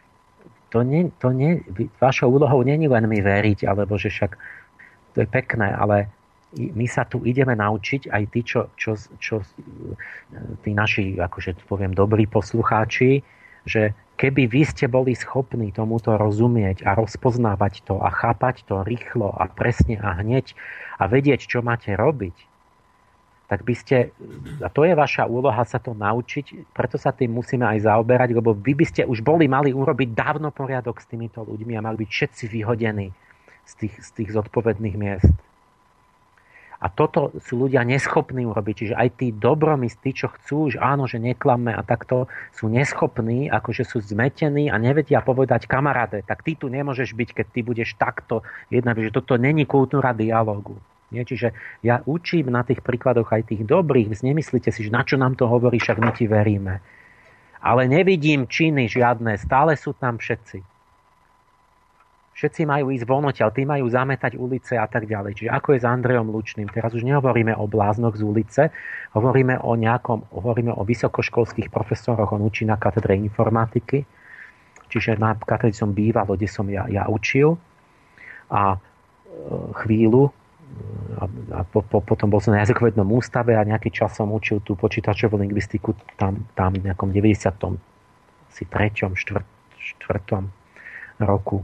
Speaker 3: To nie, to nie, vašou úlohou nie je len mi veriť, alebo že však to je pekné, ale my sa tu ideme naučiť aj tí, čo, čo, čo tí naši, akože poviem, dobrí poslucháči, že keby vy ste boli schopní tomuto rozumieť a rozpoznávať to a chápať to rýchlo a presne a hneď a vedieť, čo máte robiť, tak by ste, a to je vaša úloha sa to naučiť, preto sa tým musíme aj zaoberať, lebo vy by ste už boli mali urobiť dávno poriadok s týmito ľuďmi a mali byť všetci vyhodení z tých, z tých zodpovedných miest. A toto sú ľudia neschopní urobiť. Čiže aj tí dobromyslí, tí, čo chcú, že áno, že neklamme a takto, sú neschopní, akože sú zmetení a nevedia povedať kamaráde, tak ty tu nemôžeš byť, keď ty budeš takto. Jedna, že toto není kultúra dialógu. Nie? Čiže ja učím na tých príkladoch aj tých dobrých. Nemyslíte si, že na čo nám to hovorí, však my ti veríme. Ale nevidím činy žiadne. Stále sú tam všetci. Všetci majú ísť von odtiaľ, tí majú zametať ulice a tak ďalej. Čiže ako je s Andrejom Lučným? Teraz už nehovoríme o bláznoch z ulice, hovoríme o nejakom, hovoríme o vysokoškolských profesoroch, on učí na katedre informatiky, čiže na katedre som býval, kde som ja, ja učil a chvíľu a, a po, po, potom bol som na jazykovednom ústave a nejaký čas som učil tú počítačovú lingvistiku tam, tam v nejakom deväťdesiatom treťom, štvrtom roku.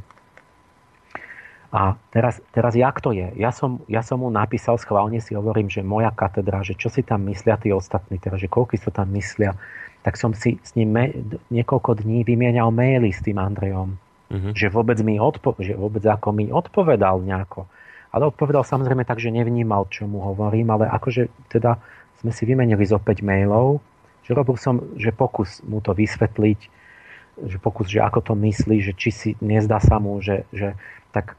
Speaker 3: A teraz, teraz jak to je? Ja som, ja som mu napísal, schválne si hovorím, že moja katedra, že čo si tam myslia tí ostatní, teda, že koľko si to tam myslia, tak som si s ním me, niekoľko dní vymienial maily s tým Andrejom. Uh-huh. Že vôbec mi odpo, že vôbec ako mi odpovedal nejako. Ale odpovedal samozrejme tak, že nevnímal, čo mu hovorím, ale akože teda sme si vymenili z opäť mailov, že robil som, že pokus mu to vysvetliť, že pokus, že ako to myslí, že či si nezdá sa mu, že, že tak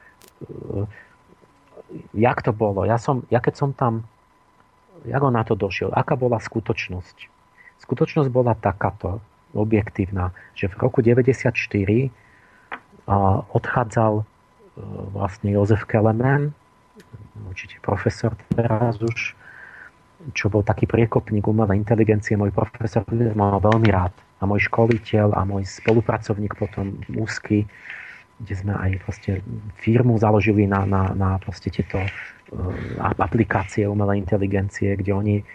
Speaker 3: jak to bolo? Ja, som, ja keď som tam, jak on na to došiel? Aká bola skutočnosť? Skutočnosť bola takáto, objektívna, že v roku deväťdesiatštyri odchádzal vlastne Jozef Kelemen, určite profesor teraz už, čo bol taký priekopník umelej inteligencie, môj profesor mal veľmi rád. A môj školiteľ a môj spolupracovník potom úzky, kde sme aj proste firmu založili na, na, na proste tieto uh, aplikácie umelej inteligencie, kde oni uh,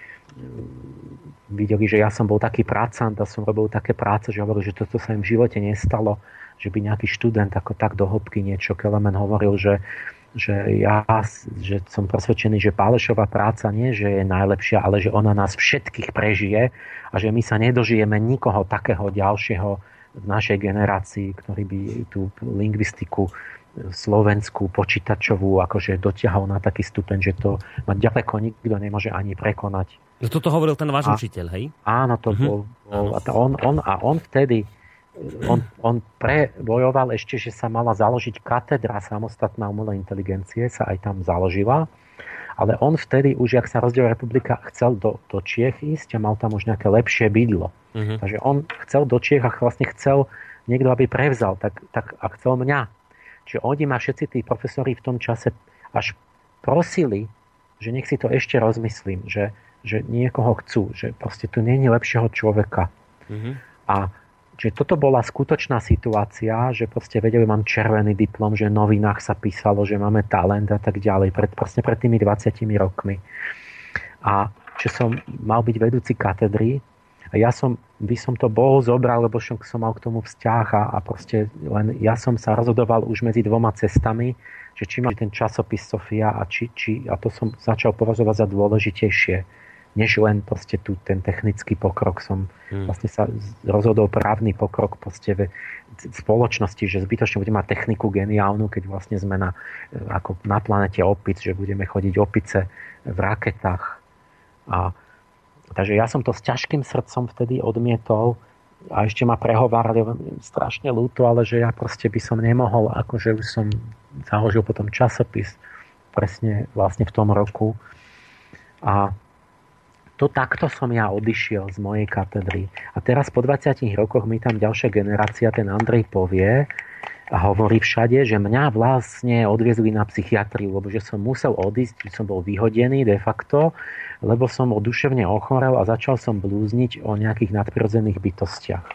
Speaker 3: videli, že ja som bol taký prácant a som robil také práce, že hovoril, že toto sa im v živote nestalo, že by nejaký študent ako tak do hĺbky niečo. Kelemen hovoril, že, že ja že som presvedčený, že Pálešová práca nie, že je najlepšia, ale že ona nás všetkých prežije a že my sa nedožijeme nikoho takého ďalšieho v našej generácii, ktorý by tú lingvistiku slovenskú, počítačovú akože dotiahol na taký stupeň, že to ma ďaleko nikto nemôže ani prekonať.
Speaker 2: No toto hovoril ten váš
Speaker 3: a,
Speaker 2: učiteľ, hej?
Speaker 3: Áno, to uh-huh. bol, bol a, on, on, a on vtedy on, on prebojoval ešte, že sa mala založiť katedra samostatná umelej inteligencie, sa aj tam založila. Ale on vtedy už, jak sa rozdielila republika, chcel do, do Čiech ísť a mal tam už nejaké lepšie bydlo. Uh-huh. Takže on chcel do Čiech a vlastne chcel niekto, aby prevzal, tak, tak a chcel mňa. Čiže oni ma všetci tí profesori v tom čase až prosili, že nech si to ešte rozmyslím, že, že niekoho chcú, že proste tu nie je lepšieho človeka. Uh-huh. A čiže toto bola skutočná situácia, že proste vedeli, mám červený diplom, že v novinách sa písalo, že máme talent a tak ďalej, pred, proste pred tými dvadsiatimi rokmi. A že som mal byť vedúci katedry a ja som, by som to bol zobral, lebo som, som mal k tomu vzťah a, a proste len ja som sa rozhodoval už medzi dvoma cestami, že či mám ten časopis Sofia a či, či a to som začal považovať za dôležitejšie, než len proste tu ten technický pokrok. Som hmm. vlastne sa rozhodol právny pokrok proste v spoločnosti, že zbytočne budeme mať techniku geniálnu, keď vlastne sme na, ako na planete opic, že budeme chodiť opice v raketách. A, takže ja som to s ťažkým srdcom vtedy odmietol a ešte ma prehovárali strašne ľúto, ale že ja proste by som nemohol, akože už som založil potom časopis presne vlastne v tom roku. A to takto som ja odišiel z mojej katedry. A teraz po dvadsiatich rokoch mi tam ďalšia generácia, ten Andrej povie a hovorí všade, že mňa vlastne odviezli na psychiatriu, lebo že som musel odísť, že som bol vyhodený de facto, lebo som duševne ochorel a začal som blúzniť o nejakých nadprirodzených bytostiach.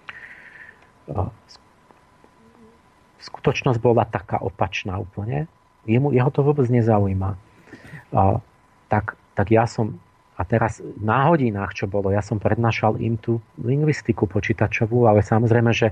Speaker 3: Skutočnosť bola taká opačná úplne. Jemu, jeho to vôbec nezaujíma. Tak, tak ja som a teraz na hodinách, čo bolo, ja som prednášal im tú lingvistiku počítačovú, ale samozrejme, že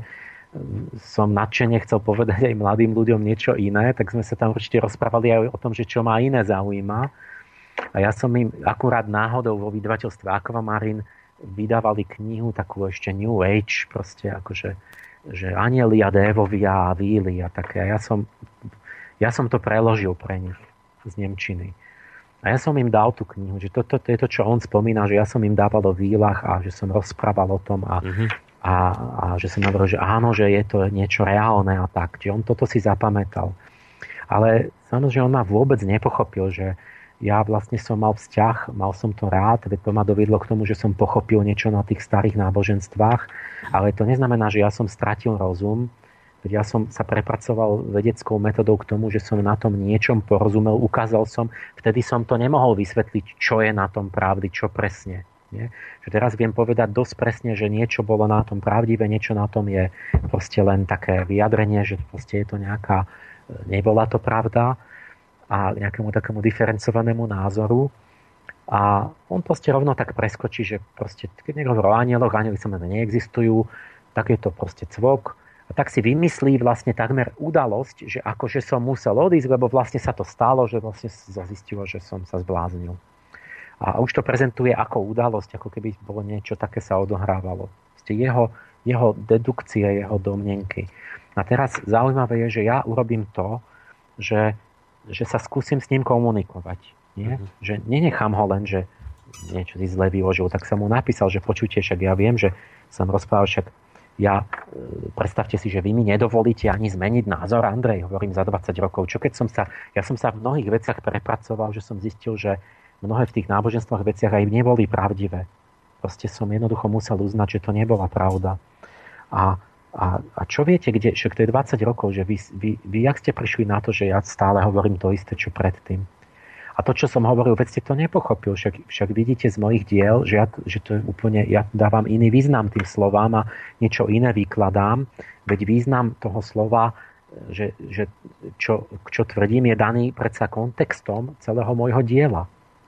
Speaker 3: som nadšene chcel povedať aj mladým ľuďom niečo iné, tak sme sa tam určite rozprávali aj o tom, že čo ma iné zaujíma. A ja som im akurát náhodou vo vydavateľstve Aquamarin vydávali knihu takú ešte New Age, proste akože že anieli a dévovia a víly a také. Ja som, ja som to preložil pre nich z nemčiny. A ja som im dal tú knihu, že toto to, to je to, čo on spomína, že ja som im dával o vílach a že som rozprával o tom a, mm-hmm. a, a že som hovoril, že áno, že je to niečo reálne a tak. Čiže on toto si zapamätal. Ale samozrejme on ma vôbec nepochopil, že ja vlastne som mal vzťah, mal som to rád, veď to ma doviedlo k tomu, že som pochopil niečo na tých starých náboženstvách, ale to neznamená, že ja som stratil rozum, veď ja som sa prepracoval vedeckou metodou k tomu, že som na tom niečom porozumel, ukázal som, vtedy som to nemohol vysvetliť, čo je na tom pravdy, čo presne. Nie? Že teraz viem povedať dosť presne, že niečo bolo na tom pravdivé, niečo na tom je proste len také vyjadrenie, že proste je to nejaká, nebola to pravda, a nejakému takému diferencovanému názoru. A on proste rovno tak preskočí, že proste, keď niekto hovorí o anieloch, anieli samozrejme neexistujú, tak je to proste cvok. A tak si vymyslí vlastne takmer udalosť, že akože som musel odísť, lebo vlastne sa to stalo, že vlastne sa zistilo, že som sa zbláznil. A už to prezentuje ako udalosť, ako keby bolo niečo také sa odohrávalo. Proste jeho, jeho dedukcie, jeho domnenky. A teraz zaujímavé je, že ja urobím to, že že sa skúsim s ním komunikovať. Nie? Uh-huh. Že nenechám ho len, že niečo si zle vyložil, tak som mu napísal, že počujte, však ja viem, že som rozprával, však ja, predstavte si, že vy mi nedovolíte ani zmeniť názor, Andrej, hovorím za dvadsať rokov. Čo keď som sa, ja som sa v mnohých veciach prepracoval, že som zistil, že mnohé v tých náboženstvách veciach aj neboli pravdivé. Proste som jednoducho musel uznať, že to nebola pravda. A A, a čo viete, kde, však to je dvadsať rokov, že vy, vy, vy jak ste prišli na to, že ja stále hovorím to isté, čo predtým. A to, čo som hovoril, veď ste to nepochopil, však, však vidíte z mojich diel, že, ja, že to je úplne, ja dávam iný význam tým slovám a niečo iné vykladám, veď význam toho slova, že, že čo, čo tvrdím, je daný predsa kontextom celého môjho diela.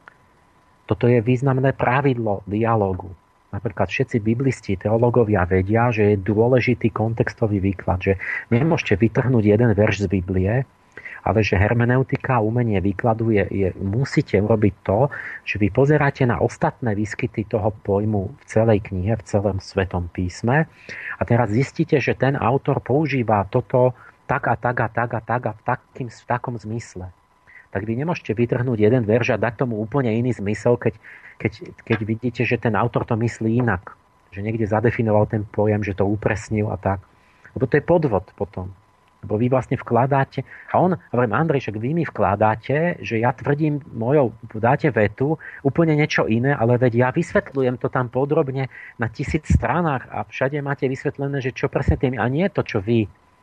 Speaker 3: Toto je významné pravidlo dialógu. Napríklad všetci biblisti, teológovia vedia, že je dôležitý kontextový výklad, že nemôžete vytrhnúť jeden verš z Biblie, ale že hermeneutika, umenie výkladu je, je, musíte urobiť to, že vy pozeráte na ostatné výskyty toho pojmu v celej knihe, v celom Svetom písme a teraz zistíte, že ten autor používa toto tak a tak a tak a tak a v, takým, v takom zmysle. Tak vy nemôžete vytrhnúť jeden verš a dať tomu úplne iný zmysel, keď Keď, keď vidíte, že ten autor to myslí inak. Že niekde zadefinoval ten pojem, že to upresnil a tak. Lebo to je podvod potom. Lebo vy vlastne vkladáte... A on, hovorím, Andrej, však vy mi vkladáte, že ja tvrdím mojou, dáte vetu, úplne niečo iné, ale veď ja vysvetľujem to tam podrobne na tisíc stranách a všade máte vysvetlené, že čo presne tým... A nie je to, čo vy.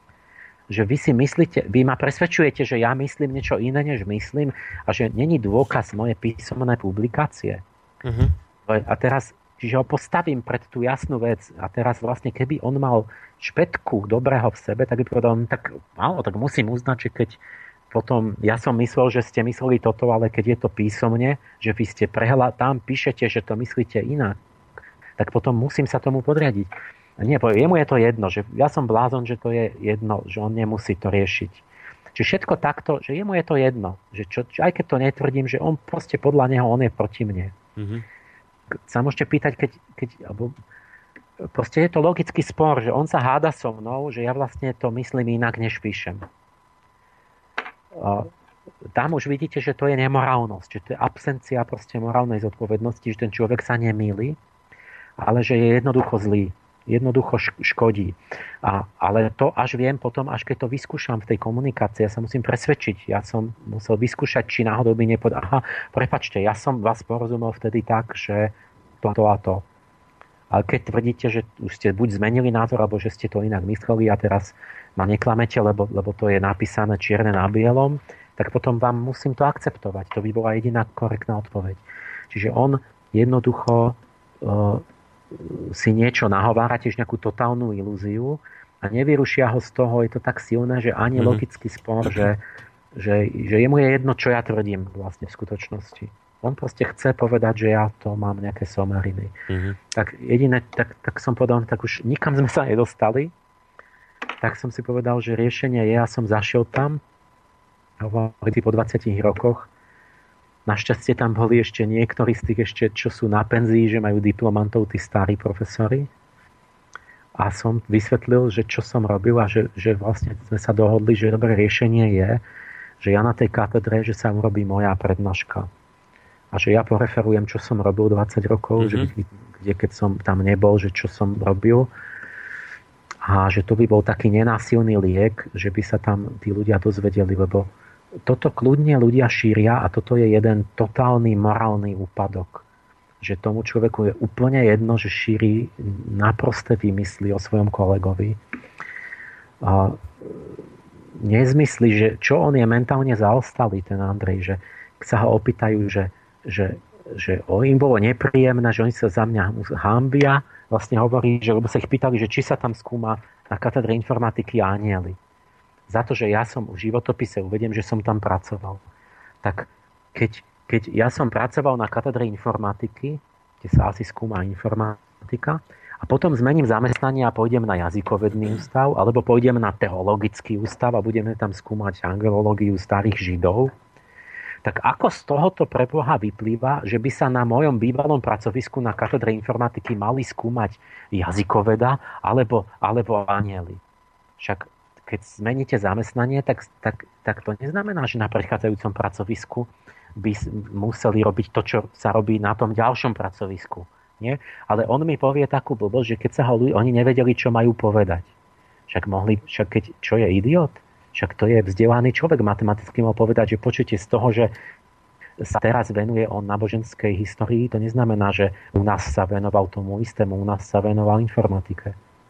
Speaker 3: Že vy si myslíte, vy ma presvedčujete, že ja myslím niečo iné, než myslím a že není dôkaz moje písomné publikácie. Uh-huh. A teraz, čiže ho postavím pred tú jasnú vec a teraz vlastne, keby on mal špätku dobrého v sebe, tak by povedal, no, tak áno, tak musím uznať, že keď potom, ja som myslel, že ste mysleli toto, ale keď je to písomne, že vy ste prehľad, tam píšete, že to myslíte inak, tak potom musím sa tomu podriadiť. A nie, jemu je to jedno, že ja som blázon, že to je jedno, že on nemusí to riešiť. Čiže všetko takto, že jemu je to jedno, že čo, čo, aj keď to netvrdím, že on proste podľa neho, on je proti mne. Mm-hmm. Sa môžete pýtať, keď, keď alebo, proste je to logický spor, že on sa háda so mnou, že ja vlastne to myslím inak, než píšem. Tam už vidíte, že to je nemorálnosť, že to je absencia proste morálnej zodpovednosti, že ten človek sa nemýli, ale že je jednoducho zlý. Jednoducho škodí. A, ale to až viem potom, až keď to vyskúšam v tej komunikácii, ja sa musím presvedčiť. Ja som musel vyskúšať, či náhodou by nepovedal, aha, prepáčte, ja som vás porozumel vtedy tak, že toto a to. Ale keď tvrdíte, že už ste buď zmenili názor, alebo že ste to inak mysleli a teraz ma neklamete, lebo, lebo to je napísané čierne na bielom, tak potom vám musím to akceptovať. To by bola jediná korektná odpoveď. Čiže on jednoducho uh, si niečo nahovára, tiež nejakú totálnu ilúziu a nevyrušia ho z toho, je to tak silné, že ani mm-hmm. logický spor, že, že, že jemu je jedno, čo ja tvrdím vlastne v skutočnosti. on proste chce povedať, že ja to mám nejaké somariny.
Speaker 2: Mm-hmm.
Speaker 3: Tak jediné, tak, tak som povedal, tak už nikam sme sa nedostali. Tak som si povedal, že riešenie je, ja som zašiel tam, hovorili po dvadsiatich rokoch. Našťastie tam boli ešte niektorí z tých ešte, čo sú na penzii, že majú diplomantov, tí starí profesori. A som vysvetlil, že čo som robil a že, že vlastne sme sa dohodli, že dobré riešenie je, že ja na tej katedre, že sa urobí moja prednáška. A že ja poreferujem, čo som robil dvadsať rokov, mm-hmm. že, kde keď som tam nebol, že čo som robil. A že to by bol taký nenásilný liek, že by sa tam tí ľudia dozvedeli, lebo toto kľudne ľudia šíria a toto je jeden totálny morálny úpadok. Že tomu človeku je úplne jedno, že šíri naprosté výmysly o svojom kolegovi. A nezmyslí, že čo on je mentálne zaostalý, ten Andrej, že sa ho opýtajú, že, že, že o im bolo nepríjemné, že oni sa za mňa hanbia, vlastne hovorí, že lebo sa ich pýtali, že či sa tam skúma na katedre informatiky anjeli. Za to, že ja som v životopise uvediem, že som tam pracoval. Tak keď Keď ja som pracoval na katedre informatiky, kde sa asi skúma informatika, a potom zmením zamestnanie a pôjdem na jazykovedný ústav, alebo pôjdem na teologický ústav a budeme tam skúmať angelológiu starých Židov, tak ako z tohoto preboha vyplýva, že by sa na mojom bývalom pracovisku na katedre informatiky mali skúmať jazykoveda alebo, alebo anjeli? Však keď zmeníte zamestnanie, tak, tak, tak to neznamená, že na prechádzajúcom pracovisku by museli robiť to, čo sa robí na tom ďalšom pracovisku. Nie? Ale on mi povie takú blbosť, že keď sa ho ľudia, oni nevedeli, čo majú povedať. Však mohli, však keď, čo je idiot? Však to je vzdelaný človek matematicky mal povedať, že počujete z toho, že sa teraz venuje on náboženskej histórii, to neznamená, že u nás sa venoval tomu istému, u nás sa venoval informatike.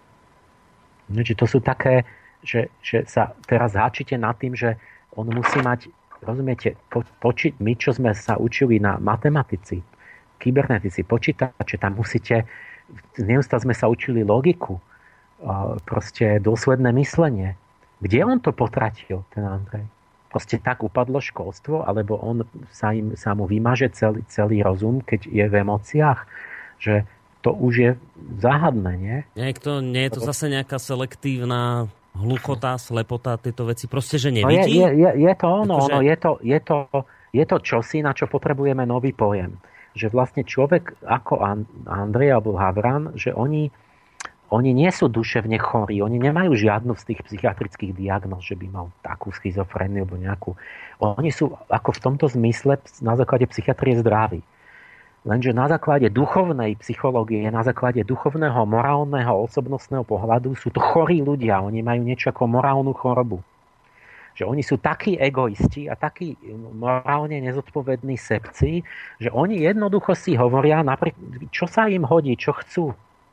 Speaker 3: Čiže to sú také, že, že sa teraz háčite nad tým, že on musí mať, rozumiete, po, poči- my, čo sme sa učili na matematici, kybernetici, počítače, tam musíte, neustále sme sa učili logiku, proste dôsledné myslenie. Kde on to potratil, ten Andrej? Proste tak upadlo školstvo, alebo on sa, im, sa mu vymaže celý, celý rozum, keď je v emóciách, že to už je záhadné, nie?
Speaker 2: Nie, to, nie je to zase nejaká selektívna hluchota, slepota, tieto veci, proste, že
Speaker 3: nevidí? No je, je, je, je to ono,
Speaker 2: akože...
Speaker 3: ono je, to, je, to, je to čosi, na čo potrebujeme nový pojem. Že vlastne človek ako Andrej alebo Havran, že oni, oni nie sú duševne chorí, oni nemajú žiadnu z tých psychiatrických diagnóz, že by mal takú schizofréniu alebo nejakú. Oni sú ako v tomto zmysle na základe psychiatrie zdraví. Lenže na základe duchovnej psychológie, na základe duchovného, morálneho, osobnostného pohľadu sú to chorí ľudia. Oni majú niečo ako morálnu chorobu. Že oni sú takí egoisti a takí morálne nezodpovední sebci, že oni jednoducho si hovoria, napríklad, čo sa im hodí, čo chcú.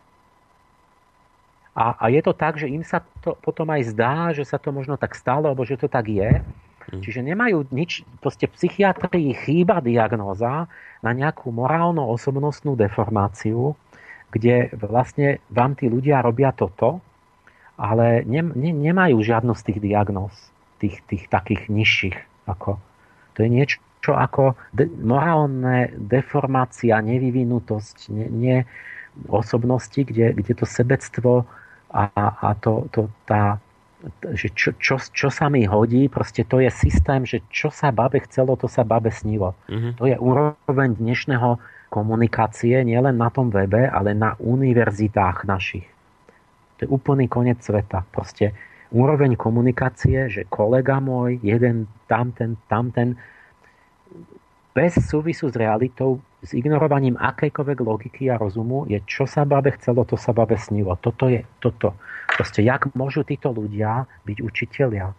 Speaker 3: A, a je to tak, že im sa to potom aj zdá, že sa to možno tak stalo, alebo že to tak je. Čiže nemajú nič, proste v psychiatrii chýba diagnóza na nejakú morálno-osobnostnú deformáciu, kde vlastne vám tí ľudia robia toto, ale ne, ne, nemajú žiadnu z tých diagnóz, tých, tých takých nižších. Ako. To je niečo ako de, morálne deformácia, nevyvinutosť, ne, ne osobnosti, kde, kde to sebectvo a, a to, to tá že čo, čo, čo sa mi hodí, proste to je systém, že čo sa babe chcelo, to sa babe snilo. Mm-hmm. To je úroveň dnešného komunikácie, nielen na tom webe, ale na univerzitách našich. To je úplný koniec sveta. Proste úroveň komunikácie, že kolega môj, jeden, tamten, tamten, bez súvisu s realitou, s ignorovaním akejkoľvek logiky a rozumu, je čo sa babe chcelo, to sa babe snilo. Toto je toto. Proste, jak môžu títo ľudia byť učitelia?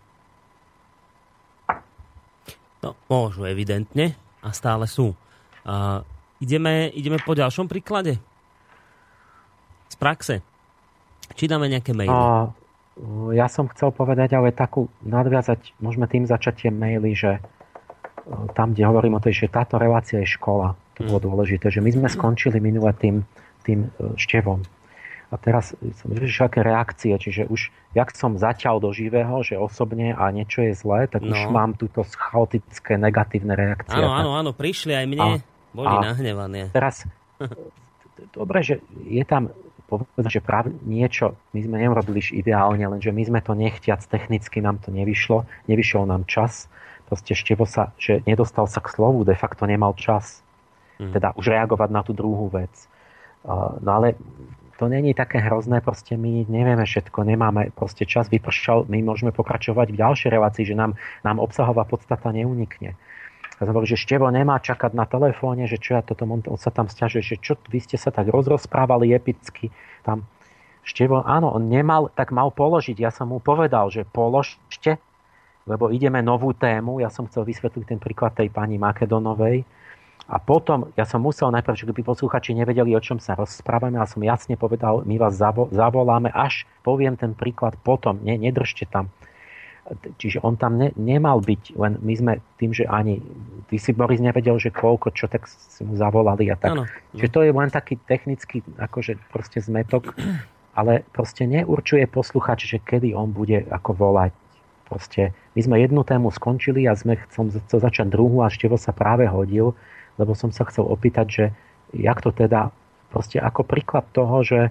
Speaker 2: No, môžu, evidentne. A stále sú. Uh, ideme, ideme po ďalšom príklade? Z praxe. Či dáme nejaké maily? Uh,
Speaker 3: ja som chcel povedať, ale takú nadviazať, môžeme tým začať tie maily, že tam, kde hovorím o tej, že táto relácia je škola. To bolo dôležité, že my sme skončili minule tým, tým števom. A teraz som vyšiel aké reakcie, čiže už, jak som zaťal do živého, že osobne a niečo je zlé, tak no. Už mám túto chaotické, negatívne reakcie.
Speaker 2: Áno, áno, áno, prišli aj mne. Boli nahnevané.
Speaker 3: Teraz, dobre, že je tam, povedať, že práve niečo, my sme neurobili ideálne, lenže my sme to nechtiac, technicky nám to nevyšlo, nevyšiel nám čas, proste Števo sa, že nedostal sa k slovu, de facto nemal čas, mm. teda už reagovať na tú druhú vec. No ale to není také hrozné, proste my nevieme všetko, nemáme proste čas, vypršal, my môžeme pokračovať v ďalšej relácii, že nám, nám obsahová podstata neunikne. Ja som hovoril, že Števo nemá čakať na telefóne, že čo ja toto, on, on sa tam sťažuje, že čo, vy ste sa tak rozrozprávali epicky. Tam Števo, áno, on nemal, tak mal položiť. Ja som mu povedal, že položte, lebo ideme novú tému. Ja som chcel vysvetliť ten príklad tej pani Makedonovej. A potom, ja som musel najprv, že by posluchači nevedeli, o čom sa rozprávame, a som jasne povedal, my vás zavo, zavoláme, až poviem ten príklad potom. Ne, nedržte tam. Čiže on tam ne, nemal byť, len my sme tým, že ani ty si, Boris, nevedel, že koľko, čo, tak si mu zavolali a tak. Ano. Čiže to je len taký technický, akože proste zmetok, ale proste neurčuje posluchač, že kedy on bude ako volať. Proste my sme jednu tému skončili a sme chcel, chcel začať druhú a Števo sa práve hodil, lebo som sa chcel opýtať, že jak to teda, proste ako príklad toho, že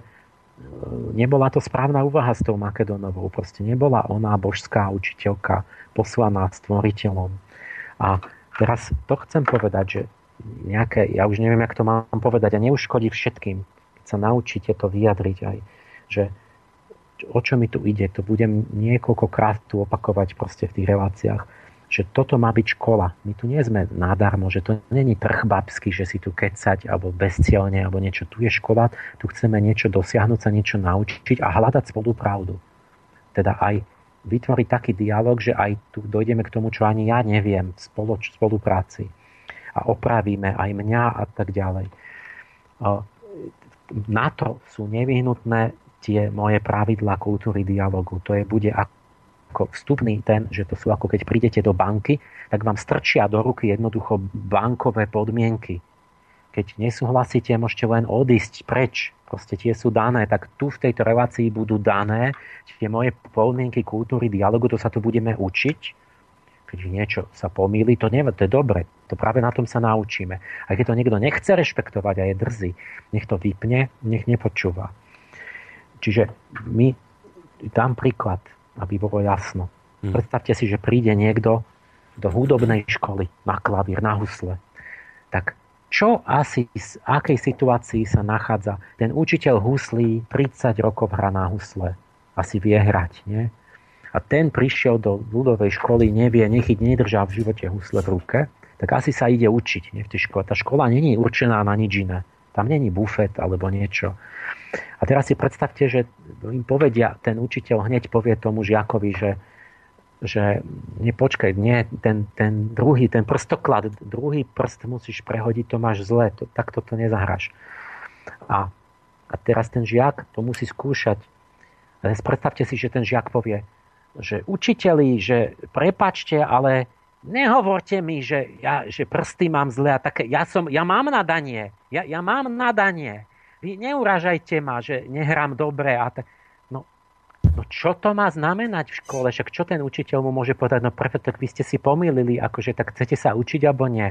Speaker 3: nebola to správna úvaha s tou Makedonovou. Proste nebola ona božská učiteľka, poslaná stvoriteľom. A teraz to chcem povedať, že nejaké, ja už neviem, jak to mám povedať, a neuškodí všetkým, keď sa naučíte to vyjadriť aj, že o čo mi tu ide, to budem niekoľkokrát tu opakovať proste v tých reláciách, že toto má byť škola. My tu nie sme nadarmo, že to není trh babský, že si tu kecať alebo bezcielne alebo niečo. Tu je škola, tu chceme niečo dosiahnuť, sa niečo naučiť a hľadať spolu pravdu. Teda aj vytvoriť taký dialog, že aj tu dojdeme k tomu, čo ani ja neviem v spoloč, spolupráci. A opravíme aj mňa a tak ďalej. Na to sú nevyhnutné tie moje pravidlá kultúry dialogu. To je, bude ako vstupný ten, že to sú ako keď prídete do banky, tak vám strčia do ruky jednoducho bankové podmienky. Keď nesúhlasíte, môžete len odísť preč. Proste tie sú dané. Tak tu v tejto relácii budú dané tie moje podmienky kultúry dialogu, to sa tu budeme učiť. Keď niečo sa pomýli, to, nie, to je dobre. To práve na tom sa naučíme. A keď to niekto nechce rešpektovať a je drzý, nech to vypne, nech nepočúva. Čiže my, dám príklad, aby bolo jasno. Hmm. Predstavte si, že príde niekto do hudobnej školy na klavír, na husle. Tak čo asi, z akej situácii sa nachádza? Ten učiteľ huslí tridsať rokov hrá na husle. Asi vie hrať, nie? A ten prišiel do ľudovej školy, nevie, nechyť, nedržal v živote husle v ruke, tak asi sa ide učiť, nie, v tej škole. Tá škola není určená na nič iné. Tam není bufet alebo niečo. A teraz si predstavte, že im povedia, ten učiteľ hneď povie tomu žiakovi, že, že nepočkaj, nie, ten, ten druhý, ten prstoklad, druhý prst musíš prehodiť, to máš zle, to, takto to nezahráš. A, a teraz ten žiak to musí skúšať. A predstavte si, že ten žiak povie, že učiteľi, že prepáčte, ale nehovorte mi, že, ja, že prsty mám zle a také, ja, som, ja mám nadanie, ja, ja mám nadanie. Vy neurážajte ma, že nehrám dobre. A tak. No, no čo to má znamenať v škole? Však čo ten učiteľ mu môže povedať? No perfekt, tak vy ste si pomýlili, akože tak chcete sa učiť alebo nie?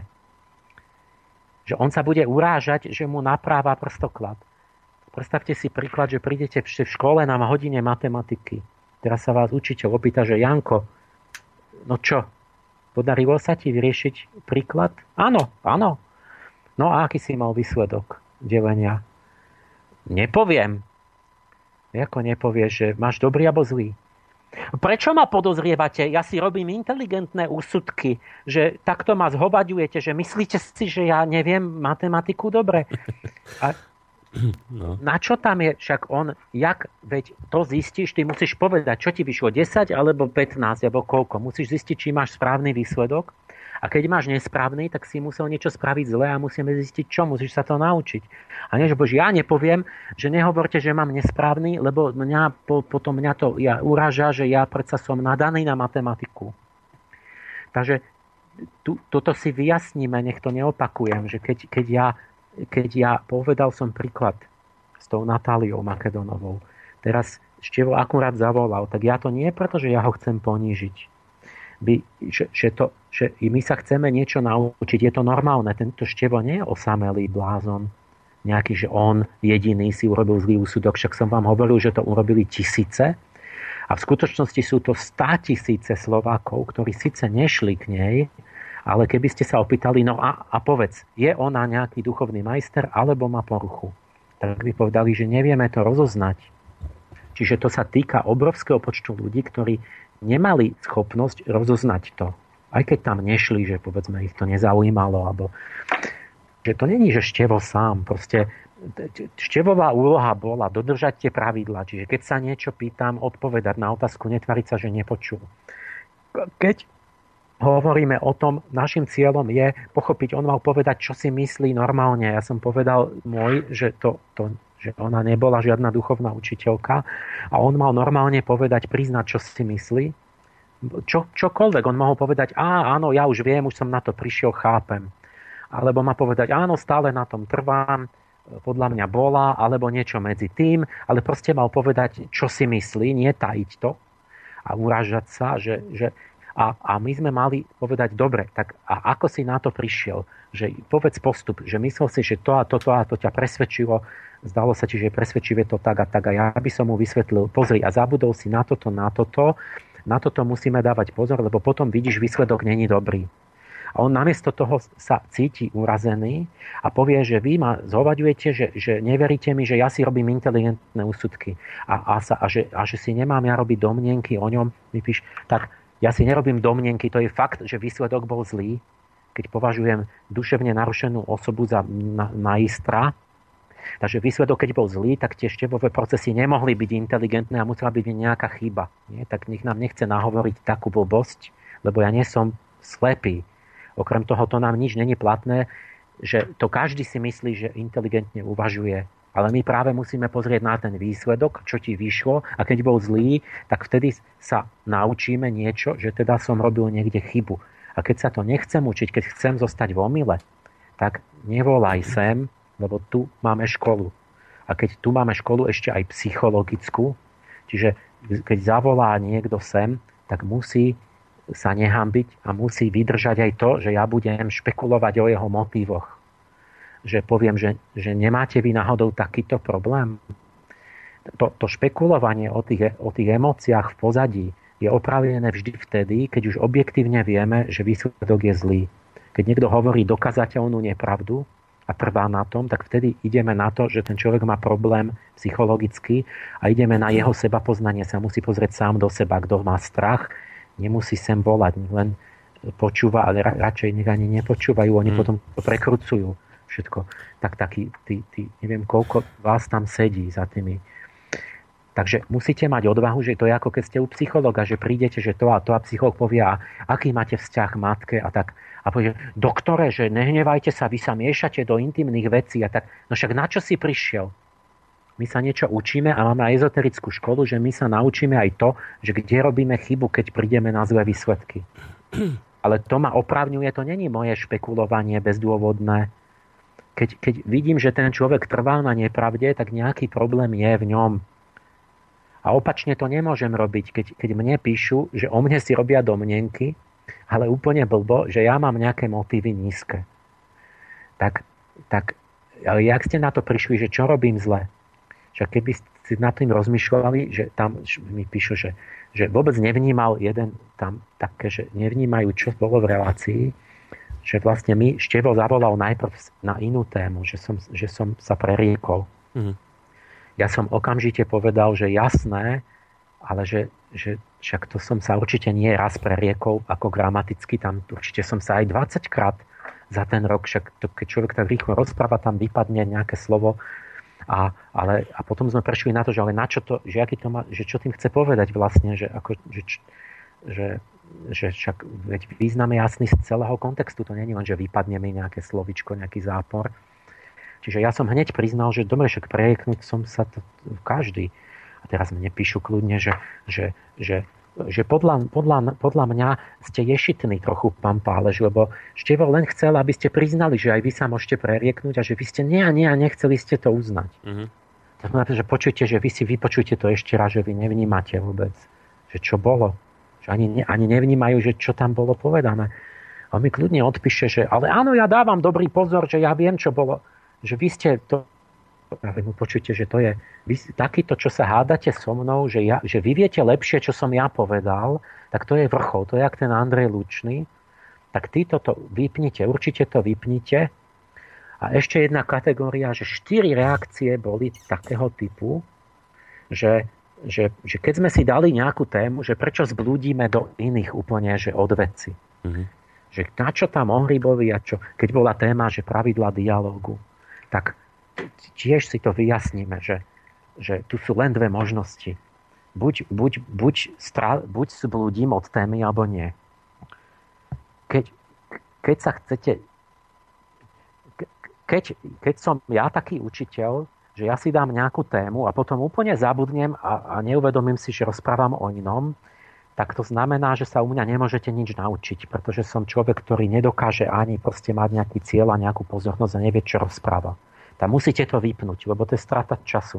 Speaker 3: Že on sa bude urážať, že mu napráva prstoklad. Predstavte si príklad, že prídete v škole na hodine matematiky. Teraz sa vás učiteľ opýta, že Janko, no čo? Podarilo sa ti vyriešiť príklad? Áno, áno. No a aký si mal výsledok delenia? Nepoviem. Ako nepovieš, že máš dobrý alebo zlý? Prečo ma podozrievate? Ja si robím inteligentné úsudky, že takto ma zhovaďujete, že myslíte si, že ja neviem matematiku dobre. A no. Na čo tam je? Však on, jak, veď to zistíš, ty musíš povedať, čo ti vyšlo, desať alebo pätnásť, alebo koľko. Musíš zistiť, či máš správny výsledok. A keď máš nesprávny, tak si musel niečo spraviť zle a musíme zistiť, čo. Musíš sa to naučiť. A nie, že bože, ja nepoviem, že nehovorte, že mám nesprávny, lebo mňa, po, potom mňa to ja, uráža, že ja predsa som nadaný na matematiku. Takže tu, toto si vyjasníme, nech to neopakujem, že keď, keď ja keď ja povedal som príklad s tou Natáliou Makedonovou, teraz Števo akurát zavolal, tak ja to nie je preto, že ja ho chcem ponížiť. by, že, že, to, že my sa chceme niečo naučiť. Je to normálne. Tento Števo nie je osamelý blázon. Nejaký, že on jediný si urobil zlý úsudok. Však som vám hovoril, že to urobili tisíce. A v skutočnosti sú to státisíce Slovákov, ktorí síce nešli k nej, ale keby ste sa opýtali, no a, a povedz, je ona nejaký duchovný majster, alebo má poruchu? Tak by povedali, že nevieme to rozoznať. Čiže to sa týka obrovského počtu ľudí, ktorí nemali schopnosť rozoznať to. Aj keď tam nešli, že povedzme ich to nezaujímalo, alebo že to není, že Števo sám. Proste Števová úloha bola dodržať tie pravidlá. Čiže keď sa niečo pýtam, odpovedať na otázku, netvariť sa, že nepočul. Keď hovoríme o tom, našim cieľom je pochopiť, on mal povedať, čo si myslí normálne. Ja som povedal môj, že, to, to, že ona nebola žiadna duchovná učiteľka a on mal normálne povedať, priznať, čo si myslí. Čo, čokoľvek. On mohol povedať, á, áno, ja už viem, už som na to prišiel, chápem. Alebo má povedať, áno, stále na tom trvám, podľa mňa bola, alebo niečo medzi tým, ale proste mal povedať, čo si myslí, nie tajiť to a urážať sa, že, že a, a my sme mali povedať, dobre, tak a ako si na to prišiel? Že povedz postup, že myslel si, že to a toto a to ťa presvedčilo, zdalo sa ti, že je presvedčivé to tak a tak a ja by som mu vysvetlil, pozri, a zabudol si na toto, na toto, na toto musíme dávať pozor, lebo potom vidíš, výsledok není dobrý. A on namiesto toho sa cíti urazený a povie, že vy ma zovaďujete, že, že neveríte mi, že ja si robím inteligentné úsudky a, a, sa, a, že, a že si nemám ja robiť domnienky o ňom. Vypíš, tak ja si nerobím domnienky, to je fakt, že výsledok bol zlý, keď považujem duševne narušenú osobu za majstra. Takže výsledok, keď bol zlý, tak tie števové procesy nemohli byť inteligentné a musela byť nejaká chyba. Nie? Tak nech nám nechce nahovoriť takú blbosť, lebo ja nie som slepý. Okrem toho, to nám nič není platné, že to každý si myslí, že inteligentne uvažuje. Ale my práve musíme pozrieť na ten výsledok, čo ti vyšlo a keď bol zlý, tak vtedy sa naučíme niečo, že teda som robil niekde chybu. A keď sa to nechcem učiť, keď chcem zostať v omyle, tak nevolaj sem, lebo tu máme školu. A keď tu máme školu ešte aj psychologickú, čiže keď zavolá niekto sem, tak musí sa nehambiť a musí vydržať aj to, že ja budem špekulovať o jeho motívoch. Že poviem, že, že nemáte vy náhodou takýto problém. To, to špekulovanie o tých, o tých emóciách v pozadí je oprávnené vždy vtedy, keď už objektívne vieme, že výsledok je zlý. Keď niekto hovorí dokazateľnú nepravdu a trvá na tom, tak vtedy ideme na to, že ten človek má problém psychologický a ideme na jeho sebapoznanie, sa musí pozrieť sám do seba, kto má strach, nemusí sem volať, len počúva, ale ra, radšej nech ani nepočúvajú, oni hmm. potom to prekrucujú všetko. Tak taký, tí, tí, neviem, koľko vás tam sedí za tými. Takže musíte mať odvahu, že to je ako keď ste u psychologa, že prídete, že to a to a psycholog povie, a aký máte vzťah k matke a tak. A povie, doktore, že nehnevajte sa, vy sa miešate do intimných vecí a tak. No však na čo si prišiel? My sa niečo učíme a máme aj ezoterickú školu, že my sa naučíme aj to, že kde robíme chybu, keď prídeme na zlé výsledky. Ale to ma oprávňuje, to není moje špekulovanie bezdôvodné. Keď, keď vidím, že ten človek trvá na nepravde, tak nejaký problém je v ňom. A opačne to nemôžem robiť, keď, keď mne píšu, že o mne si robia domnenky, ale úplne blbo, že ja mám nejaké motívy nízke. Tak, tak ale jak ste na to prišli, že čo robím zle? Však keby si nad tým rozmýšľali, že tam mi píšu, že, že vôbec nevnímal jeden tam také, že nevnímajú, čo bolo v relácii, že vlastne mi Števo zavolal najprv na inú tému, že som, že som sa preriekol. Mm. Ja som okamžite povedal, že jasné, ale že, že však to som sa určite nie raz preriekol ako gramaticky, tam určite som sa aj dvadsaťkrát za ten rok, však to, keď človek tak rýchlo rozpráva, tam vypadne nejaké slovo. A, ale, a potom sme prešli na to, že ale na čo to, že, aký to má, že čo tým chce povedať vlastne, že, ako, že, že, že však veď význam je jasný z celého kontextu, to nie je len, že vypadne mi nejaké slovičko, nejaký zápor. Čiže ja som hneď priznal, že dobre, však prejeknúť som sa to každý. A teraz mne píšu kľudne, že, že, že, že podľa, podľa, podľa mňa ste ješitní trochu, pán Pálež, lebo Števo len chcel, aby ste priznali, že aj vy sa môžete prerieknúť a že vy ste nie a nie a nechceli ste to uznať. Mm-hmm. To znamená, že počujte, že vy si vypočujte to ešte raz, že vy nevnímate vôbec, že čo bolo. Že ani, ani nevnímajú, že čo tam bolo povedané. A mi kľudne odpíše, že ale áno, ja dávam dobrý pozor, že ja viem, čo bolo. Že vy ste to... A vy mu počujete, že to je vy, takýto, čo sa hádate so mnou, že, ja, že vy viete lepšie, čo som ja povedal, tak to je vrchol. To je jak ten Andrej Lučný. Tak títo to vypnite, určite to vypnite. A ešte jedna kategória, že štyri reakcie boli takého typu, že, že, že keď sme si dali nejakú tému, že prečo zblúdime do iných úplne, že od veci. Mm-hmm. Že na čo tam Ohribovi a čo, keď bola téma, že pravidla dialógu, tak tiež si to vyjasníme, že, že tu sú len dve možnosti. Buď, buď, buď, stra, buď zblúdim od témy, alebo nie. Keď, keď sa chcete... Keď, keď som ja taký učiteľ, že ja si dám nejakú tému a potom úplne zabudnem a, a neuvedomím si, že rozprávam o inom, tak to znamená, že sa u mňa nemôžete nič naučiť, pretože som človek, ktorý nedokáže ani proste mať nejaký cieľ a nejakú pozornosť a nevie, čo rozpráva. Tam musíte to vypnúť, lebo to je strata času.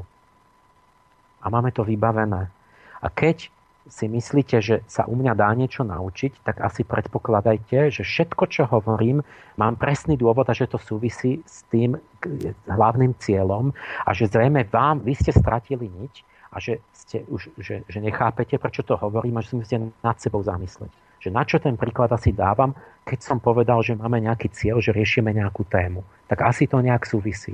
Speaker 3: A máme to vybavené. A keď si myslíte, že sa u mňa dá niečo naučiť, tak asi predpokladajte, že všetko, čo hovorím, mám presný dôvod a že to súvisí s tým hlavným cieľom a že zrejme vám, vy ste stratili niť a že, ste už, že, že nechápete, prečo to hovorím a že si musíte nad sebou zamysleť. Že na čo ten príklad asi dávam, keď som povedal, že máme nejaký cieľ, že riešime nejakú tému. Tak asi to nejak súvisí.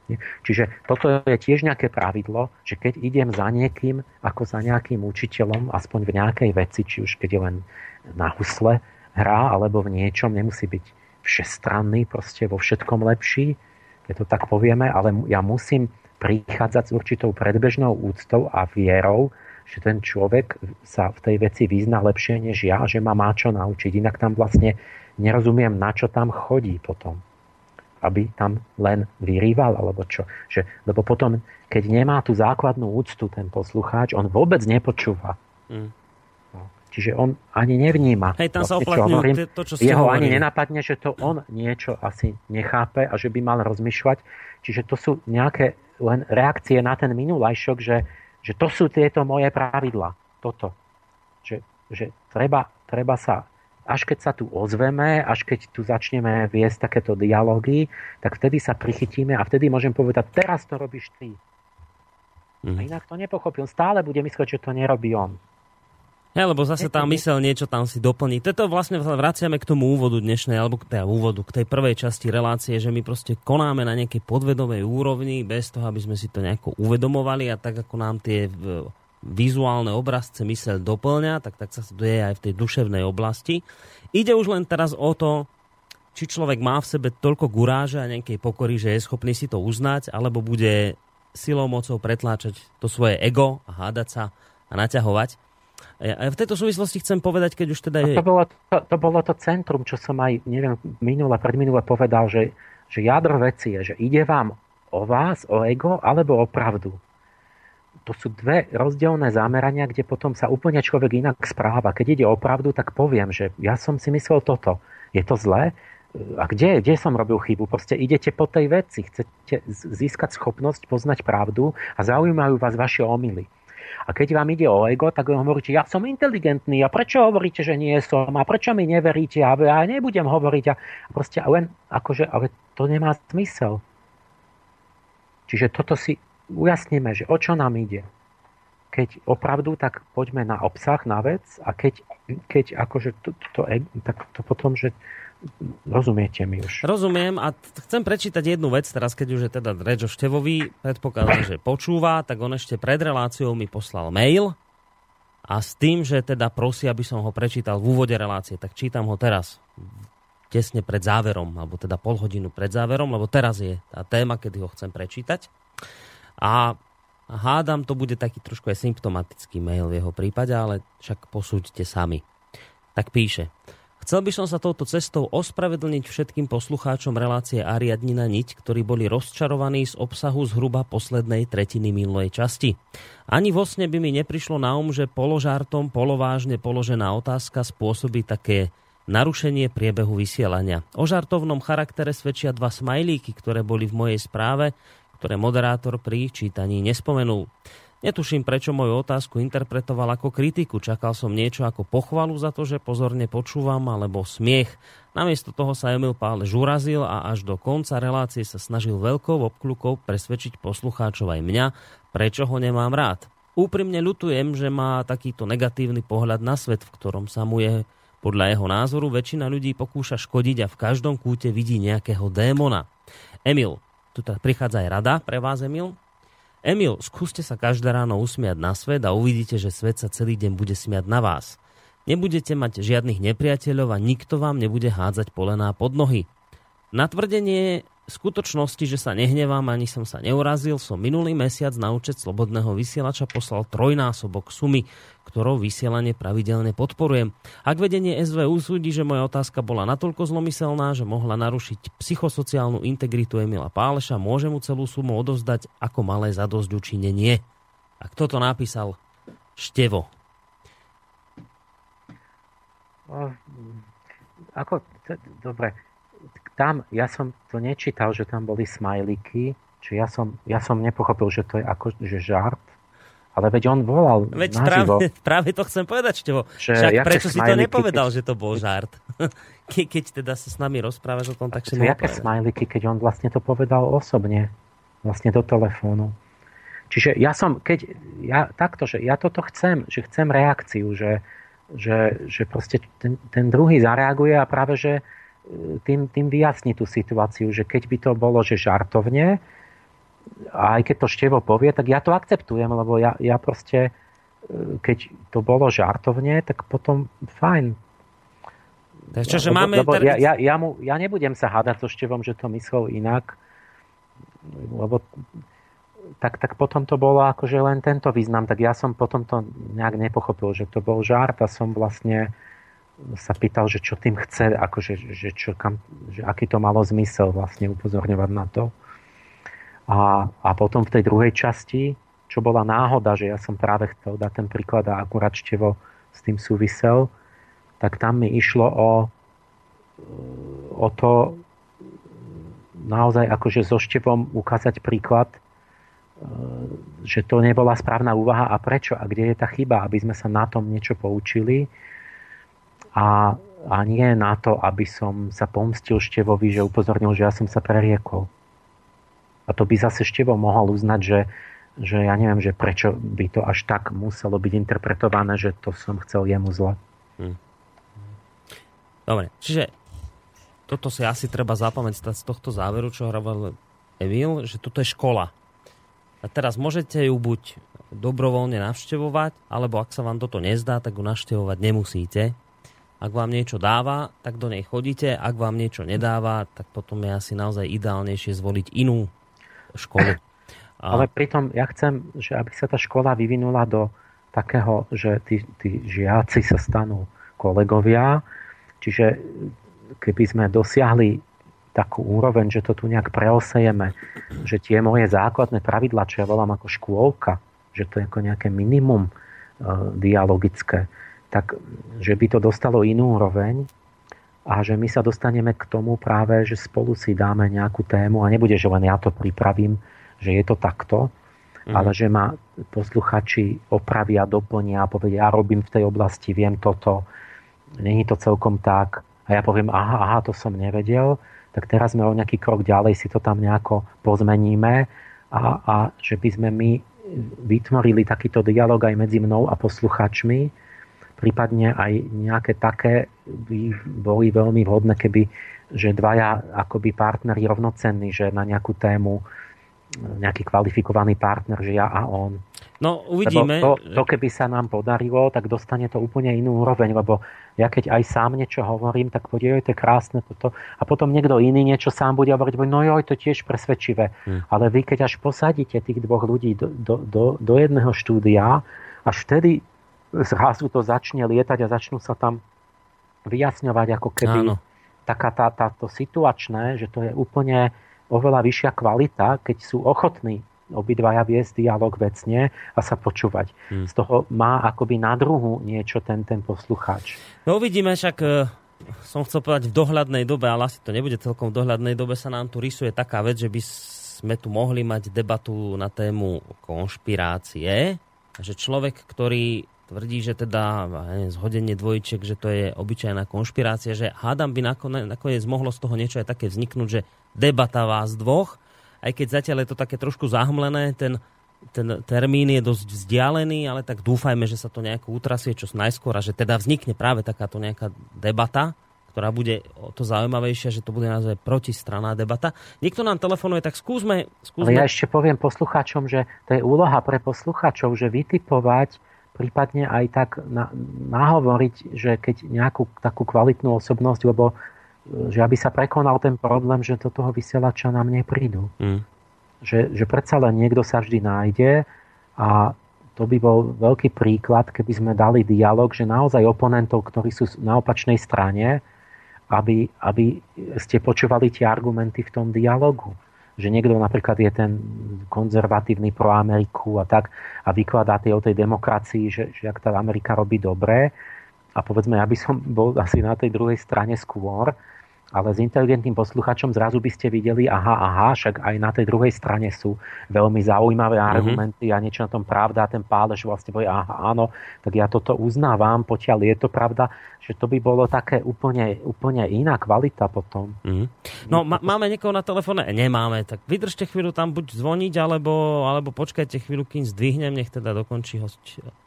Speaker 3: Čiže toto je tiež nejaké pravidlo, že keď idem za niekým, ako za nejakým učiteľom, aspoň v nejakej veci, či už keď je len na husle hrá, alebo v niečom, nemusí byť všestranný, proste vo všetkom lepší, keď to tak povieme, ale ja musím prichádzať s určitou predbežnou úctou a vierou, že ten človek sa v tej veci vyzná lepšie než ja, že ma má čo naučiť. Inak tam vlastne nerozumiem, na čo tam chodí potom. Aby tam len vyrýval, alebo čo. Že, lebo potom, keď nemá tú základnú úctu ten poslucháč, on vôbec nepočúva. Mm. No. Čiže on ani nevníma.
Speaker 2: Hej, tam sa uplatňujú to, čo ste
Speaker 3: jeho
Speaker 2: hovorili.
Speaker 3: Ani nenapadne, že to on niečo asi nechápe a že by mal rozmýšľať. Čiže to sú nejaké len reakcie na ten minulajšok, že, že to sú tieto moje pravidlá. Toto. Že, že treba, treba sa... Až keď sa tu ozveme, až keď tu začneme viesť takéto dialógy, tak vtedy sa prichytíme a vtedy môžem povedať, teraz to robíš ty. Mm. A inak to nepochopil. Stále bude myslieť, že to nerobí on.
Speaker 2: Ja, lebo zase tá myseľ niečo tam si doplní. Toto vlastne vraciame k tomu úvodu dnešnej, alebo k tej úvodu, k tej prvej časti relácie, že my proste konáme na nejakej podvedomej úrovni, bez toho, aby sme si to nejako uvedomovali a tak, ako nám tie vizuálne obrazce myseľ doplňa, tak, tak sa to deje aj v tej duševnej oblasti. Ide už len teraz o to, či človek má v sebe toľko guráže a nejakej pokory, že je schopný si to uznať, alebo bude silou mocou pretláčať to svoje ego a hádať sa a naťahovať. A v tejto súvislosti chcem povedať, keď už teda je...
Speaker 3: To bolo to, to bolo to centrum, čo som aj, neviem, minule, predminule povedal, že, že jadro veci je, že ide vám o vás, o ego, alebo o pravdu. To sú dve rozdielne zamerania, kde potom sa úplne človek inak správa. Keď ide o pravdu, tak poviem, že ja som si myslel toto. Je to zlé? A kde, kde som robil chybu? Proste idete po tej veci. Chcete získať schopnosť poznať pravdu a zaujímajú vás vaše omyly. A keď vám ide o ego, tak vám hovoríte, ja som inteligentný a prečo hovoríte, že nie som? A prečo mi neveríte? A ja nebudem hovoriť. A proste len akože, ale to nemá zmysel. Čiže toto si ujasníme, že o čo nám ide. Keď opravdu, tak poďme na obsah, na vec a keď, keď akože to, to, tak to potom, že rozumiete mi už.
Speaker 2: Rozumiem a chcem prečítať jednu vec, teraz keď už je teda reč o Števovi, predpokladám, že počúva, tak on ešte pred reláciou mi poslal mail a s tým, že teda prosí, aby som ho prečítal v úvode relácie, tak čítam ho teraz tesne pred záverom, alebo teda pol hodinu pred záverom, lebo teraz je tá téma, kedy ho chcem prečítať. A hádam, to bude taký trošku aj symptomatický mail v jeho prípade, ale však posúďte sami. Tak píše: Chcel by som sa touto cestou ospravedlniť všetkým poslucháčom relácie Ariadnina niť, ktorí boli rozčarovaní z obsahu zhruba poslednej tretiny minulej časti. Ani vo sne by mi neprišlo na um, že položartom, polovážne položená otázka spôsobí také narušenie priebehu vysielania. O žartovnom charaktere svedčia dva smajlíky, ktoré boli v mojej správe, ktoré moderátor pri čítaní nespomenul. Netuším, prečo moju otázku interpretoval ako kritiku. Čakal som niečo ako pochvalu za to, že pozorne počúvam, alebo smiech. Namiesto toho sa Emil Pálež urazil a až do konca relácie sa snažil veľkou obkľukou presvedčiť poslucháčov aj mňa, prečo ho nemám rád. Úprimne ľutujem, že má takýto negatívny pohľad na svet, v ktorom sa mu je, podľa jeho názoru, väčšina ľudí pokúša škodiť a v každom kúte vidí nejakého démona. Emil, tu teda prichádza aj rada pre vás, Emil. Emil, skúste sa každé ráno usmiať na svet a uvidíte, že svet sa celý deň bude smiať na vás. Nebudete mať žiadnych nepriateľov a nikto vám nebude hádzať polená pod nohy. Na tvrdenie skutočnosti, že sa nehnevám ani som sa neurazil, som minulý mesiac na účet Slobodného vysielača poslal trojnásobok sumy, ktorou vysielanie pravidelne podporujem. Ak vedenie es vé usúdi, že moja otázka bola natoľko zlomyselná, že mohla narušiť psychosociálnu integritu Emila Páleša, môže mu celú sumu odovzdať ako malé zadosťučinenie. A kto to napísal? Števo.
Speaker 3: O, ako, to, dobre. Tam, ja som to nečítal, že tam boli smajliky, či ja som, ja som nepochopil, že to je ako, že žart, ale veď on volal
Speaker 2: veď
Speaker 3: naživo.
Speaker 2: Práve, práve to chcem povedať, Števo. Však prečo si to nepovedal, keď, že to bol žart? Ke, keď teda sa s nami rozprávaš o tom, tak si mu
Speaker 3: jaké smajliky, keď on vlastne to povedal osobne, vlastne do telefónu. Čiže ja som, keď, ja takto, že ja toto chcem, že chcem reakciu, že, že, že proste ten, ten druhý zareaguje a práve, že Tým, tým vyjasní tú situáciu, že keď by to bolo, že žartovne, a aj keď to Števo povie, tak ja to akceptujem, lebo ja, ja proste, keď to bolo žartovne, tak potom fajn.
Speaker 2: Čo, že máme
Speaker 3: lebo ja, ja, ja, mu, ja nebudem sa hádať so Števom, že to myslel inak, lebo tak, tak potom to bolo akože len tento význam, tak ja som potom to nejak nepochopil, že to bol žart a som vlastne sa pýtal, že čo tým chce, akože, že, čo, kam, že aký to malo zmysel vlastne upozorňovať na to. A, a potom v tej druhej časti, čo bola náhoda, že ja som práve chcel dať ten príklad a akurát Števo s tým súvisel, tak tam mi išlo o, o to naozaj akože so Števom ukázať príklad, že to nebola správna úvaha a prečo a kde je tá chyba, aby sme sa na tom niečo poučili. A, a nie na to, aby som sa pomstil Števovi, že upozornil, že ja som sa preriekol. A to by zase Števo mohol uznať, že, že ja neviem, že prečo by to až tak muselo byť interpretované, že to som chcel jemu zle. Hmm.
Speaker 2: Dobre, čiže toto si asi treba zapamätať z tohto záveru, čo hovoril Emil, že toto je škola. A teraz môžete ju buď dobrovoľne navštevovať, alebo ak sa vám toto nezdá, tak ju navštevovať nemusíte. Ak vám niečo dáva, tak do nej chodíte. Ak vám niečo nedáva, tak potom je asi naozaj ideálnejšie zvoliť inú školu. A...
Speaker 3: Ale pritom ja chcem, že aby sa tá škola vyvinula do takého, že tí, tí žiaci sa stanú kolegovia. Čiže keby sme dosiahli takú úroveň, že to tu nejak preosejeme, že tie moje základné pravidlá, čo ja volám ako škôlka, že to je ako nejaké minimum uh, dialogické, tak že by to dostalo inú úroveň a že my sa dostaneme k tomu práve, že spolu si dáme nejakú tému a nebude, že len ja to pripravím, že je to takto, mm. ale že ma posluchači opravia, doplnia a povedia, ja robím v tej oblasti, viem toto, není to celkom tak a ja poviem, aha, aha, to som nevedel, tak teraz sme o nejaký krok ďalej si to tam nejako pozmeníme a, a že by sme my vytvorili takýto dialog aj medzi mnou a posluchačmi, prípadne aj nejaké také by boli veľmi vhodné, keby, že dvaja akoby partneri rovnocenní, že na nejakú tému nejaký kvalifikovaný partner, že ja a on.
Speaker 2: No, uvidíme.
Speaker 3: Lebo to, to, keby sa nám podarilo, tak dostane to úplne inú úroveň, lebo ja keď aj sám niečo hovorím, tak povie, to je krásne toto. A potom niekto iný niečo sám bude hovoriť, no joj, to tiež presvedčivé. Hmm. Ale vy, keď až posadíte tých dvoch ľudí do, do, do, do jedného štúdia, až vtedy zrazu to začne lietať a začnú sa tam vyjasňovať ako keby Áno. taká tá, táto situačné, že to je úplne oveľa vyššia kvalita, keď sú ochotní obidvaja viesť dialog vecne a sa počúvať. Hmm. Z toho má akoby na druhu niečo ten, ten poslucháč.
Speaker 2: No uvidíme, však uh, som chcel povedať v dohľadnej dobe, ale asi to nebude celkom v dohľadnej dobe, sa nám tu rysuje taká vec, že by sme tu mohli mať debatu na tému konšpirácie, že človek, ktorý tvrdí, že teda neviem, zhodenie dvojčiek, že to je obyčajná konšpirácia, že hádam by nakoniec, nakoniec mohlo z toho niečo aj také vzniknúť, že debata vás dvoch, aj keď zatiaľ je to také trošku zahmlené, ten, ten termín je dosť vzdialený, ale tak dúfajme, že sa to nejako utrasie čo najskôr a že teda vznikne práve takáto nejaká debata, ktorá bude o to zaujímavejšia, že to bude naozaj protistranná debata. Niekto nám telefonuje, tak skúsme... skúsme...
Speaker 3: Ale ja ešte poviem poslucháčom, že to je úloha pre poslucháčov, že vytipovať, prípadne aj tak na, nahovoriť, že keď nejakú takú kvalitnú osobnosť, lebo že aby sa prekonal ten problém, že do toho vysielača nám neprídu. Mm. Že, že predsa len niekto sa vždy nájde a to by bol veľký príklad, keby sme dali dialog, že naozaj oponentov, ktorí sú na opačnej strane, aby, aby ste počúvali tie argumenty v tom dialogu. Že niekto napríklad je ten konzervatívny pro Ameriku a tak a vykladá tie o tej demokracii, že, že ak tá Amerika robí dobre a povedzme, ja by som bol asi na tej druhej strane skôr, ale s inteligentným posluchačom zrazu by ste videli, aha, aha, však aj na tej druhej strane sú veľmi zaujímavé mm-hmm. argumenty a niečo na tom pravda a ten Pálež vlastne povie, aha, áno, tak ja toto uznávam, potiaľ je to pravda, že to by bolo také úplne, úplne iná kvalita potom. Mm-hmm.
Speaker 2: No, ma- máme niekoho na telefóne? Nemáme, tak vydržte chvíľu tam buď zvoniť, alebo, alebo počkajte chvíľu, kým zdvihnem, nech teda dokončí host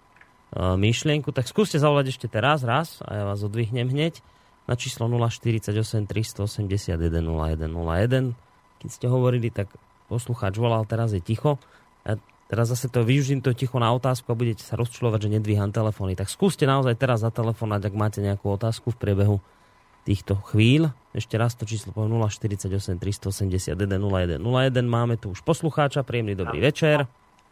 Speaker 2: uh, myšlienku. Tak skúste zavolať ešte teraz, raz, a ja vás odvihnem hneď na číslo nula štyridsaťosem tristoosemdesiatjeden nula jeden nula jeden. Keď ste hovorili, tak poslucháč volal, teraz je ticho. A teraz zase to využijem to ticho na otázku a budete sa rozčulovať, že nedvíham telefóny. Tak skúste naozaj teraz zatelefonať, ak máte nejakú otázku v priebehu týchto chvíľ. Ešte raz to číslo poviem nula štyridsaťosem tristoosemdesiatjeden nula jeden nula jeden. Máme tu už poslucháča. Príjemný dobrý večer.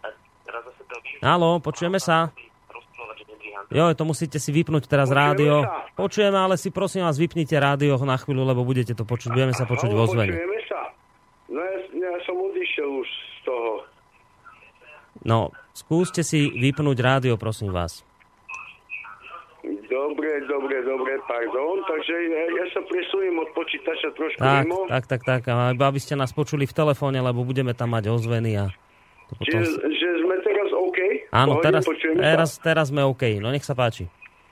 Speaker 2: Haló, počujeme sa? Jo, to musíte si vypnúť teraz rádio. Počujeme, ale si prosím vás vypnite rádio na chvíľu, lebo budete to počuť. Budeme sa počuť vo zvene.
Speaker 4: Počujeme sa? No ja, ja som odišiel už z toho.
Speaker 2: No, skúste si vypnúť rádio, prosím vás.
Speaker 4: Dobre, dobre, dobre, pardon. Takže ja, ja sa presuniem od počítača trošku
Speaker 2: tak,
Speaker 4: mimo.
Speaker 2: Tak, tak, tak. Aby ste nás počuli v telefóne, lebo budeme tam mať ozveny a... To potom...
Speaker 4: Čiže, že sme teraz OK?
Speaker 2: Áno,
Speaker 4: Pohodne,
Speaker 2: teraz, teraz, teraz sme OK. No nech sa páči.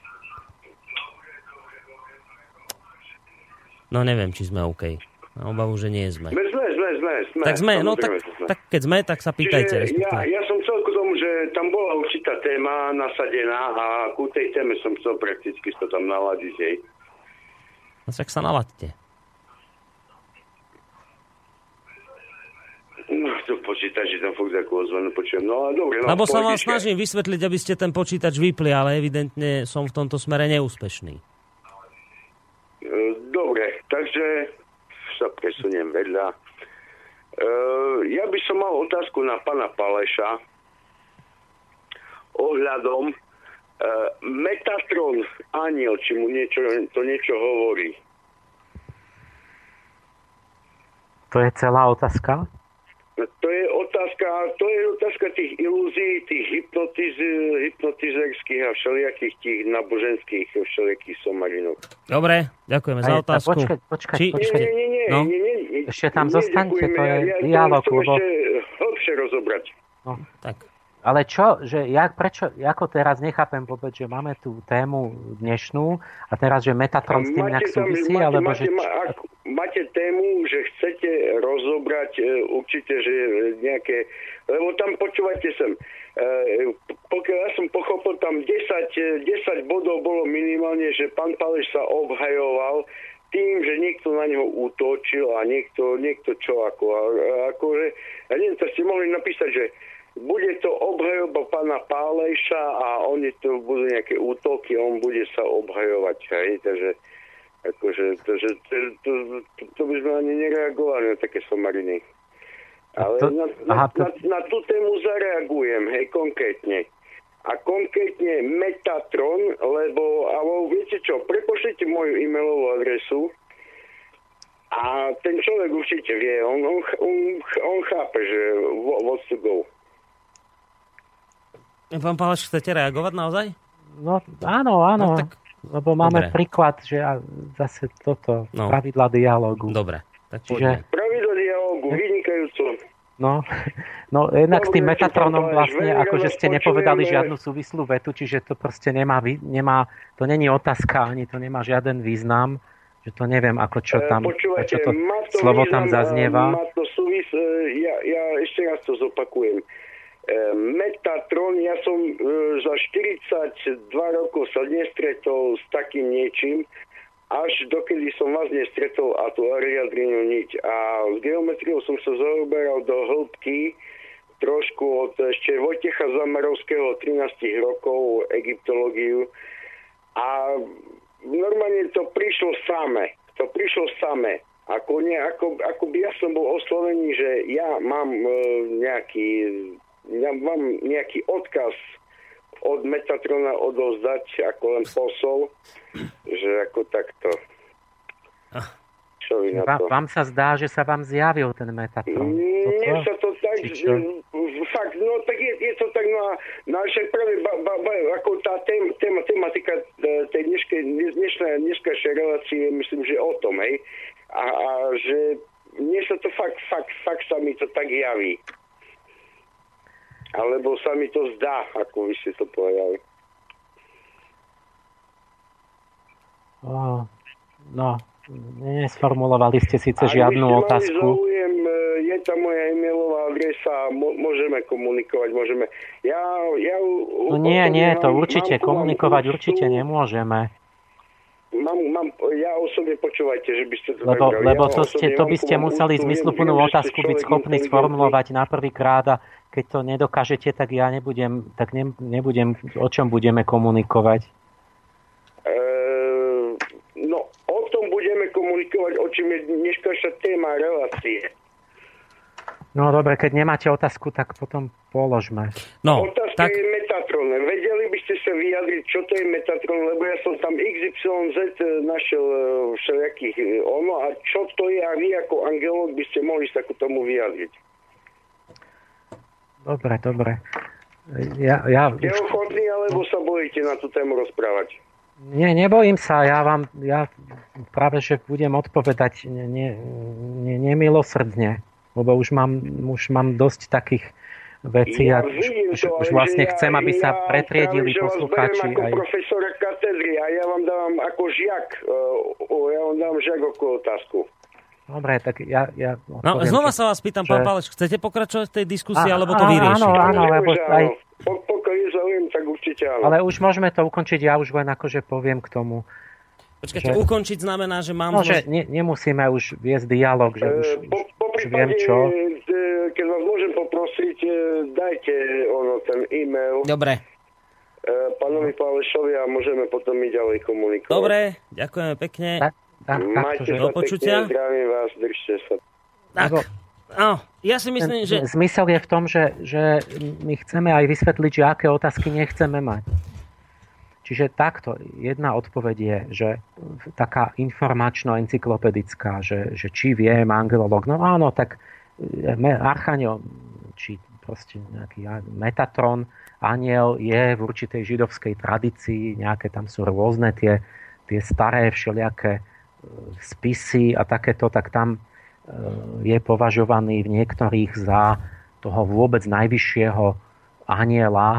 Speaker 2: No neviem, či sme OK. Mám obavu, že nie sme.
Speaker 4: Sme, sme, sme, sme. sme.
Speaker 2: Tak sme, no tak, tak keď sme, tak sa pýtajte.
Speaker 4: Ja, ja som chcel k tomu, že tam bola určitá téma nasadená a ku tej téme som chcel prakticky to tam naladiť. Hej.
Speaker 2: No tak sa naladte.
Speaker 4: No, to počítač, že tam fakt ako ozvenu počujem. No, ale dobre. No,
Speaker 2: Lebo sa vám snažím vysvetliť, aby ste ten počítač vypli, ale evidentne som v tomto smere neúspešný.
Speaker 4: Dobre, takže sa presuniem vedľa. Ja by som mal otázku na pána Páleša ohľadom Metatron Aniel, či mu niečo, to niečo hovorí.
Speaker 3: To je celá otázka?
Speaker 4: To je otázka, to je otázka tých ilúzií, tých hypnotiz, hypnotizerských a všelijakých tých náboženských všelijakých somarinov.
Speaker 2: Dobre, ďakujeme za otázku.
Speaker 3: Počkať, počkať,
Speaker 2: Či...
Speaker 3: počkať.
Speaker 4: Nie, nie, nie,
Speaker 2: no?
Speaker 4: nie, nie, nie.
Speaker 3: Ešte tam
Speaker 4: nie,
Speaker 3: zostaňte, to je
Speaker 4: ja,
Speaker 3: dialog.
Speaker 4: Ja to
Speaker 3: lebo...
Speaker 4: ešte hlbšie rozobrať.
Speaker 3: No.
Speaker 2: Tak.
Speaker 3: Ale čo, že jak, prečo, ako teraz nechápem vôbec, že máme tú tému dnešnú a teraz, že Metatron s tým nejak súvisí,
Speaker 4: máte,
Speaker 3: alebo
Speaker 4: máte,
Speaker 3: že...
Speaker 4: má, ak, máte tému, že chcete rozobrať e, určite, že nejaké... Lebo tam počúvajte sem. E, pokiaľ ja som pochopil, tam desať, desať bodov bolo minimálne, že pán Páleš sa obhajoval tým, že niekto na neho útočil a niekto, niekto čo ako... A, akože, ja neviem, to ste mohli napísať, že bude to obhajoba pána Páleša a oni to budú nejaké útoky, on bude sa obhajovať, hej, takže akože, to, že, to, to, to, to by sme ani nereagovali na také somariny. Ale
Speaker 3: to,
Speaker 4: na,
Speaker 3: aha, to...
Speaker 4: na, na tú tému zareagujem, hej, konkrétne. A konkrétne Metatron, lebo, alebo viete čo, prepošlite moju e-mailovú adresu a ten človek určite vie, on, on, on, on chápe, že what's to go.
Speaker 2: Pán Páleš, chcete reagovať naozaj?
Speaker 3: No áno, áno, no, tak... lebo máme dobre. Príklad, že zase toto, no. Pravidla dialógu.
Speaker 2: Dobre. Tak
Speaker 3: Čiže...
Speaker 4: Pravidla dialógu, vynikajúco.
Speaker 3: No, no jednak s tým
Speaker 4: Dobre,
Speaker 3: Metatronom
Speaker 4: či
Speaker 3: vlastne,
Speaker 4: veľmi
Speaker 3: akože
Speaker 4: rado
Speaker 3: ste nepovedali
Speaker 4: počujeme.
Speaker 3: žiadnu súvislú vetu, čiže to proste nemá, vý- nemá, to není otázka, ani to nemá žiaden význam, že to neviem, ako čo tam,
Speaker 4: Počúvajte,
Speaker 3: čo to
Speaker 4: má to
Speaker 3: slovo
Speaker 4: význam,
Speaker 3: tam zaznieva.
Speaker 4: Má to súvis, ja, ja ešte raz to zopakujem. Metatron, ja som za štyridsaťdva rokov sa nestretol s takým niečím, až dokedy som vás nestretol a tú ariadninu niť. A s geometriou som sa zaoberal do hĺbky trošku od ešte Vojtecha Zamarovského trinásť rokov egyptológiu a normálne to prišlo samé. To prišlo samé. Ako, ne, ako, ako by ja som bol oslovený, že ja mám e, nejaký ja mám nejaký odkaz od Metatrona odovzdať ako len posol, že ako takto. Čo vy na to?
Speaker 3: Vám sa zdá, že sa vám zjavil ten Metatron.
Speaker 4: Mne sa to tak, že, fakt, no tak je, je to tak, no a naše práve, ba, ba, ba, ako tá tém, téma, tematika tej dneškej, dnešnej, dneškejšej relácie, myslím, že o tom, hej, a, a že mne sa to fakt, fakt, fakt sa mi to tak javí. Alebo sa mi to zdá, ako vy ste to povedali.
Speaker 3: Oh, no, nesformulovali ste síce
Speaker 4: Ak
Speaker 3: žiadnu
Speaker 4: by ste
Speaker 3: otázku.
Speaker 4: mali záujem, je tam moja e-mailová adresa, môžeme komunikovať, môžeme. Ja, ja,
Speaker 3: No nie, nie, to
Speaker 4: mám,
Speaker 3: určite
Speaker 4: mám,
Speaker 3: komunikovať
Speaker 4: mám,
Speaker 3: určite nemôžeme.
Speaker 4: Mám, mám, ja osobne počúvajte, že by ste to
Speaker 3: Lebo,
Speaker 4: tak
Speaker 3: lebo
Speaker 4: ja
Speaker 3: to, ste, to by ste museli zmysluplnú otázku byť schopní sformulovať na prvý krát a keď to nedokážete, tak ja nebudem, tak ne, nebudem, o čom budeme komunikovať?
Speaker 4: E, no, o tom budeme komunikovať, o čom je dnešná téma relácie.
Speaker 3: No dobre, keď nemáte otázku, tak potom položme.
Speaker 2: No,
Speaker 4: Otázka
Speaker 2: tak...
Speaker 4: je Metatron. Vedeli by ste sa vyjadriť, čo to je Metatron, lebo ja som tam iks ypsilon zet našiel všelijakých ono a čo to je a vy ako angelóg by ste mohli sa ku tomu vyjadriť.
Speaker 3: Dobre, dobre. Ja, ja
Speaker 4: Ste ochotní, alebo sa bojíte na tú tému rozprávať?
Speaker 3: Nie, nebojím sa. Ja vám, ja práve, že budem odpovedať ne, ne, ne, nemilosrdne, lebo už mám, už mám dosť takých vecí
Speaker 4: Ja
Speaker 3: a
Speaker 4: vidím
Speaker 3: už,
Speaker 4: to,
Speaker 3: už
Speaker 4: ale
Speaker 3: vlastne
Speaker 4: že
Speaker 3: chcem, aby
Speaker 4: ja,
Speaker 3: sa
Speaker 4: ja
Speaker 3: pretriedili
Speaker 4: práve, že
Speaker 3: poslucháči.
Speaker 4: vás beriem ako
Speaker 3: Aj...
Speaker 4: profesora katedry a ja vám dávam ako žiak, uh, ja vám dávam žiak ako otázku.
Speaker 3: Dobre, tak ja... ja
Speaker 2: No,
Speaker 3: odpoviem,
Speaker 2: znova
Speaker 3: že-
Speaker 2: sa vás pýtam,
Speaker 3: že-
Speaker 2: pán Páleš, chcete pokračovať v tej diskusii,
Speaker 3: A-
Speaker 2: alebo to
Speaker 3: a-
Speaker 2: vyriešiť?
Speaker 3: áno, áno, lebo aj...
Speaker 4: Pokiaľ je záujem, tak určite áno.
Speaker 3: Ale už môžeme to ukončiť, ja už len akože poviem k tomu.
Speaker 2: Počkajte,
Speaker 3: že-
Speaker 2: ukončiť znamená, že mám...
Speaker 3: No,
Speaker 2: zlo-
Speaker 3: že ne, nemusíme už viesť dialog, že už,
Speaker 4: E, po, po
Speaker 3: už viem
Speaker 4: prípade,
Speaker 3: čo.
Speaker 4: e, keď vás môžem poprosiť, e, dajte ono, ten e-mail
Speaker 2: Dobre,
Speaker 4: e, pánovi Pálešovi a môžeme potom my ďalej komunikovať.
Speaker 2: dobre, ďakujeme pekne.
Speaker 3: Tak, tak,
Speaker 4: Majte
Speaker 3: takto, že...
Speaker 4: sa
Speaker 2: Do počutia.
Speaker 4: pekne, zdravím vás, držte sa.
Speaker 2: Tak,
Speaker 3: Lebo-
Speaker 2: áno, ja si myslím, že...
Speaker 3: Zmysel je v tom, že, že my chceme aj vysvetliť, že aké otázky nechceme mať. Čiže takto, jedna odpoveď je, že taká informačno-encyklopedická, že, že či vie angelológ, no áno, tak Archaniel, či proste nejaký Metatron, aniel je v určitej židovskej tradícii, nejaké tam sú rôzne tie, tie staré všelijaké spisy a takéto, tak tam je považovaný v niektorých za toho vôbec najvyššieho aniela,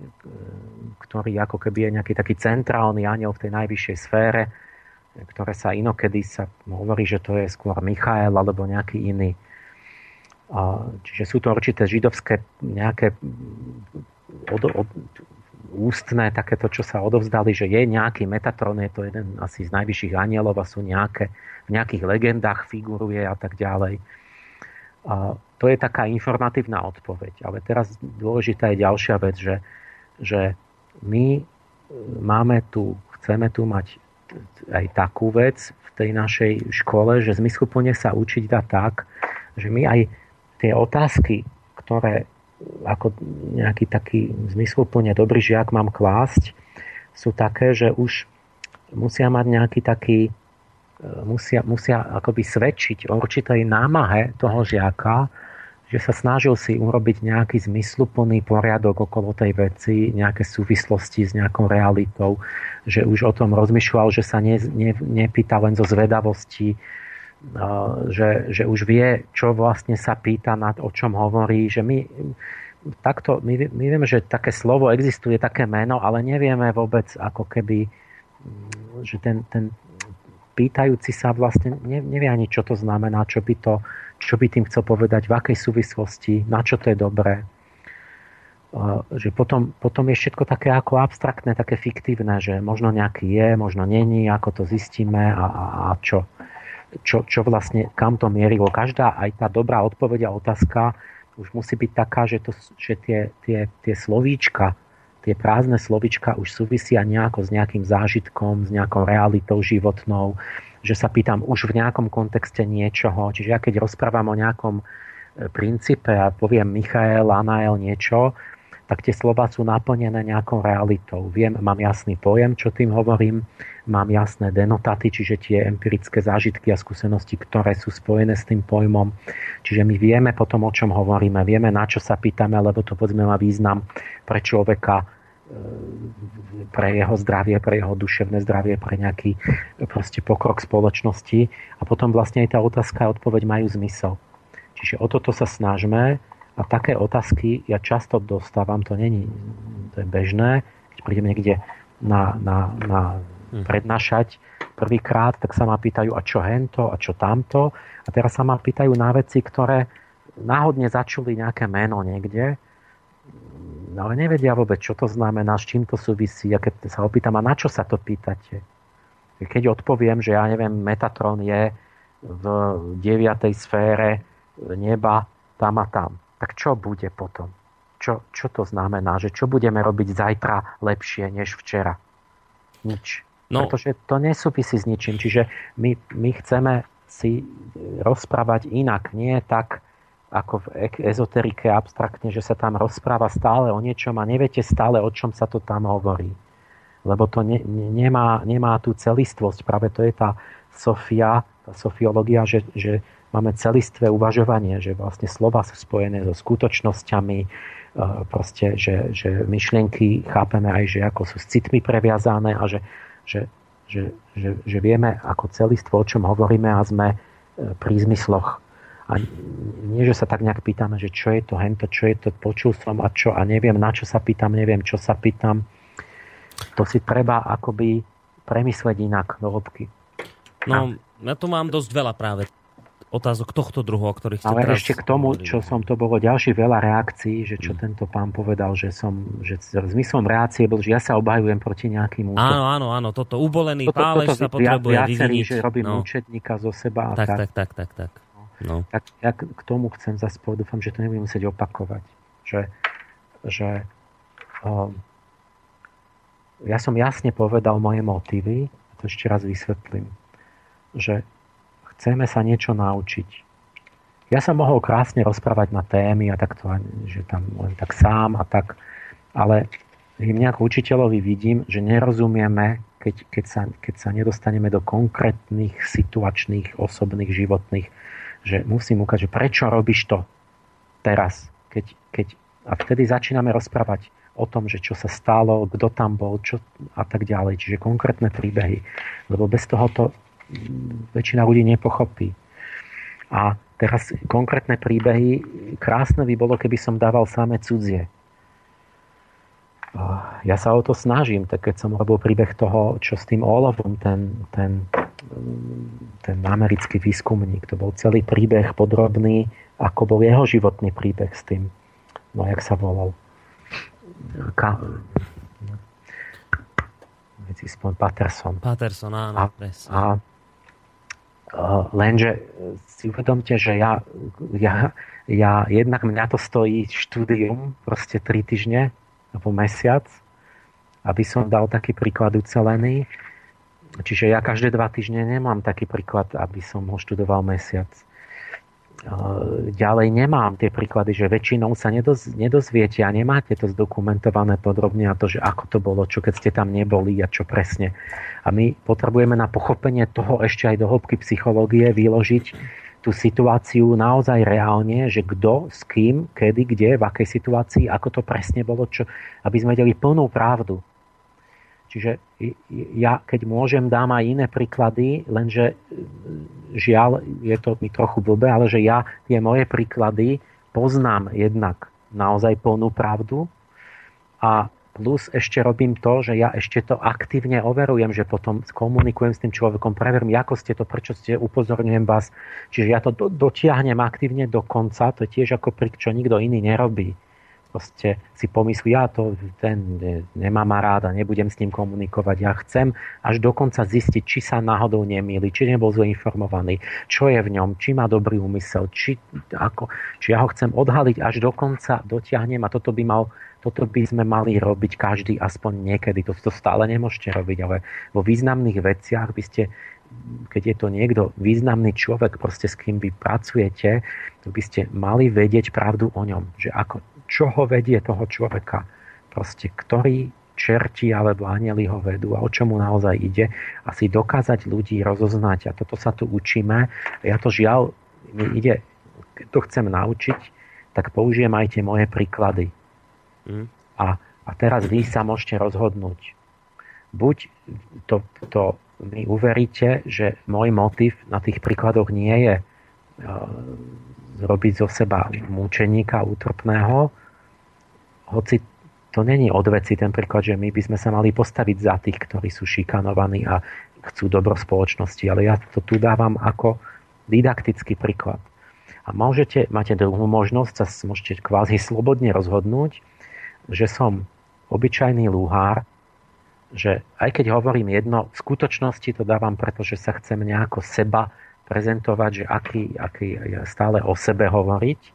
Speaker 3: ktorý ako keby je nejaký taký centrálny aniel v tej najvyššej sfére, ktoré sa inokedy sa hovorí, že to je skôr Michael alebo nejaký iný. Čiže sú to určité židovské nejaké od, od, ústne takéto, čo sa odovzdali, že je nejaký Metatron, je to jeden asi z najvyšších anielov a sú nejaké, v nejakých legendách figuruje a tak ďalej. A to je taká informatívna odpoveď. Ale teraz dôležitá je ďalšia vec, že, že my máme tu, chceme tu mať aj takú vec v tej našej škole, že zmysluplne sa učiť dá tak, že my aj tie otázky, ktoré ako nejaký taký zmysluplne dobrý žiak mám klásť, sú také, že už musia mať nejaký taký, musia, musia akoby svedčiť o určitej námahe toho žiaka, že sa snažil si urobiť nejaký zmysluplný poriadok okolo tej veci, nejaké súvislosti s nejakou realitou, že už o tom rozmýšľal, že sa ne, ne, nepýta len zo zvedavosti, že, že už vie, čo vlastne sa pýta, nad, o čom hovorí, že my takto, my, my vieme, že také slovo existuje, také meno, ale nevieme vôbec ako keby, že ten, ten pýtajúci sa vlastne nevie ani, čo to znamená, čo by, to, čo by tým chcel povedať, v akej súvislosti, na čo to je dobré. Že potom, potom je všetko také ako abstraktné, také fiktívne, že možno nejaký je, možno není, ako to zistíme a, a, a čo, čo, čo vlastne, kam to mierilo. Každá, aj tá dobrá odpoveď a otázka už musí byť taká, že, to, že tie, tie, tie slovíčka, tie prázdne slovíčka už súvisia nejako s nejakým zážitkom, s nejakou realitou životnou, že sa pýtam už v nejakom kontexte niečoho. Čiže ja keď rozprávam o nejakom princípe a poviem Michael, Anael niečo, tak tie slova sú naplnené nejakou realitou. Viem, mám jasný pojem, čo tým hovorím, mám jasné denotaty, čiže tie empirické zážitky a skúsenosti, ktoré sú spojené s tým pojmom. Čiže my vieme potom, o čom hovoríme, vieme, na čo sa pýtame, lebo to povedzme má význam pre človeka, pre jeho zdravie, pre jeho duševné zdravie, pre nejaký proste pokrok spoločnosti. A potom vlastne aj tá otázka a odpoveď majú zmysel. Čiže o toto sa snažme. A také otázky ja často dostávam, to není, to je bežné, keď prídem niekde na, na, na prednášať prvýkrát, tak sa ma pýtajú, a čo hento, a čo tamto. A teraz sa ma pýtajú na veci, ktoré náhodne začuli nejaké meno niekde, ale nevedia vôbec, čo to znamená, s čím to súvisí. A keď sa opýtam, a na čo sa to pýtate? Keď odpoviem, že ja neviem, Metatron je v deviatej sfére neba tam a tam. Tak čo bude potom? Čo, čo to znamená? Že čo budeme robiť zajtra lepšie než včera? Nič. No. Pretože to nesúvisí s ničím. Čiže my, my chceme si rozprávať inak. Nie tak, ako v ezoterike abstraktne, že sa tam rozpráva stále o niečom a neviete stále, o čom sa to tam hovorí. Lebo to ne, nemá, nemá tú celistvosť. Práve to je tá Sofia, tá sofiológia, že, že máme celistvé uvažovanie, že vlastne slova sú spojené so skutočnosťami, proste, že, že myšlienky chápeme aj, že ako sú s citmi previazané a že, že, že, že, že vieme ako celistvo, o čom hovoríme a sme pri zmysloch. A nie, že sa tak nejak pýtame, že čo je to hento, čo je to, počul som a čo a neviem, na čo sa pýtam, neviem, čo sa pýtam. To si treba akoby premysleť inak do hĺbky.
Speaker 2: No, ja tu mám dosť veľa práve otázok tohto druhu, o ktorých chcem.
Speaker 3: Ale ešte k tomu, čo som, to bolo ďalší veľa reakcií, že čo mm. tento pán povedal, že som, že zmyslom reakcie bol, že ja sa obhajujem proti nejakým útokom.
Speaker 2: Áno, áno, áno, toto ubolený toto, pálež toto, sa potrebuje vyviniť. Že robím
Speaker 3: no. účetníka zo seba a
Speaker 2: tak.
Speaker 3: Tak,
Speaker 2: tak, tak, tak, tak. No.
Speaker 3: Tak ja k tomu chcem zase povedať, dúfam, že to nebudem musieť opakovať. Že, že um, ja som jasne povedal moje motívy, a to ešte raz vysvetlím, že chceme sa niečo naučiť. Ja som mohol krásne rozprávať na témy a takto, že tam len tak sám a tak, ale mňa ako učiteľovi vidím, že nerozumieme, keď, keď, sa, keď sa nedostaneme do konkrétnych situačných, osobných, životných, že musím ukázať, že prečo robíš to teraz, keď, keď, a vtedy začíname rozprávať o tom, že čo sa stalo, kto tam bol, čo a tak ďalej, čiže konkrétne príbehy, lebo bez toho to väčšina ľudí nepochopí. A teraz konkrétne príbehy, krásne by bolo, keby som dával samé cudzie. Ja sa o to snažím, tak keď som robil príbeh toho, čo s tým olovom, ten, ten, ten americký výskumník, to bol celý príbeh podrobný, ako bol jeho životný príbeh s tým, no jak sa volal. Ka- Patterson.
Speaker 2: Patterson, áno.
Speaker 3: A, a lenže si uvedomte, že ja, ja, ja jednak mňa to stojí štúdium, proste tri týždne alebo mesiac, aby som dal taký príklad ucelený. Čiže ja každé dva týždne nemám taký príklad, aby som ho študoval mesiac. Ďalej nemám tie príklady, že väčšinou sa nedoz, nedozviete a nemáte to zdokumentované podrobne a to, že ako to bolo, čo keď ste tam neboli a čo presne. A my potrebujeme na pochopenie toho ešte aj do hĺbky psychológie vyložiť tú situáciu naozaj reálne, že kto, s kým, kedy, kde, v akej situácii, ako to presne bolo, čo, aby sme vedeli plnú pravdu. Čiže ja, keď môžem, dám aj iné príklady, lenže žiaľ, je to mi trochu blbé, ale že ja tie moje príklady poznám jednak naozaj plnú pravdu a plus ešte robím to, že ja ešte to aktívne overujem, že potom komunikujem s tým človekom, preverím, ako ste to, prečo ste, upozorňujem vás. Čiže ja to do, dotiahnem aktívne do konca, to je tiež ako prík, čo nikto iný nerobí. Proste si pomyslí, ja to ten nemá ma ráda, nebudem s ním komunikovať. Ja chcem až dokonca zistiť, či sa náhodou nemýli, či nebol zle informovaný, čo je v ňom, či má dobrý úmysel, či, ako, či ja ho chcem odhaliť až do konca, dotiahnem a toto by, mal, toto by sme mali robiť každý aspoň niekedy. To, to stále nemôžete robiť, ale vo významných veciach by ste, keď je to niekto významný človek, proste s kým vy pracujete, by ste mali vedieť pravdu o ňom, že ako čo ho vedie toho človeka, proste ktorý čerti alebo anjeli ho vedú a o čomu naozaj ide a si dokázať ľudí rozoznať. A toto sa tu učíme. Ja to žiaľ, mi ide, keď to chcem naučiť, tak použijem aj tie moje príklady. Mm. A, a teraz vy sa môžete rozhodnúť. Buď to, to mi uveríte, že môj motiv na tých príkladoch nie je uh, zrobiť zo seba mučeníka útrpného, hoci to není od veci ten príklad, že my by sme sa mali postaviť za tých, ktorí sú šikanovaní a chcú dobro spoločnosti. Ale ja to tu dávam ako didaktický príklad. A môžete, máte druhú možnosť, sa môžete kvázi slobodne rozhodnúť, že som obyčajný lúhár, že aj keď hovorím jedno, v skutočnosti to dávam, pretože sa chcem nejako seba prezentovať, že aký, aký stále o sebe hovoriť.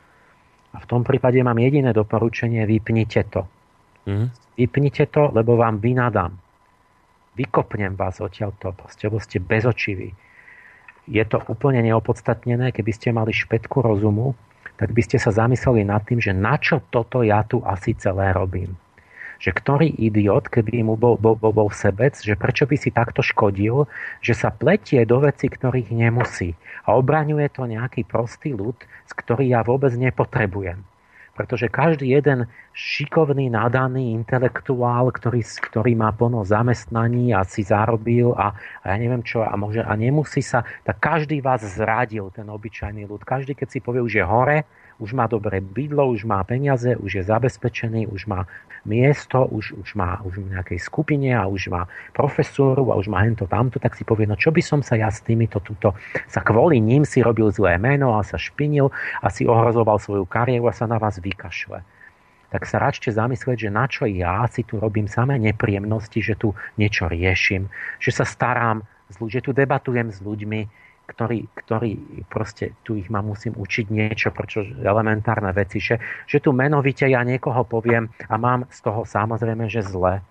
Speaker 3: A v tom prípade mám jediné doporučenie, vypnite to. Mm. Vypnite to, lebo vám vynadám. Vykopnem vás odtiaľto, proste, lebo ste bezočiví. Je to úplne neopodstatnené, keby ste mali špätku rozumu, tak by ste sa zamysleli nad tým, že na čo toto ja tu asi celé robím. Že ktorý idiot, keby mu bol, bol, bol, bol sebec, že prečo by si takto škodil, že sa pletie do vecí, ktorých nemusí. A obraňuje to nejaký prostý ľud, z ktorý ja vôbec nepotrebujem. Pretože každý jeden šikovný, nadaný intelektuál, ktorý, ktorý má plno zamestnaní a si zarobil a, a ja neviem čo, a, môže, a nemusí sa, tak každý vás zradil, ten obyčajný ľud. Každý, keď si povie, už je hore, už má dobré bydlo, už má peniaze, už je zabezpečený, už má miesto, už, už má už v nejakej skupine a už má profesoru a už má hento tamto, tak si povie, no čo by som sa ja s týmito tuto, sa kvôli ním si robil zlé meno a sa špinil a si ohrozoval svoju kariéru a sa na vás vykašle. Tak sa radšite zamyslieť, že na čo ja si tu robím samé nepríjemnosti, že tu niečo riešim, že sa starám, že tu debatujem s ľuďmi, Ktorí, ktorí proste tu ich ma musím učiť niečo, prečo elementárne veci, že, že tu menovite ja niekoho poviem a mám z toho samozrejme, že zle.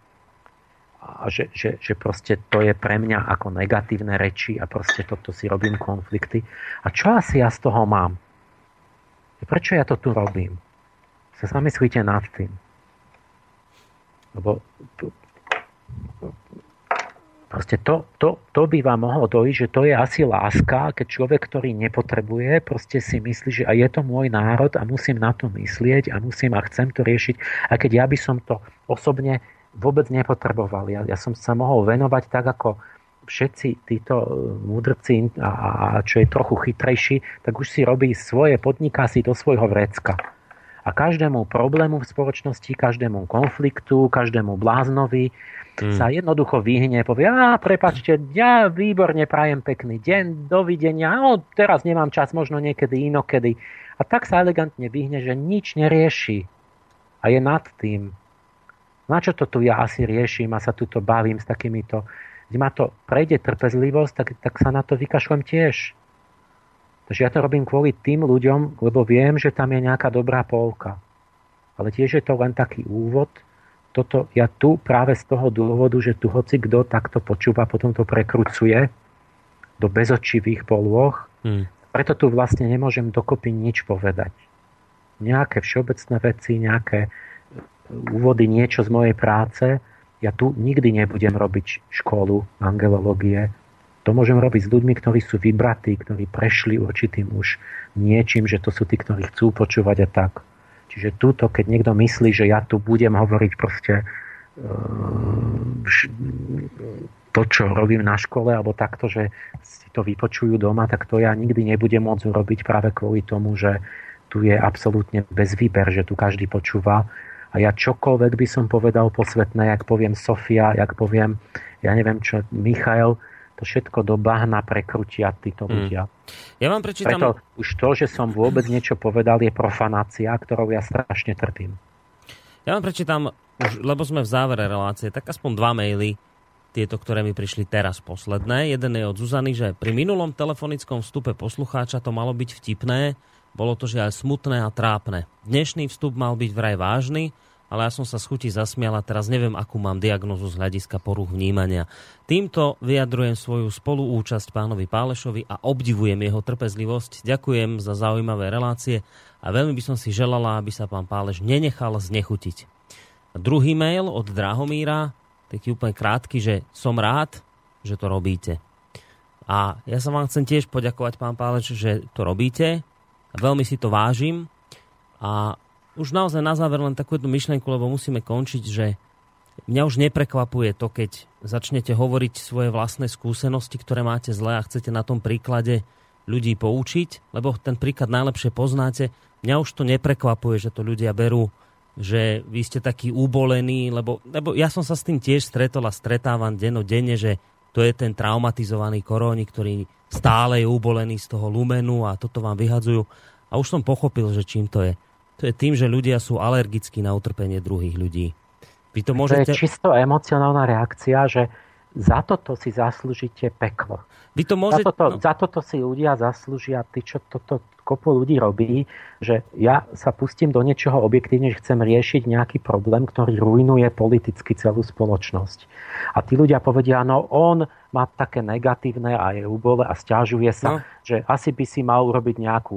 Speaker 3: A že, že, že proste to je pre mňa ako negatívne reči a proste toto si robím konflikty. A čo asi ja z toho mám? Prečo ja to tu robím? Sa zamyslíte nad tým. Lebo proste to, to, to by vám mohlo dojsť, že to je asi láska, keď človek, ktorý nepotrebuje, proste si myslí, že a je to môj národ a musím na to myslieť a musím a chcem to riešiť. A keď ja by som to osobne vôbec nepotreboval. Ja, ja som sa mohol venovať tak, ako všetci títo múdrci a, a čo je trochu chytrejší, tak už si robí svoje, podniká si do svojho vrecka. A každému problému v spoločnosti, každému konfliktu, každému bláznovi Hmm. sa jednoducho vyhne, povie, a prepáčte, ja výborne prajem pekný deň, dovidenia, no teraz nemám čas, možno niekedy inokedy. A tak sa elegantne vyhne, že nič nerieši. A je nad tým. Na čo to tu ja asi riešim a sa tu to bavím s takýmito, kde ma to prejde trpezlivosť, tak, tak sa na to vykašlem tiež. Takže ja to robím kvôli tým ľuďom, lebo viem, že tam je nejaká dobrá polka. Ale tiež je to len taký úvod. Toto ja tu práve z toho dôvodu, že tu hoci kto takto počúva, potom to prekrucuje do bezočivých polôch. Hmm. Preto tu vlastne nemôžem dokopy nič povedať. Nejaké všeobecné veci, nejaké úvody, niečo z mojej práce. Ja tu nikdy nebudem robiť školu angelológie. To môžem robiť s ľuďmi, ktorí sú vybratí, ktorí prešli určitým už niečím, že to sú tí, ktorí chcú počúvať a tak. Čiže túto, keď niekto myslí, že ja tu budem hovoriť proste to, čo robím na škole, alebo takto, že si to vypočujú doma, tak to ja nikdy nebudem môcť urobiť práve kvôli tomu, že tu je absolútne bez výber, že tu každý počúva. A ja čokoľvek by som povedal posvetné, jak poviem Sofia, jak poviem, ja neviem čo, Michael, to všetko do bahna prekrutia títo ľudia.
Speaker 2: Hmm. Ja vám prečítam...
Speaker 3: Preto už to, že som vôbec niečo povedal, je profanácia, ktorou ja strašne trpím.
Speaker 2: Ja vám prečítam, už, lebo sme v závere relácie, tak aspoň dva maily, tieto, ktoré mi prišli teraz posledné. Jeden je od Zuzany, že pri minulom telefonickom vstupe poslucháča to malo byť vtipné, bolo to žiaľ smutné a trápne. Dnešný vstup mal byť vraj vážny, ale ja som sa z chuti zasmiala, teraz neviem, akú mám diagnózu z hľadiska poruch vnímania. Týmto vyjadrujem svoju spoluúčasť pánovi Pálešovi a obdivujem jeho trpezlivosť. Ďakujem za zaujímavé relácie a veľmi by som si želala, aby sa pán Páleš nenechal znechutiť. A druhý mail od Drahomíra, taký úplne krátky, že som rád, že to robíte. A ja sa vám chcem tiež poďakovať, pán Páleš, že to robíte. A veľmi si to vážim. A už naozaj na záver len takú jednu myšlienku, lebo musíme končiť, že mňa už neprekvapuje to, keď začnete hovoriť svoje vlastné skúsenosti, ktoré máte zlé a chcete na tom príklade ľudí poučiť, lebo ten príklad najlepšie poznáte. Mňa už to neprekvapuje, že to ľudia berú, že vy ste takí ubolení, lebo, lebo ja som sa s tým tiež stretol a stretávam dennodenne, že to je ten traumatizovaný korónik, ktorý stále je ubolený z toho lumenu a toto vám vyhadzujú. A už som pochopil, že čím to je. To je tým, že ľudia sú alergickí na utrpenie druhých ľudí. Vy to môžete...
Speaker 3: To je čisto emocionálna reakcia, že za toto si zaslúžite peklo.
Speaker 2: Vy to môžete...
Speaker 3: za, toto,
Speaker 2: no.
Speaker 3: za toto si ľudia zaslúžia, tí, čo toto kopu ľudí robí, že ja sa pustím do niečoho objektívne, že chcem riešiť nejaký problém, ktorý ruinuje politicky celú spoločnosť. A tí ľudia povedia, no on má také negatívne a je ubole a sťažuje sa, no. že asi by si mal urobiť nejakú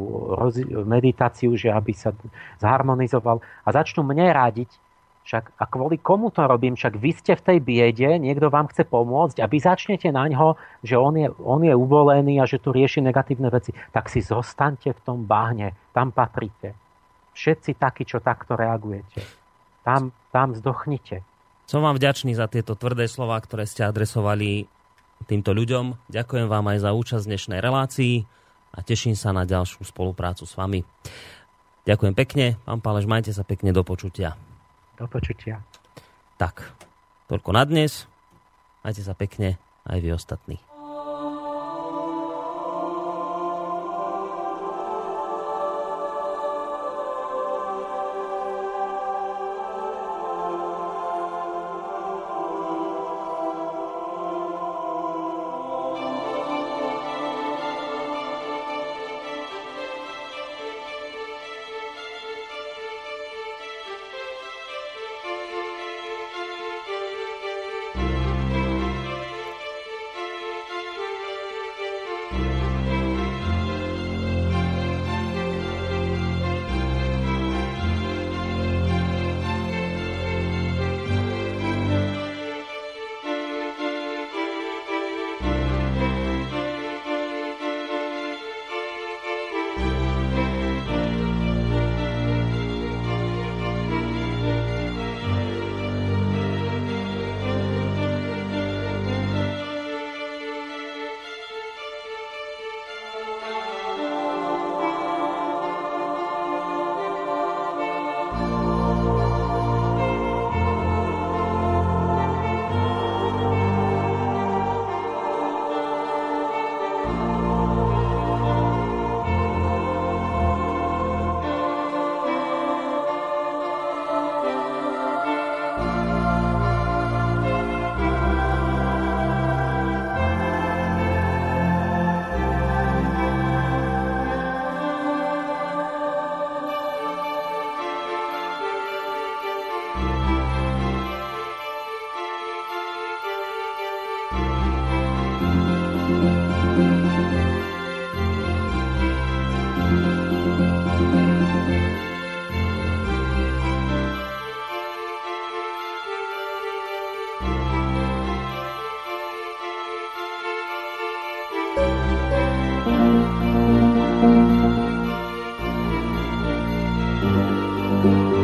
Speaker 3: meditáciu, že aby sa zharmonizoval a začnú mne radiť, však a kvôli komu to robím, však vy ste v tej biede, niekto vám chce pomôcť a vy začnete na ňo, že on je, on je uvolený a že tu rieši negatívne veci, tak si zostaňte v tom bahne, tam patríte. Všetci takí, čo takto reagujete. Tam, tam zdochnite.
Speaker 2: Som vám vďačný za tieto tvrdé slová, ktoré ste adresovali týmto ľuďom. Ďakujem vám aj za účasť v dnešnej relácii a teším sa na ďalšiu spoluprácu s vami. Ďakujem pekne. Pán Páleš, majte sa pekne, do počutia.
Speaker 3: Do počutia.
Speaker 2: Tak, toľko na dnes. Majte sa pekne aj vy ostatní.
Speaker 5: Thank you.